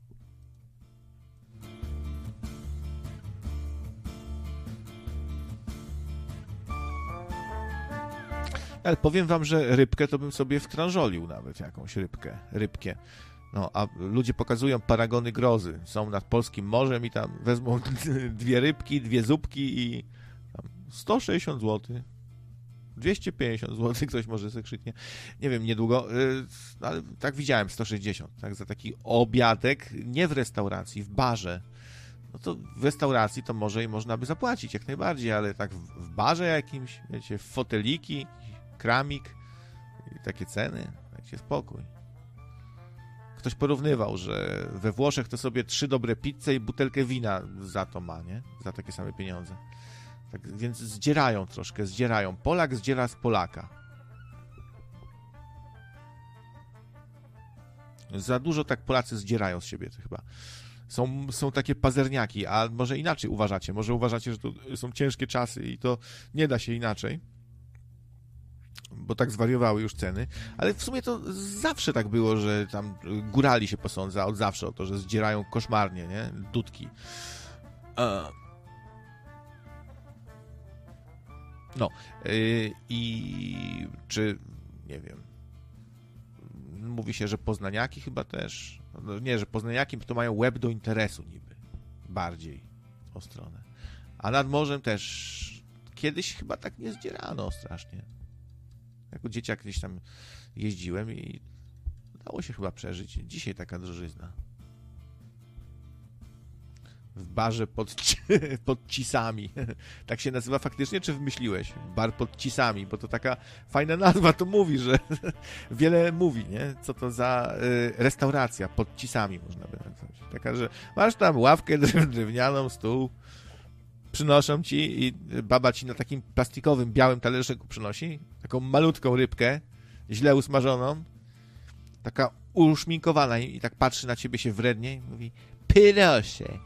Ale powiem wam, że rybkę to bym sobie wtrążolił nawet, jakąś rybkę, rybkę. No, a ludzie pokazują paragony grozy. Są nad polskim morzem i tam wezmą dwie rybki, dwie zupki i tam sto sześćdziesiąt złotych. dwieście pięćdziesiąt złotych ktoś może sobie krzyknie. Nie wiem, niedługo, yy, ale tak widziałem, sto sześćdziesiąt. Tak, za taki obiadek, nie w restauracji, w barze. No to w restauracji to może i można by zapłacić jak najbardziej, ale tak w, w barze jakimś, wiecie, foteliki, kramik i takie ceny, dajcie spokój. Ktoś porównywał, że we Włoszech to sobie trzy dobre pizze i butelkę wina za to ma, nie? Za takie same pieniądze. Tak więc zdzierają troszkę, zdzierają. Polak zdziera z Polaka. Za dużo tak Polacy zdzierają z siebie to chyba. Są, są takie pazerniaki, a może inaczej uważacie. Może uważacie, że to są ciężkie czasy i to nie da się inaczej. Bo tak zwariowały już ceny, ale w sumie to zawsze tak było, że tam górali się posądza od zawsze o to, że zdzierają koszmarnie, nie? Dudki. No yy, i czy, nie wiem, mówi się, że poznaniaki chyba też, no nie, że poznaniaki to mają łeb do interesu niby, bardziej o stronę. A nad morzem też kiedyś chyba tak nie zdzierano strasznie. Jako dzieciak gdzieś tam jeździłem i dało się chyba przeżyć. Dzisiaj taka drożyzna. W barze pod, pod Cisami. Tak się nazywa faktycznie, czy wymyśliłeś? Bar pod Cisami, bo to taka fajna nazwa, to mówi, że wiele mówi, nie? Co to za y, restauracja pod Cisami, można by nazwać. Taka, że masz tam ławkę drewnianą, stół, przynoszą ci i baba ci na takim plastikowym, białym talerzyku przynosi taką malutką rybkę, źle usmażoną, taka uszminkowana i tak patrzy na ciebie się wrednie i mówi: proszę.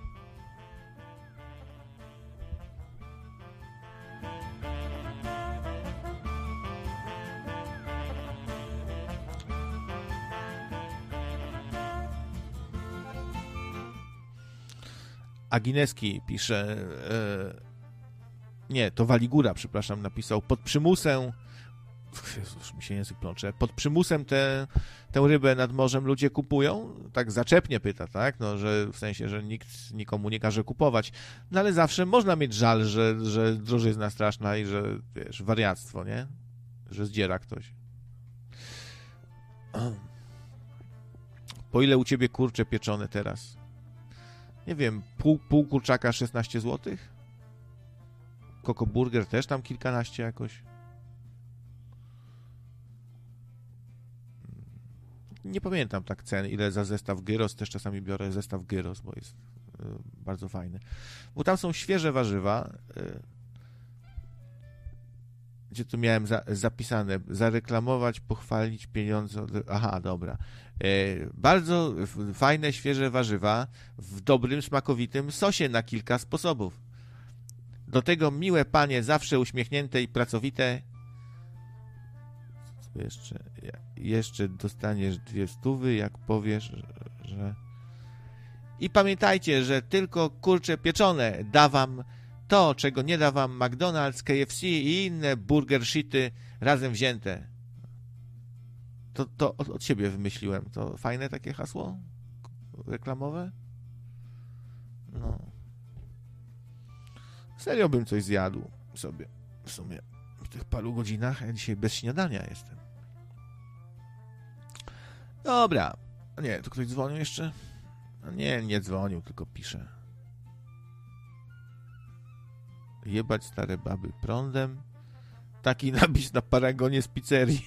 Agineski pisze, e, nie, to Waligura, przepraszam, napisał, pod przymusem, Jezus, mi się język plącze, pod przymusem tę tę rybę nad morzem ludzie kupują? Tak zaczepnie pyta, tak? No, że w sensie, że nikt nikomu nie każe kupować. No ale zawsze można mieć żal, że, że drożyzna straszna i że, wiesz, wariactwo, nie? Że zdziera ktoś. Po ile u ciebie kurcze pieczone teraz? Nie wiem, pół, pół kurczaka szesnaście złotych? Koko Burger też tam kilkanaście jakoś. Nie pamiętam tak cen, ile za zestaw gyros. Też czasami biorę zestaw gyros, bo jest y, bardzo fajny. Bo tam są świeże warzywa. Y, gdzie tu miałem za, zapisane? Zareklamować, pochwalić pieniądze. Aha, dobra. Y, bardzo fajne, świeże warzywa w dobrym, smakowitym sosie na kilka sposobów. Do tego miłe panie, zawsze uśmiechnięte i pracowite. Jeszcze, jeszcze dostaniesz dwie stówy, jak powiesz, że... I pamiętajcie, że tylko kurcze pieczone da wam to, czego nie da wam McDonald's, K F C i inne burger shity razem wzięte. To, to od, od siebie wymyśliłem. To fajne takie hasło reklamowe? No. Serio bym coś zjadł sobie w sumie w tych paru godzinach. Ja dzisiaj bez śniadania jestem. Dobra. Nie, to ktoś dzwonił jeszcze? No nie, nie dzwonił, tylko pisze. Jebać stare baby prądem. Taki napis na paragonie z pizzerii.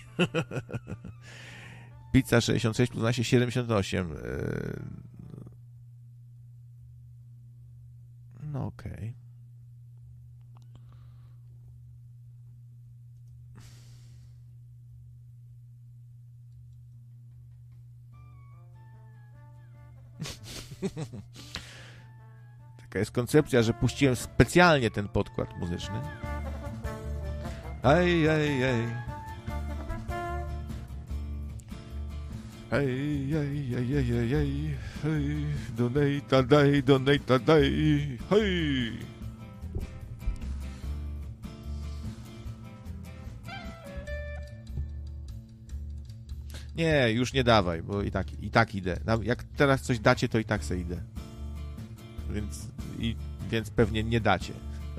Pizza sześćdziesiąt sześć plus dwanaście, siedemdziesiąt osiem. No okej. Okay. Taka jest koncepcja, że puściłem specjalnie ten podkład muzyczny. Ej, ej, ej. Ej, ej, ej, ej, ej, ej. Hej, donata daj, donata daj. Hej. Nie, już nie dawaj, bo i tak, i tak idę. Jak teraz coś dacie, to i tak se idę. Więc, i, więc pewnie nie dacie.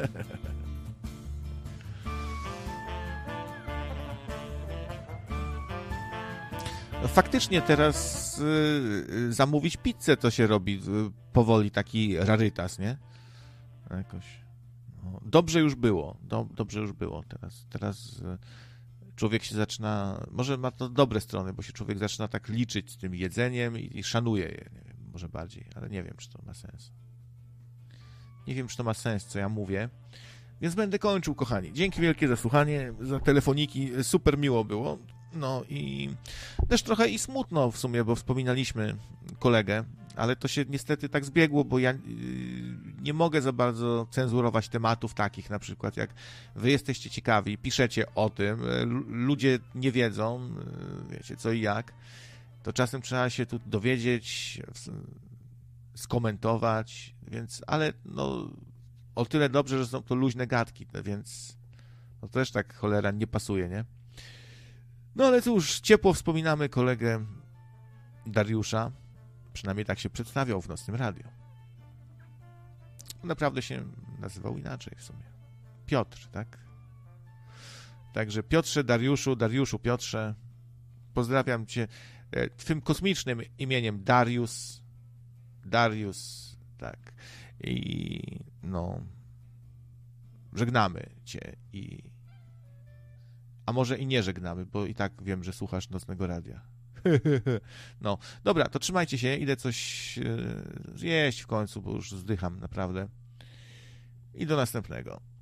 No, faktycznie teraz y, zamówić pizzę to się robi y, powoli taki rarytas, nie? Jakoś. No, dobrze już było. Do, dobrze już było. Teraz, teraz y, człowiek się zaczyna, może ma to dobre strony, bo się człowiek zaczyna tak liczyć z tym jedzeniem i, i szanuje je, nie wiem, może bardziej, ale nie wiem, czy to ma sens. Nie wiem, czy to ma sens, co ja mówię. Więc będę kończył, kochani. Dzięki wielkie za słuchanie, za telefoniki. Super miło było. No i też trochę i smutno w sumie, bo wspominaliśmy kolegę, ale to się niestety tak zbiegło, bo ja nie mogę za bardzo cenzurować tematów takich, na przykład jak wy jesteście ciekawi, piszecie o tym, ludzie nie wiedzą, wiecie co i jak, to czasem trzeba się tu dowiedzieć, skomentować, więc, ale no o tyle dobrze, że są to luźne gadki, więc no też tak cholera nie pasuje, nie? No ale cóż, ciepło wspominamy kolegę Dariusza, przynajmniej tak się przedstawiał w Nocnym Radio. Naprawdę się nazywał inaczej w sumie. Piotr, tak? Także Piotrze, Dariuszu, Dariuszu, Piotrze, pozdrawiam cię twym kosmicznym imieniem Darius, Darius, tak. I no, żegnamy cię i a może i nie żegnamy, bo i tak wiem, że słuchasz Nocnego Radia. No, dobra, to trzymajcie się, idę coś zjeść w końcu, bo już zdycham naprawdę. I do następnego.